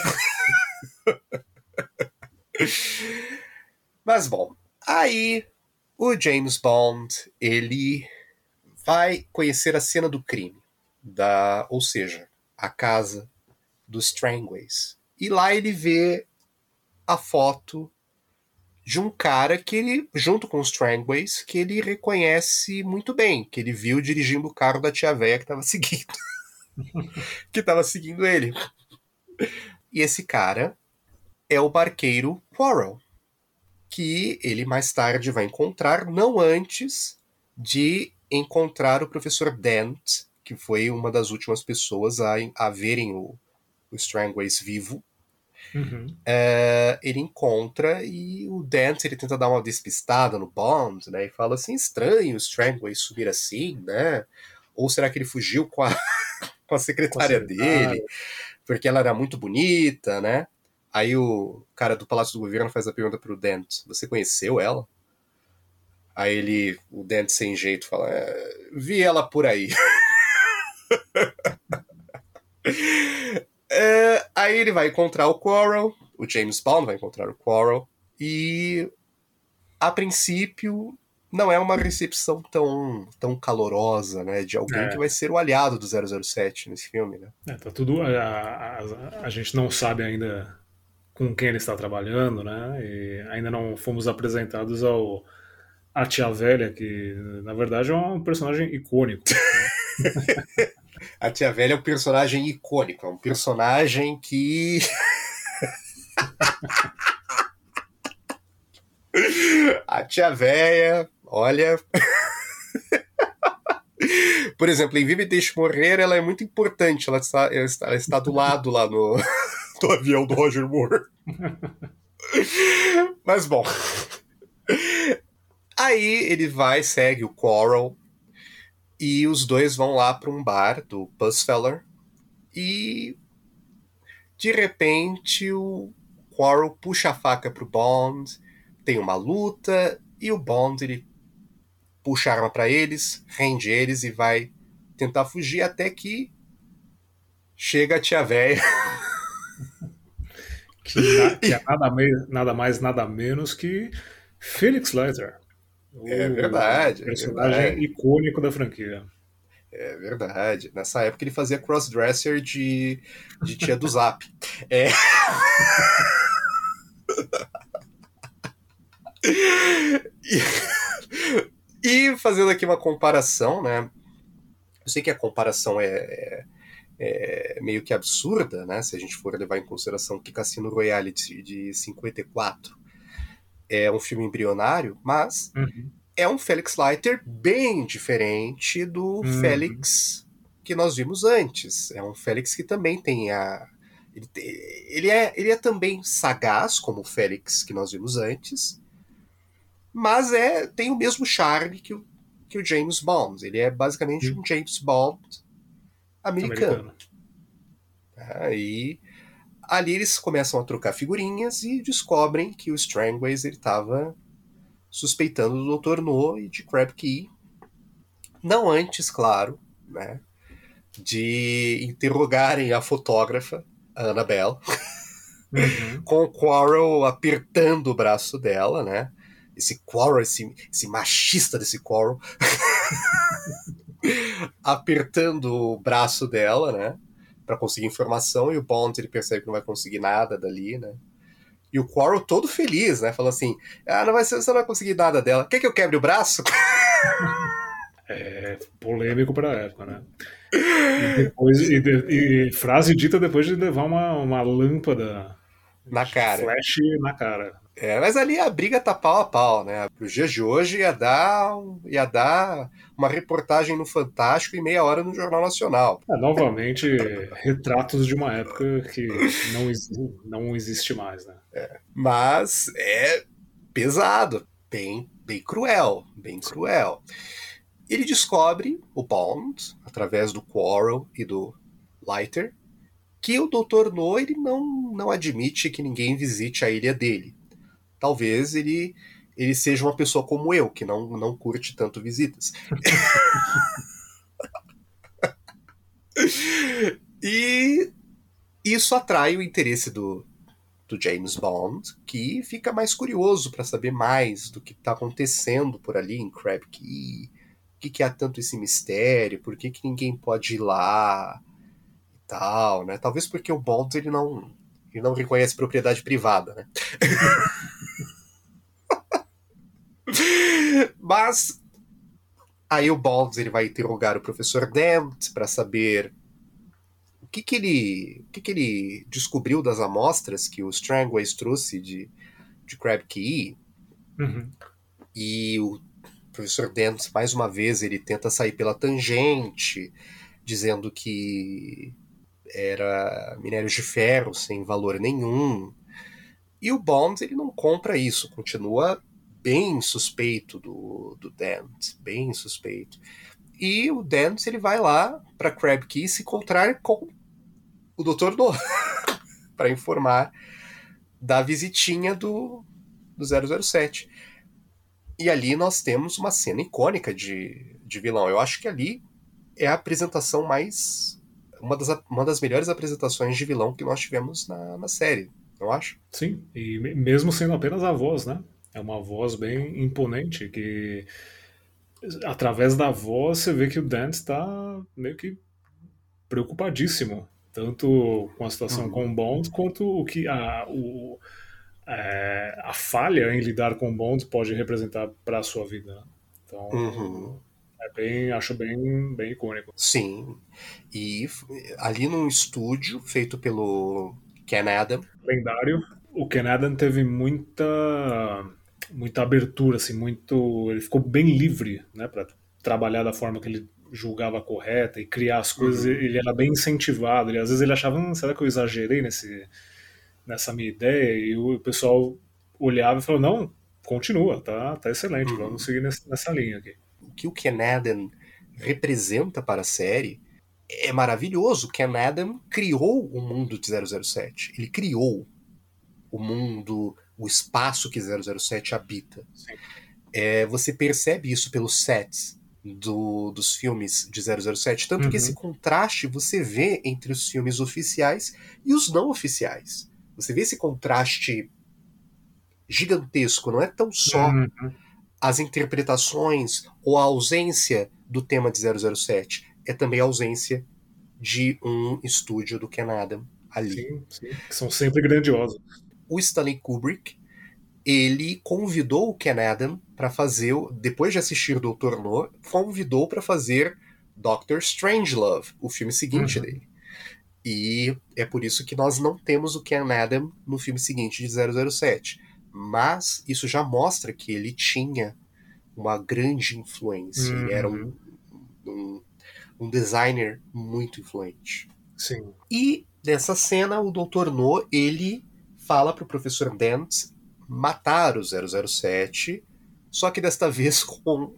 Mas bom, aí o James Bond ele vai conhecer a cena do crime, da, ou seja, a casa dos Strangways. E lá ele vê a foto de um cara que ele, junto com os Strangways, que ele reconhece muito bem, que ele viu dirigindo o carro da tia véia que estava seguindo. que estava seguindo ele. E esse cara é o barqueiro Quarrel, que ele mais tarde vai encontrar, não antes de encontrar o professor Dent, que foi uma das últimas pessoas a, a verem o, o Strangways vivo. Uhum. É, ele encontra e o Dent ele tenta dar uma despistada no Bond, né? E fala assim, estranho o Strangways subir assim, né? Ou será que ele fugiu com a, com a secretária com a dele? Porque ela era muito bonita, né? Aí o cara do Palácio do Governo faz a pergunta pro Dent, você conheceu ela? Aí ele, o Dent sem jeito, fala, é, vi ela por aí. É, aí ele vai encontrar o Quarrel, o James Bond vai encontrar o Quarrel, e a princípio não é uma recepção tão, tão calorosa, né, de alguém é. que vai ser o aliado do zero zero sete nesse filme, né? É, tá tudo, a, a, a gente não sabe ainda com quem ele está trabalhando, né, e ainda não fomos apresentados ao a tia velha, que na verdade é um personagem icônico. Né? A tia velha é um personagem icônico, é um personagem que... A tia velha, olha... Por exemplo, em Vive e Deixe Morrer, ela é muito importante, ela está, ela está, ela está do lado lá no, do avião do Roger Moore. Mas bom... Aí ele vai, segue o Quarrel, e os dois vão lá para um bar do Buzzfeller, e de repente o Quarrel puxa a faca pro Bond, tem uma luta, e o Bond ele puxa a arma para eles, rende eles e vai tentar fugir até que chega a tia véia. que, na, que é nada, me, nada mais, nada menos que Felix Leiter. É verdade. Personagem é verdade. icônico da franquia. É verdade. Nessa época ele fazia crossdresser de, de tia do Zap. É... e, e fazendo aqui uma comparação, né? Eu sei que a comparação é, é, é meio que absurda, né? Se a gente for levar em consideração que Cassino Royale de, de cinquenta e quatro é um filme embrionário, mas Uhum. é um Felix Leiter bem diferente do Uhum. Felix que nós vimos antes. É um Felix que também tem a... Ele, ele, é, ele é também sagaz, como o Felix que nós vimos antes, mas é, tem o mesmo charme que o, que o James Bond. Ele é basicamente Uhum. um James Bond americano. Americano. Aí, ali eles começam a trocar figurinhas e descobrem que o Strangways estava suspeitando do doutor No e de Crab Key. Não antes, claro, né, de interrogarem a fotógrafa, a Annabelle, Uhum. com o Quarrel apertando o braço dela, né? Esse Quarrel, esse, esse machista desse Quarrel, apertando o braço dela, né? Pra conseguir informação, e o Bond ele percebe que não vai conseguir nada dali, né? E o Quarrel todo feliz, né? Falando assim, ah, não vai, você não vai conseguir nada dela. Quer que eu quebre o braço? É polêmico pra época, né? E, depois, e, de, e frase dita depois de levar uma, uma lâmpada Na cara. flash na cara. É, mas ali a briga tá pau a pau, né? Os dias de hoje ia dar, ia dar uma reportagem no Fantástico e meia hora no Jornal Nacional. É, novamente, retratos de uma época que não, exi- não existe mais, né? É, mas é pesado, bem, bem cruel, bem cruel. Ele descobre, o Bond, através do Quarrel e do Leiter, que o doutor No ele não, não admite que ninguém visite a ilha dele. Talvez ele, ele seja uma pessoa como eu, que não, não curte tanto visitas. E isso atrai o interesse do, do James Bond, que fica mais curioso para saber mais do que está acontecendo por ali em Crab Key, o que, que há tanto esse mistério, por que, que ninguém pode ir lá e tal, né? Talvez porque o Bond ele não, ele não reconhece propriedade privada, né? Mas aí o Bond ele vai interrogar o professor Dent para saber o que que ele, o que que ele descobriu das amostras que o Strangways trouxe de, de Crab Key. Uhum. E o professor Dent, mais uma vez, ele tenta sair pela tangente, dizendo que era minério de ferro sem valor nenhum. E o Bond ele não compra isso, continua bem suspeito do, do Dent, bem suspeito. E o Dent ele vai lá para Crab Key se encontrar com o doutor No para informar da visitinha do, do zero zero sete. E ali nós temos uma cena icônica de, de vilão. Eu acho que ali é a apresentação mais... Uma das, uma das melhores apresentações de vilão que nós tivemos na, na série, eu acho. Sim, e mesmo sendo apenas a voz, né? É uma voz bem imponente, que através da voz você vê que o Dent está meio que preocupadíssimo, tanto com a situação Uhum. com o Bond, quanto o que a, o, é, a falha em lidar com o Bond pode representar para a sua vida. Né? Então, uhum. é bem, acho bem, bem icônico. Sim, e ali num estúdio feito pelo Ken Adam. Lendário. O Ken Adam teve muita muita abertura, assim, muito, ele ficou bem livre, né, para trabalhar da forma que ele julgava correta e criar as coisas. Uhum. Ele era bem incentivado. Ele, às vezes ele achava, hum, será que eu exagerei nesse, nessa minha ideia? E o pessoal olhava e falou, não, continua, tá, tá excelente, uhum. Vamos seguir nessa, nessa linha aqui. O que o Ken Adam representa para a série é maravilhoso. O Ken Adam criou o mundo de zero zero sete. Ele criou o mundo, o espaço que zero zero sete habita. É, você percebe isso pelos sets do, dos filmes de zero zero sete, tanto uhum. que esse contraste você vê entre os filmes oficiais e os não oficiais. Você vê esse contraste gigantesco, não é tão só uhum. as interpretações ou a ausência do tema de zero zero sete, é também a ausência de um estúdio do Ken Adam ali. Sim, sim, que são sempre grandiosos. O Stanley Kubrick, ele convidou o Ken Adam para fazer, depois de assistir doutor No, convidou para fazer doutor Strangelove, o filme seguinte Uhum. dele. E é por isso que nós não temos o Ken Adam no filme seguinte de zero zero sete. Mas isso já mostra que ele tinha uma grande influência. Uhum. Ele era um, um, um designer muito influente. Sim. E nessa cena, o doutor No, ele fala pro professor Dent matar o zero zero sete, só que desta vez com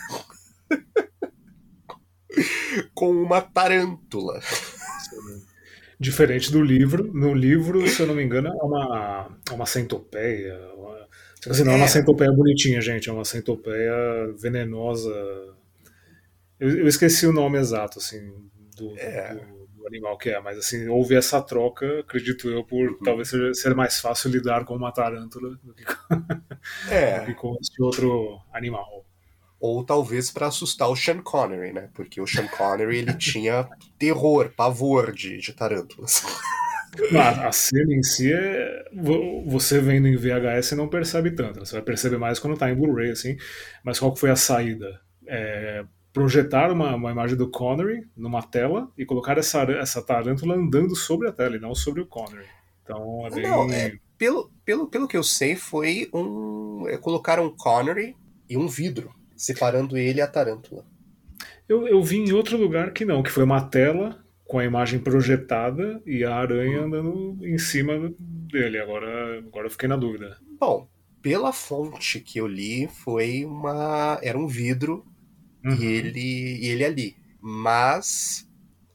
com uma tarântula. Sim. Diferente do livro. No livro, se eu não me engano, é uma, é uma centopeia. Uma... Quer dizer, não é uma É. centopeia bonitinha, gente. É uma centopeia venenosa. Eu, eu esqueci o nome exato, assim, do, É. do, do animal que é. Mas, assim, houve essa troca, acredito eu, por Uhum. talvez ser, ser mais fácil lidar com uma tarântula do que com, É. do que com esse outro animal. Ou talvez para assustar o Sean Connery, né? Porque o Sean Connery, ele tinha terror, pavor de, de tarântulas. A, a cena em si é. Você vendo em V H S não percebe tanto. Você vai perceber mais quando tá em Blu-ray, assim. Mas qual que foi a saída? É, projetar uma, uma imagem do Connery numa tela e colocar essa, essa tarântula andando sobre a tela e não sobre o Connery. Então é bem. Não, é, pelo, pelo, pelo que eu sei, foi um. É, colocaram um Connery e um vidro, separando ele e a tarântula. Eu, eu vi em outro lugar que não, que foi uma tela com a imagem projetada e a aranha andando em cima dele. Agora, agora eu fiquei na dúvida. Bom, pela fonte que eu li, foi uma. Era um vidro Uhum. e, ele, e ele ali. Mas.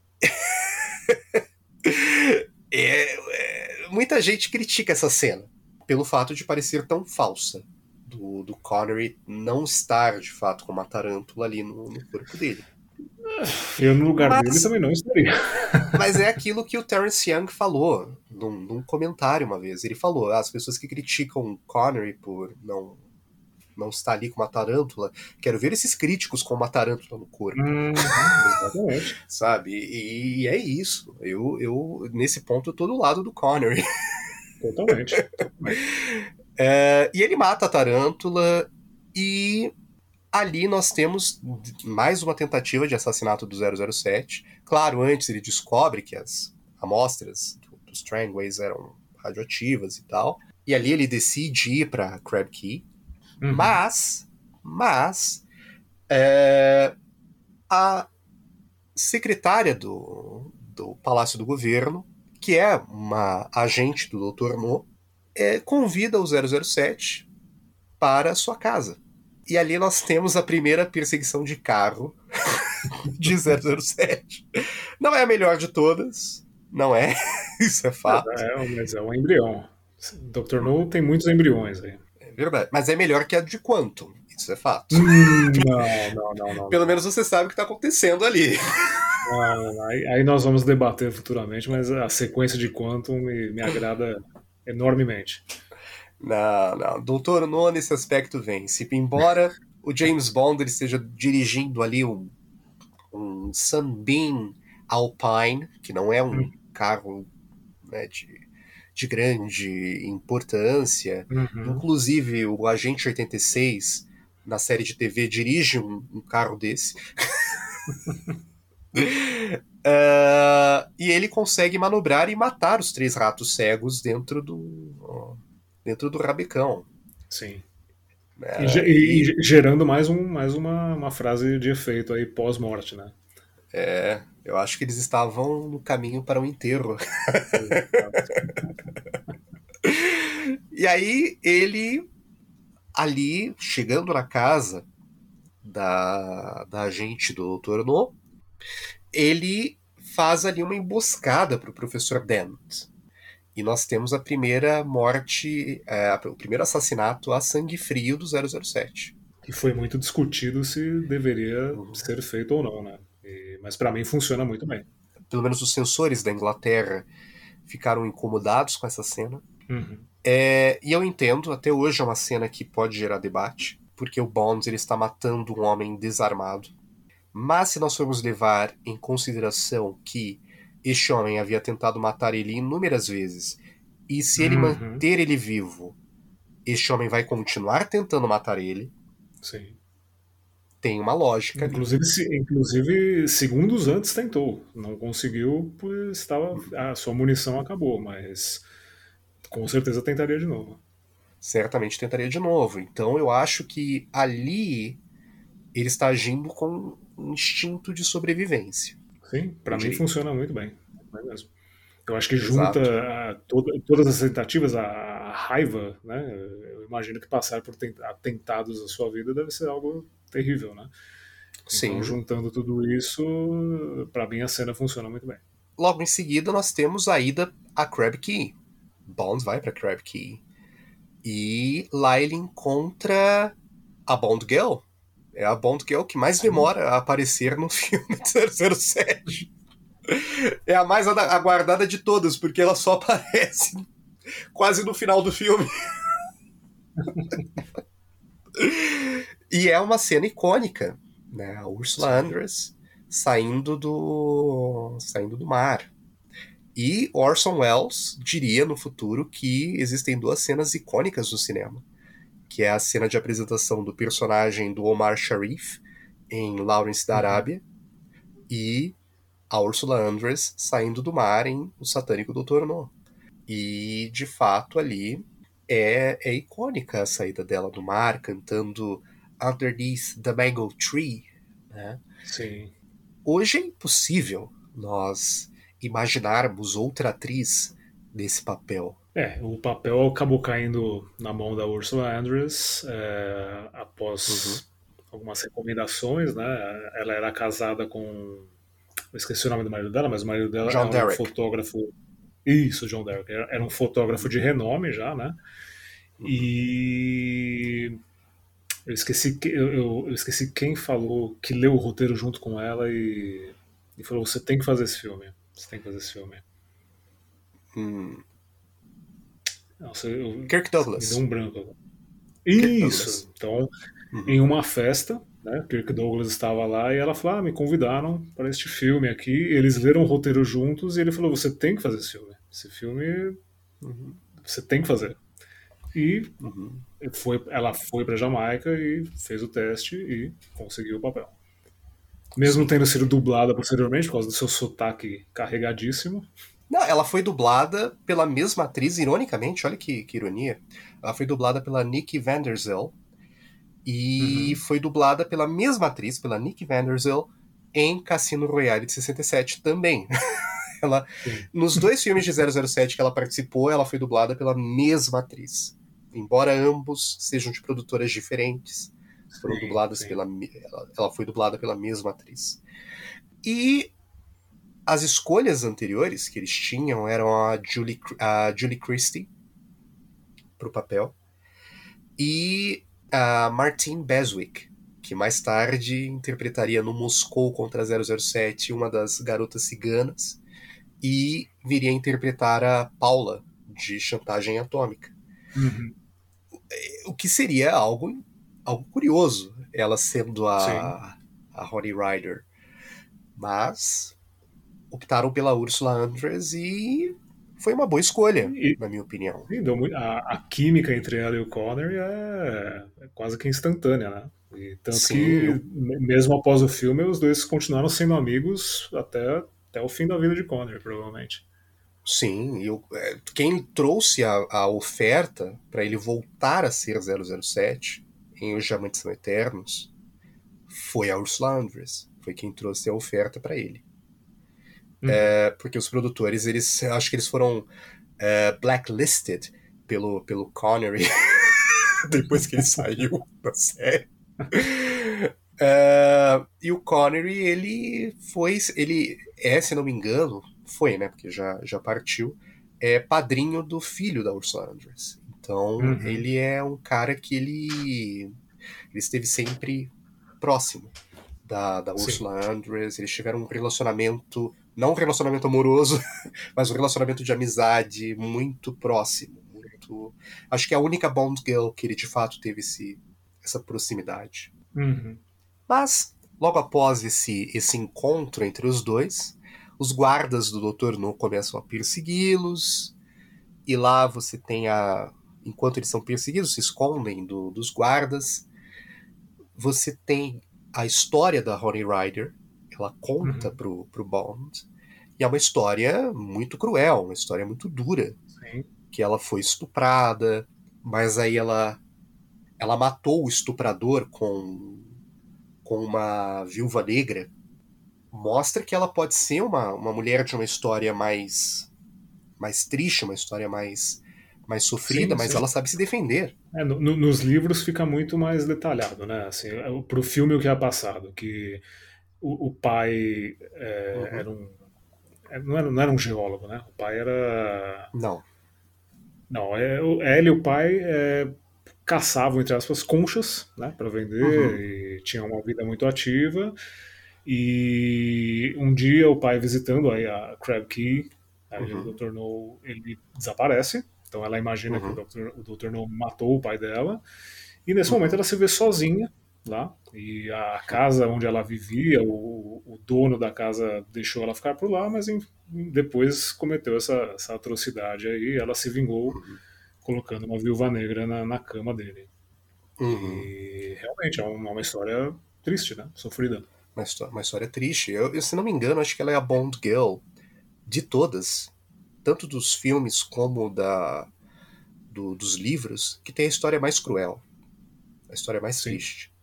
é, é, muita gente critica essa cena pelo fato de parecer tão falsa. Do, do Connery não estar, de fato, com uma tarântula ali no, no corpo dele. Eu, no lugar Mas- dele, também não estaria. Mas é aquilo que o Terence Young falou num, num comentário uma vez. Ele falou, ah, as pessoas que criticam o Connery por não, não estar ali com uma tarântula, quero ver esses críticos com uma tarântula no corpo, Hum, exatamente. sabe? E, e é isso. Eu, eu, nesse ponto, eu tô do lado do Connery. Totalmente. É, e ele mata a tarântula e ali nós temos mais uma tentativa de assassinato do zero zero sete. Claro, antes ele descobre que as amostras do, dos Strangways eram radioativas e tal. E ali ele decide ir para Crab Key. Uhum. Mas, mas é, a secretária do, do Palácio do Governo, que é uma agente do doutor No, é, convida o zero zero sete para sua casa. E ali nós temos a primeira perseguição de carro de zero zero sete. Não é a melhor de todas, não é, isso é fato. É, mas é um embrião. doutor No tem muitos embriões aí. É verdade, mas é melhor que a de Quantum, isso é fato. Hum, não, não, não, não. Pelo menos você sabe o que está acontecendo ali. Não, não, aí, aí nós vamos debater futuramente, mas a sequência de Quantum me, me agrada enormemente. Não, não. doutor No nesse aspecto vence. Embora o James Bond ele esteja dirigindo ali um, um Sunbeam Alpine, que não é um Hum. carro, né, de, de grande importância. Uhum. Inclusive, o Agente oitenta e seis, na série de T V, dirige um, um carro desse. Uh, e ele consegue manobrar e matar os três ratos cegos dentro do ó, dentro do rabecão. Sim. É, E, ge- e- e gerando mais, um, mais uma, uma frase de efeito aí pós-morte, né? é, eu acho que eles estavam no caminho para um enterro. E aí ele, ali, chegando na casa da, da agente do doutor No, ele faz ali uma emboscada para o professor Dent. E nós temos a primeira morte, é, o primeiro assassinato a sangue frio do zero zero sete. E foi muito discutido se deveria Uhum. ser feito ou não, né? E- mas pra mim funciona muito bem. Pelo menos os censores da Inglaterra ficaram incomodados com essa cena. Uhum. É, e eu entendo, até hoje é uma cena que pode gerar debate, porque o Bond ele está matando um homem desarmado. Mas se nós formos levar em consideração que este homem havia tentado matar ele inúmeras vezes, e se ele Uhum. manter ele vivo, este homem vai continuar tentando matar ele, Sim. tem uma lógica ali. Inclusive, se- inclusive, segundos antes tentou. Não conseguiu, pois estava, a sua munição acabou, mas com certeza tentaria de novo. Certamente tentaria de novo. Então eu acho que ali ele está agindo com um instinto de sobrevivência. Sim, para Eu mim diria. funciona muito bem. Não é mesmo? Eu acho que Exato. junta a, toda- todas as tentativas, a, a raiva, né? Eu imagino que passar por tent- atentados na sua vida deve ser algo terrível, né? Sim. Então, juntando tudo isso, para mim a cena funciona muito bem. Logo em seguida, nós temos a ida a Crab Key. Bond vai para Crab Key. E lá ele encontra a Bond Girl. É a Bond Girl que mais demora a aparecer no filme de zero zero sete. É a mais aguardada de todas, porque ela só aparece quase no final do filme. E é uma cena icônica, né? A Ursula Andress saindo do saindo do mar. E Orson Welles diria no futuro que existem duas cenas icônicas do cinema, que é a cena de apresentação do personagem do Omar Sharif em Lawrence da Arábia uhum. e a Ursula Andress saindo do mar em O Satânico doutor No. E, de fato, ali é, é icônica a saída dela do mar, cantando Underneath the Mango Tree. Né? Sim. Hoje é impossível nós imaginarmos outra atriz nesse papel. É, o papel acabou caindo na mão da Ursula Andress é, após uhum. algumas recomendações, né? Ela era casada com... Eu esqueci o nome do marido dela, mas o marido dela John era um Derek. fotógrafo... Isso, John Derek. Era um fotógrafo de renome já, né? Uhum. E... Eu esqueci, eu, eu, eu esqueci quem falou que leu o roteiro junto com ela e, e falou, você tem que fazer esse filme. Você tem que fazer esse filme. Hum. Nossa, eu, Kirk Douglas. Me deu um branco. Isso! Então, uhum. em uma festa, né, Kirk Douglas estava lá e ela falou, ah, me convidaram para este filme aqui. Eles leram o roteiro juntos e ele falou, você tem que fazer esse filme. Esse filme uhum. você tem que fazer. E uhum. foi, ela foi para Jamaica e fez o teste e conseguiu o papel. Mesmo Sim. tendo sido dublada posteriormente, por causa do seu sotaque carregadíssimo. Não, ela foi dublada pela mesma atriz, ironicamente, olha que, que ironia. Ela foi dublada pela Nikki Van Der Zyl e uhum. foi dublada pela mesma atriz, pela Nikki Van Der Zyl, em Cassino Royale de sessenta e sete também. Ela, nos dois filmes de zero zero sete que ela participou, ela foi dublada pela mesma atriz. Embora ambos sejam de produtoras diferentes, foram sim, dubladas sim. pela... Ela, ela foi dublada pela mesma atriz. E as escolhas anteriores que eles tinham eram a Julie, a Julie Christie para o papel e a Martine Beswick, que mais tarde interpretaria no Moscou contra zero zero sete uma das garotas ciganas e viria a interpretar a Paula de Chantagem Atômica. Uhum. O que seria algo, algo curioso, ela sendo a, a Honey Rider. Mas optaram pela Ursula Andress e foi uma boa escolha, e, na minha opinião. E deu muito, a, a química entre ela e o Connery é, é quase que instantânea, né? E tanto Sim, que, eu... mesmo após o filme, os dois continuaram sendo amigos até, até o fim da vida de Connery, provavelmente. Sim, eu, quem trouxe a, a oferta para ele voltar a ser zero zero sete em Os Diamantes São Eternos foi a Ursula Andress. Foi quem trouxe a oferta para ele. Uhum. É, porque os produtores, eles, acho que eles foram é, blacklisted pelo, pelo Connery depois que ele saiu da série. É, e o Connery, ele foi, ele é, se não me engano, foi, né, porque já, já partiu, é padrinho do filho da Ursula Andress. Então, uhum. ele é um cara que ele, ele esteve sempre próximo da, da Ursula Andress. Eles tiveram um relacionamento, não um relacionamento amoroso, mas um relacionamento de amizade muito próximo. Muito, acho que é a única Bond Girl que ele de fato teve esse, essa proximidade. Uhum. Mas, logo após esse, esse encontro entre os dois, os guardas do doutor No começam a persegui-los, e lá você tem a... Enquanto eles são perseguidos, se escondem do, dos guardas, você tem a história da Honey Rider, ela conta Uhum. pro, pro Bond, e é uma história muito cruel, uma história muito dura, Sim. que ela foi estuprada, mas aí ela, ela matou o estuprador com, com uma viúva negra. Mostra que ela pode ser uma, uma mulher de uma história mais, mais triste, uma história mais, mais sofrida, Sim, mas sim. ela sabe se defender. É, no, no, nos livros fica muito mais detalhado, né? Assim, pro filme o que é passado, que o, o pai é, Uhum. era um... Não era, não era um geólogo, né? O pai era... Não. Não, é, ela e o pai é, caçavam, entre aspas, conchas, né, para vender, Uhum. e tinham uma vida muito ativa. E um dia o pai visitando aí a Crab Key, aí o Uhum. doutor No, ele desaparece. Então ela imagina que o Uhum. doutor o doutor No matou o pai dela. E nesse Uhum. momento ela se vê sozinha lá. E a casa onde ela vivia, o, o dono da casa deixou ela ficar por lá, mas em, depois cometeu essa, essa atrocidade aí. Ela se vingou Uhum. colocando uma viúva negra na, na cama dele. Uhum. E realmente é uma, uma história triste, né? Sofrida. Uma história, uma história triste. Eu, eu, se não me engano, acho que ela é a Bond Girl de todas, tanto dos filmes como da, do, dos livros, que tem a história mais cruel, a história mais Sim. triste.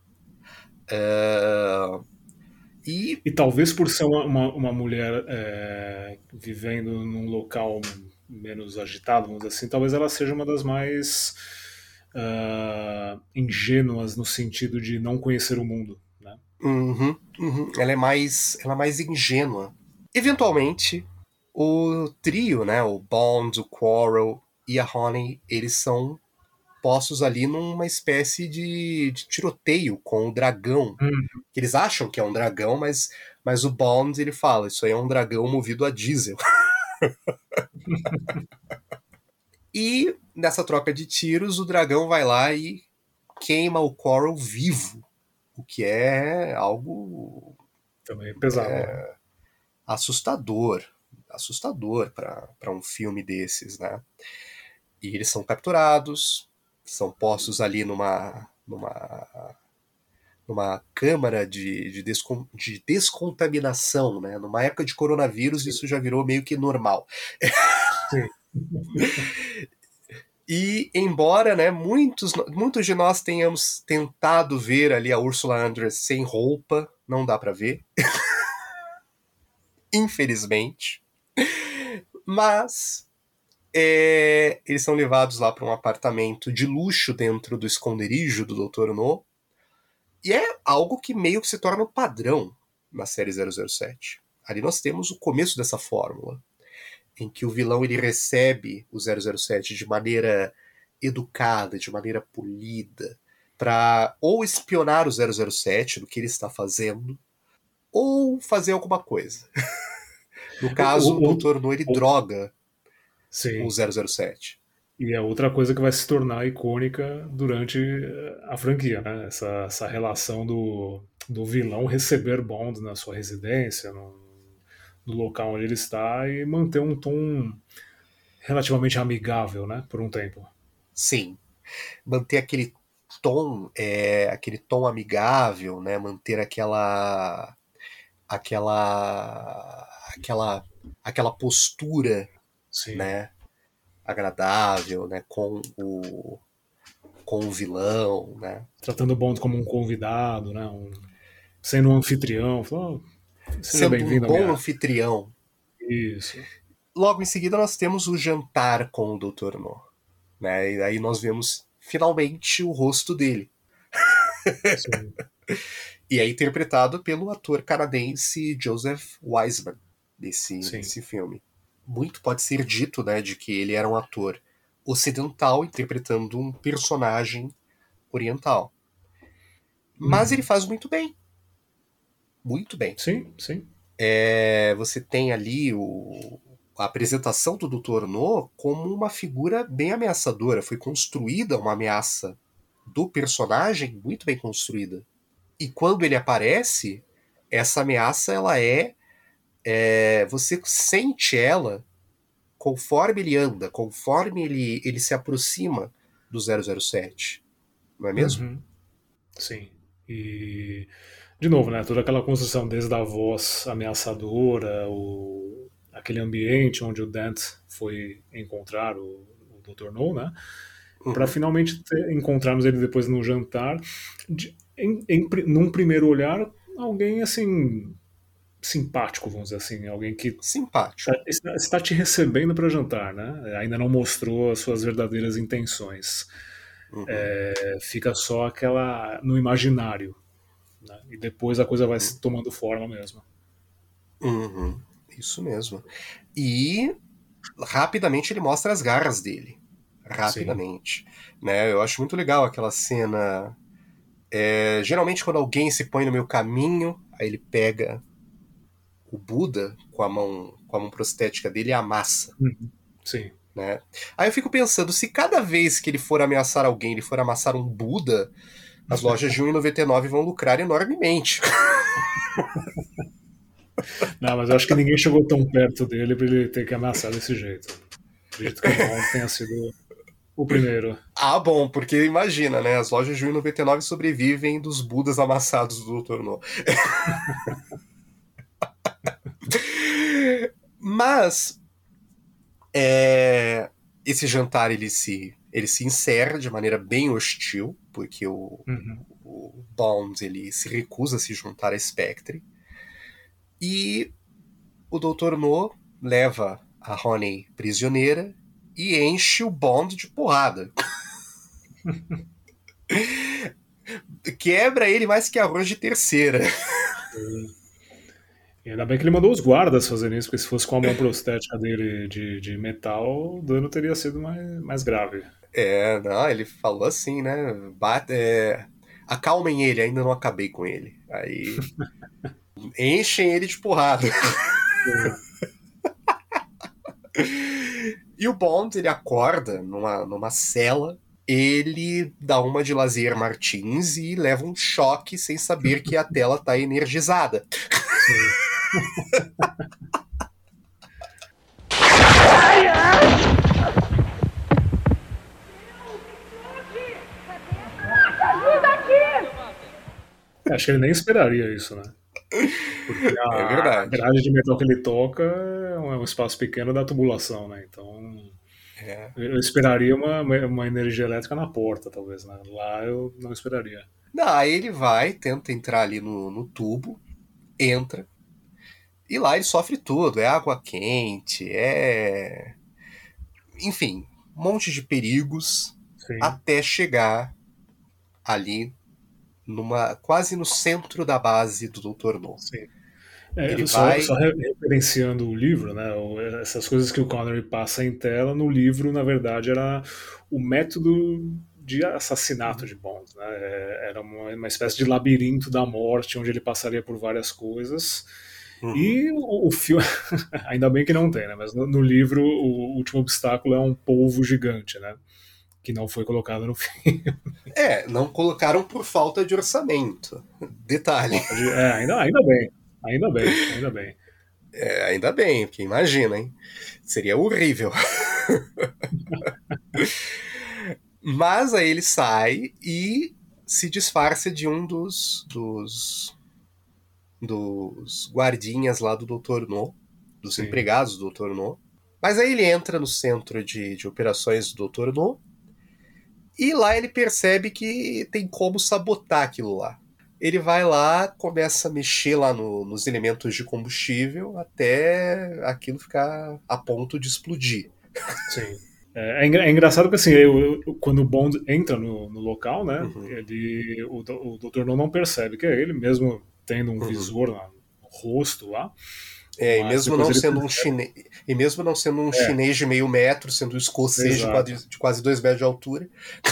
Uh, e... e talvez por ser uma, uma, uma mulher é, vivendo num local menos agitado, vamos dizer assim, talvez ela seja uma das mais uh, ingênuas no sentido de não conhecer o mundo, né? Uhum, uhum. Ela é mais, ela é mais ingênua. Eventualmente, o trio, né, o Bond, o Quarrel e a Honey, eles são postos ali numa espécie de, de tiroteio com o dragão. Hum. Que eles acham que é um dragão, mas, mas o Bond, ele fala, isso aí é um dragão movido a diesel. E nessa troca de tiros, o dragão vai lá e queima o Quarrel vivo, o que é algo Também é pesado, é, né? assustador, assustador para um filme desses, né? E eles são capturados, são postos ali numa numa numa câmara de, de, descon, de descontaminação, né? Numa época de coronavírus, Sim. isso já virou meio que normal. Sim. E embora, né, muitos, muitos de nós tenhamos tentado ver ali a Ursula Andress sem roupa, não dá para ver. Infelizmente. Mas é, eles são levados lá para um apartamento de luxo dentro do esconderijo do doutor No. E é algo que meio que se torna um padrão na série zero zero sete. Ali nós temos o começo dessa fórmula, em que o vilão ele recebe o zero zero sete de maneira educada, de maneira polida, para ou espionar o zero zero sete do que ele está fazendo, ou fazer alguma coisa. No caso, o, o doutor No ele o, droga sim. o zero zero sete. E é outra coisa que vai se tornar icônica durante a franquia, né? Essa, essa relação do, do vilão receber Bond na sua residência, no, no local onde ele está, e manter um tom relativamente amigável, né? Por um tempo. Sim. Manter aquele tom, é, aquele tom amigável, né? Manter aquela aquela aquela aquela postura, sim, né, agradável, né, com o com o vilão, né, tratando o Bond como um convidado, né, um, sendo um anfitrião, falou, oh, seja sendo um bom minha... anfitrião. Isso. Logo em seguida nós temos o jantar com o doutor No, né, e aí nós vemos finalmente o rosto dele. Sim. E é interpretado pelo ator canadense Joseph Wiseman nesse, nesse filme. Muito pode ser dito, né, de que ele era um ator ocidental interpretando um personagem oriental. Mas uhum. ele faz muito bem. Muito bem. Sim, sim. É, você tem ali o, a apresentação do doutor No como uma figura bem ameaçadora. Foi construída uma ameaça do personagem muito bem construída. E quando ele aparece, essa ameaça, ela é, é... Você sente ela conforme ele anda, conforme ele, ele se aproxima do zero zero sete. Não é mesmo? Uhum. Sim. E, de novo, né, toda aquela construção desde a voz ameaçadora, o, aquele ambiente onde o Dent foi encontrar o, o doutor No, né? Uhum. Para finalmente ter, encontrarmos ele depois no jantar, de, em, em, num primeiro olhar, alguém assim simpático, vamos dizer assim, alguém que simpático está, está te recebendo para jantar, né? Ainda não mostrou as suas verdadeiras intenções. Uhum. É, fica só aquela no imaginário, né? E depois a coisa vai uhum. se tomando forma mesmo. Uhum. Isso mesmo. E rapidamente ele mostra as garras dele. Rapidamente. Né? Eu acho muito legal aquela cena. É, geralmente quando alguém se põe no meu caminho, aí ele pega o Buda com a mão, com a mão prostética dele e amassa. Uhum. Sim. Né? Aí eu fico pensando, se cada vez que ele for ameaçar alguém, ele for amassar um Buda, as lojas de um real e noventa e nove centavos vão lucrar enormemente. Não, mas eu acho que ninguém chegou tão perto dele pra ele ter que amassar desse jeito. Acredito que o Bond tenha sido o primeiro. Ah, bom, porque imagina, né? As lojas de um real e noventa e nove centavos sobrevivem dos Budas amassados do doutor No. Mas é, esse jantar ele se, ele se encerra de maneira bem hostil, porque o, uhum. o Bond ele se recusa a se juntar a Spectre. E o doutor No leva a Honey prisioneira e enche o Bond de porrada. Quebra ele mais que arroz de terceira. Sim. E ainda bem que ele mandou os guardas fazerem isso, porque se fosse com a mão prostética dele de, de metal, o dano teria sido mais, mais grave. É, não, ele falou assim, né? Bate, é, acalmem ele, ainda não acabei com ele. Aí enchem ele de porrada. E o Bond, ele acorda numa, numa cela, ele dá uma de Lazier Martins e leva um choque sem saber que a tela tá energizada. Sim. Acho que ele nem esperaria isso, né? Porque a, é verdade. a grade de metal que ele toca é um espaço pequeno da tubulação, né? Então é. eu esperaria uma, uma energia elétrica na porta, talvez, né? Lá eu não esperaria. Não, aí ele vai, tenta entrar ali no, no tubo, entra, e lá ele sofre tudo, é água quente, é... enfim, um monte de perigos. Sim. Até chegar ali numa, quase no centro da base do doutor No. Sim. É, ele só, vai... só referenciando o livro, né, essas coisas que o Connery passa em tela, no livro, na verdade, era o método de assassinato de Bond, né? Era uma, uma espécie de labirinto da morte, onde ele passaria por várias coisas. Uhum. E o, o filme, ainda bem que não tem, né? Mas no, no livro o último obstáculo é um polvo gigante, né? Que não foi colocado no filme. É, não colocaram por falta de orçamento. Detalhe. É, ainda, ainda bem. Ainda bem, ainda bem. É, ainda bem, porque imagina, hein? Seria horrível. Mas aí ele sai e se disfarça de um dos, dos, dos guardinhas lá do doutor No, dos Sim. empregados do doutor No. Mas aí ele entra no centro de, de operações do doutor No e lá ele percebe que tem como sabotar aquilo lá. Ele vai lá, começa a mexer lá no, nos elementos de combustível até aquilo ficar a ponto de explodir. Sim. É, é engraçado que assim, eu, eu, quando o Bond entra no, no local, né, uhum. ele, o, o doutor No não percebe que é ele, mesmo tendo um uhum. visor lá, no rosto lá. É, e mesmo, não sendo um chine... e mesmo não sendo um é. chinês de meio metro, sendo um escocês de quase, de quase dois metros de altura.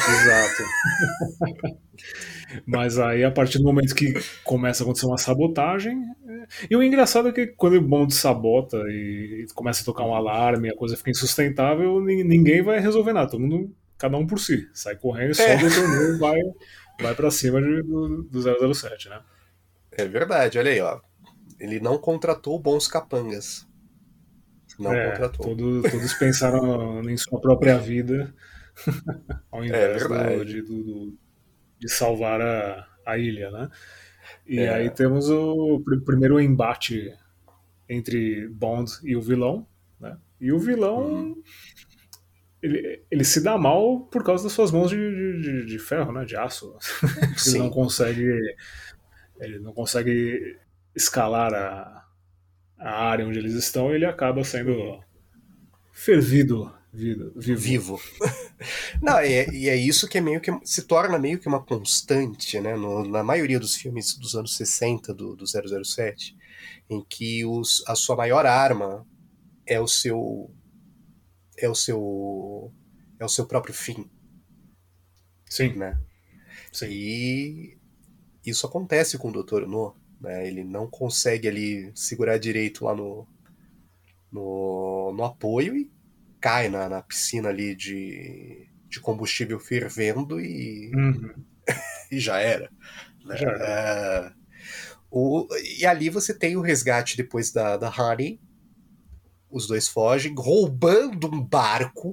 Exato. Mas aí, a partir do momento que começa a acontecer uma sabotagem... E o engraçado é que quando o Bond sabota e começa a tocar um alarme, a coisa fica insustentável, ninguém vai resolver nada. Todo mundo, cada um por si. Sai correndo e só é. o doutor No vai, vai pra cima de, do, do zero zero sete, né? É verdade, olha aí, ó. Ele não contratou bons capangas. Não é, contratou. Todo, todos pensaram em sua própria vida ao invés É do, de, do, de salvar a, a ilha, né? E É. aí temos o pr- primeiro embate entre Bond e o vilão, né? E o vilão Uhum. ele, ele se dá mal por causa das suas mãos de, de, de ferro, né? De aço. Porque ele não Sim. consegue ele não consegue escalar a, a área onde eles estão e ele acaba sendo fervido vivo. Vivo. Não, e, e é isso que é meio que se torna meio que uma constante, né? No, na maioria dos filmes dos anos sessenta do, do zero zero sete, em que os, a sua maior arma é o seu é o seu é o seu próprio fim, Sim, né? sim. E isso acontece com o doutor No, né? Ele não consegue ali segurar direito lá no no, no apoio e cai na, na piscina ali de, de combustível fervendo e, Uhum. e já era. Né? Já era. É, o, e ali você tem o resgate depois da, da Honey. Os dois fogem, roubando um barco.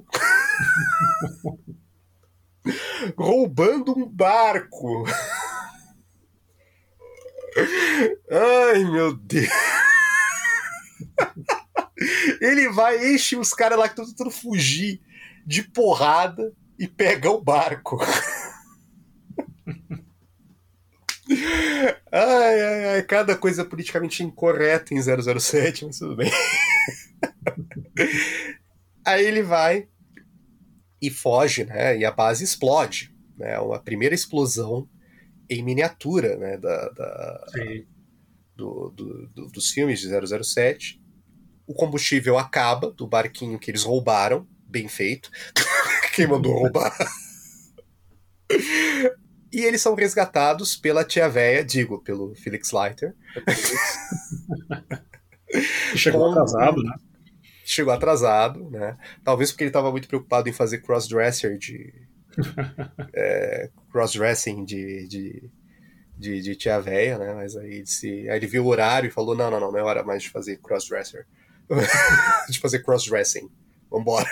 roubando um barco. Ai, meu Deus. Ele vai, enche os caras lá que estão tentando fugir de porrada e pega o barco. Ai, ai, ai, cada coisa politicamente incorreta em zero zero sete, mas tudo bem. Aí ele vai e foge, né? E a base explode, né? Uma primeira explosão em miniatura, né? Da, da, do, do, do, dos filmes de zero zero sete. O combustível acaba do barquinho que eles roubaram, bem feito. Quem mandou roubar? E eles são resgatados pela tia véia, digo, pelo Felix Leiter. Chegou atrasado, né? Chegou atrasado, né? Talvez porque ele estava muito preocupado em fazer crossdresser de... é, crossdressing de, de, de, de tia véia, né? Mas aí ele, se, aí ele viu o horário e falou, não, não, não, não é hora mais de fazer crossdresser. de fazer crossdressing. Vambora.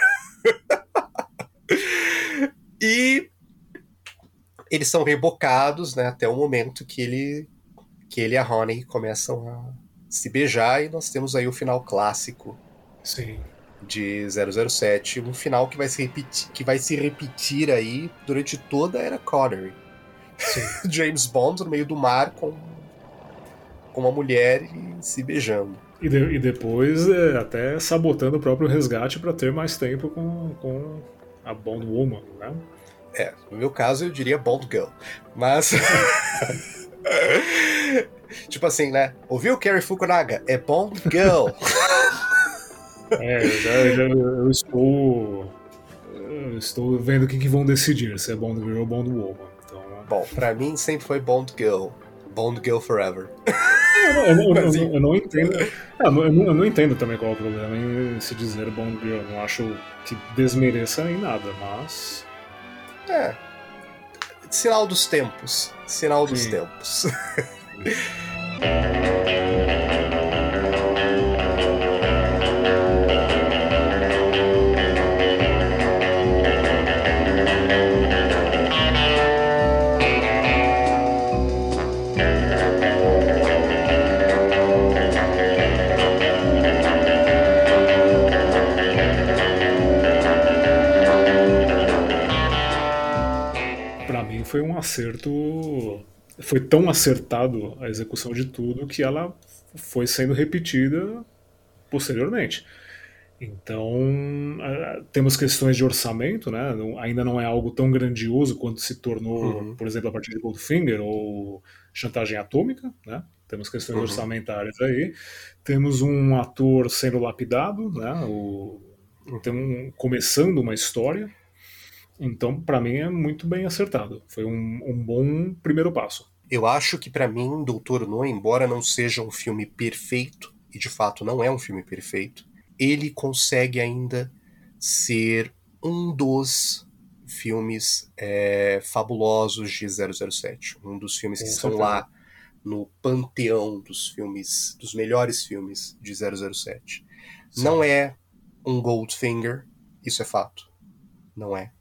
E eles são rebocados, né, até o momento que ele, que ele e a Honey começam a se beijar, e nós temos aí o final clássico Sim. de zero zero sete, um final que vai se repetir, que vai se repetir aí durante toda a era Connery. James Bond no meio do mar com, com uma mulher e se beijando. E, de, e depois é, até sabotando o próprio resgate para ter mais tempo com, com a Bond Woman, né? É, no meu caso eu diria Bond Girl. Mas... tipo assim, né? Ouviu, Cary Fukunaga? É Bond Girl. É, eu, já, já, eu estou... Eu estou vendo o que, que vão decidir, se é Bond Girl ou Bond Woman. Então... Bom, pra mim sempre foi Bond Girl. Bond Girl Forever. Eu, eu, eu, eu, eu não entendo. Eu não, eu não entendo também qual é o problema em se dizer Bond Girl. Não acho que desmereça em nada, mas. É. Sinal dos tempos. Sinal dos Sim. tempos. Foi um acerto, foi tão acertado a execução de tudo que ela foi sendo repetida posteriormente. Então, temos questões de orçamento, né? Ainda não é algo tão grandioso quanto se tornou, uhum. por exemplo, a partir de Goldfinger ou Chantagem Atômica, né? Temos questões uhum. orçamentárias aí. Temos um ator sendo lapidado, né? O, então, começando uma história. Então, para mim, é muito bem acertado. Foi um, um bom primeiro passo. Eu acho que, para mim, Doutor No, embora não seja um filme perfeito, e de fato não é um filme perfeito, ele consegue ainda ser um dos filmes é, fabulosos de zero zero sete. Um dos filmes que estão lá no panteão dos filmes, dos melhores filmes de zero zero sete. Sim. Não é um Goldfinger, isso é fato. Não é.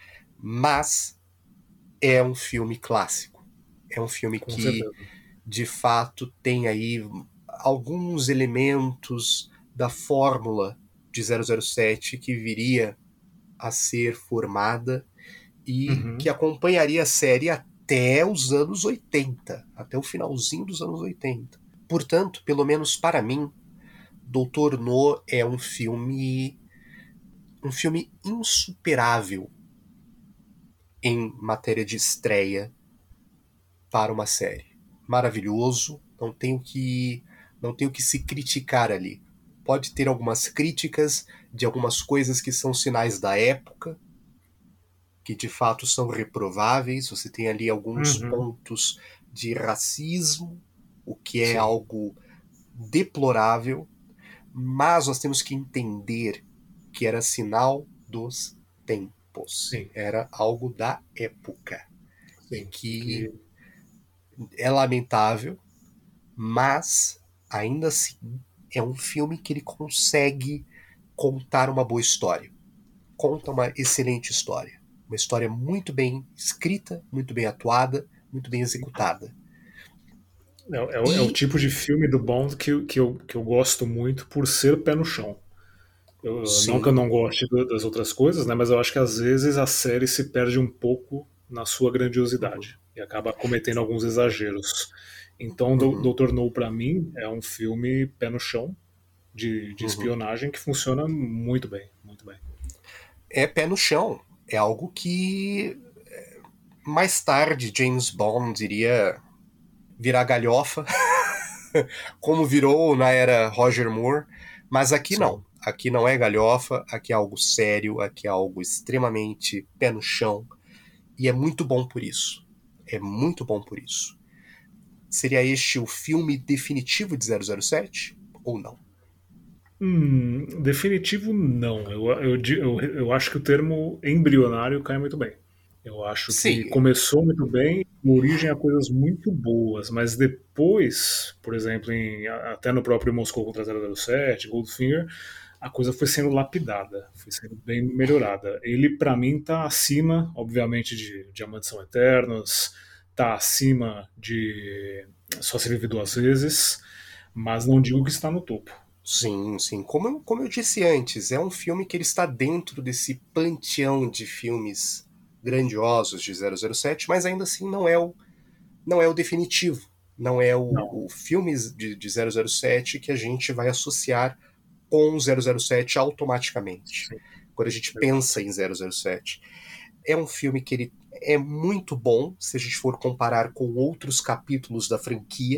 Mas é um filme clássico. É um filme Com que, certeza. de fato, tem aí alguns elementos da fórmula de zero zero sete que viria a ser formada e uhum. que acompanharia a série até os anos oitenta, até o finalzinho dos anos oitenta. Portanto, pelo menos para mim, doutor No é um filme um filme insuperável em matéria de estreia para uma série. Maravilhoso, não tem o que, não tem o que se criticar ali. Pode ter algumas críticas de algumas coisas que são sinais da época, que de fato são reprováveis. Você tem ali alguns uhum. pontos de racismo, o que é Sim. algo deplorável, mas nós temos que entender que era sinal dos tempos. Sim. Era algo da época. Sim. Que é lamentável, mas ainda assim é um filme que ele consegue contar uma boa história. Conta uma excelente história. Uma história muito bem escrita, muito bem atuada, muito bem executada. É, é, e... é o tipo de filme do Bond que, que, eu, que eu gosto muito por ser pé no chão. Eu, não que eu não goste das outras coisas, né, mas eu acho que às vezes a série se perde um pouco na sua grandiosidade uhum. e acaba cometendo alguns exageros. Então, uhum. doutor No, pra mim, é um filme pé no chão, de, de uhum. espionagem, que funciona muito bem, muito bem. É pé no chão. É algo que mais tarde James Bond iria virar galhofa, como virou na era Roger Moore, mas aqui Sim. não. Aqui não é galhofa, aqui é algo sério, aqui é algo extremamente pé no chão, e é muito bom por isso. É muito bom por isso. Seria este o filme definitivo de zero zero sete? Ou não? Hum, definitivo não. Eu, eu, eu, eu acho que o termo embrionário cai muito bem. Eu acho Sim. que começou muito bem, a origem a coisas muito boas, mas depois, por exemplo, em, até no próprio Moscou contra zero zero sete, Goldfinger, a coisa foi sendo lapidada, foi sendo bem melhorada. Ele, pra mim, tá acima, obviamente, de Diamantes São Eternos, tá acima de Só Se Vive Duas Vezes, mas não digo que está no topo. Sim, sim. Como eu, como eu disse antes, é um filme que ele está dentro desse panteão de filmes grandiosos de zero zero sete, mas ainda assim não é o, não é o definitivo. Não é o, não. o filme de, de zero zero sete que a gente vai associar com zero zero sete automaticamente. Sim. Quando a gente pensa em zero zero sete. É um filme que ele é muito bom, se a gente for comparar com outros capítulos da franquia,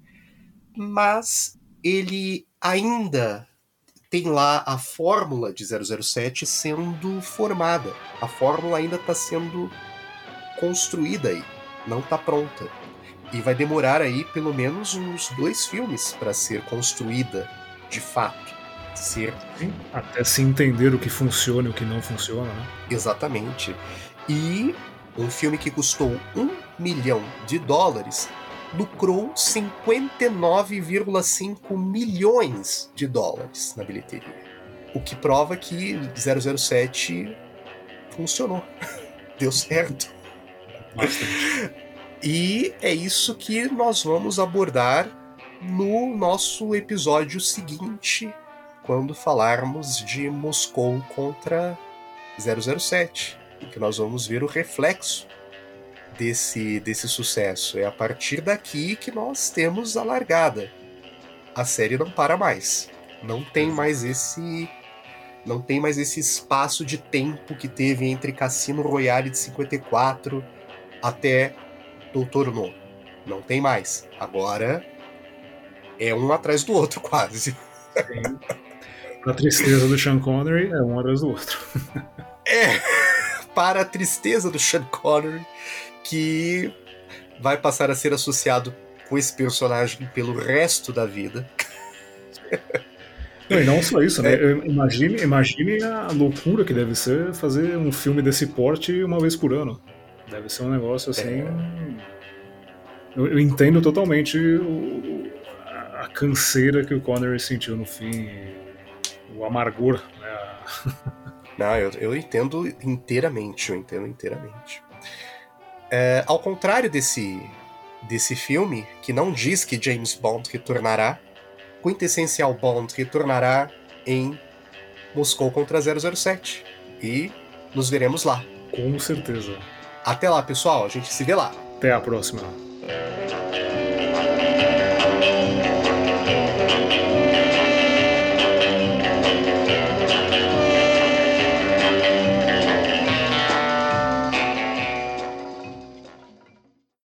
mas ele ainda tem lá a fórmula de zero zero sete sendo formada. A fórmula ainda está sendo construída aí, não está pronta. E vai demorar aí pelo menos uns dois filmes para ser construída de fato. Ser... Até se entender o que funciona e o que não funciona, né? Exatamente. E um filme que custou um milhão de dólares lucrou cinquenta e nove vírgula cinco milhões de dólares na bilheteria. O que prova que zero zero sete funcionou. Deu certo. Bastante. E é isso que nós vamos abordar no nosso episódio seguinte, quando falarmos de Moscou contra zero zero sete. Que nós vamos ver o reflexo desse, desse sucesso. É a partir daqui que nós temos a largada. A série não para mais. Não tem mais esse, não tem mais esse espaço de tempo que teve entre Cassino Royale de cinquenta e quatro até doutor No. Não tem mais. Agora é um atrás do outro, quase. Sim. A tristeza do Sean Connery é um atrás do outro. É... Para a tristeza do Sean Connery, que vai passar a ser associado com esse personagem pelo resto da vida. Não, e não só isso, né? É. Imagine, imagine a loucura que deve ser fazer um filme desse porte uma vez por ano. Deve ser um negócio assim... eu, eu entendo totalmente o, a canseira que o Connery sentiu no fim, o amargor, né? Não, eu, eu entendo inteiramente, eu entendo inteiramente. É, ao contrário desse, desse filme, que não diz que James Bond retornará, Quintessencial Bond retornará em Moscou contra zero zero sete. E nos veremos lá. Com certeza. Até lá, pessoal. A gente se vê lá. Até a próxima.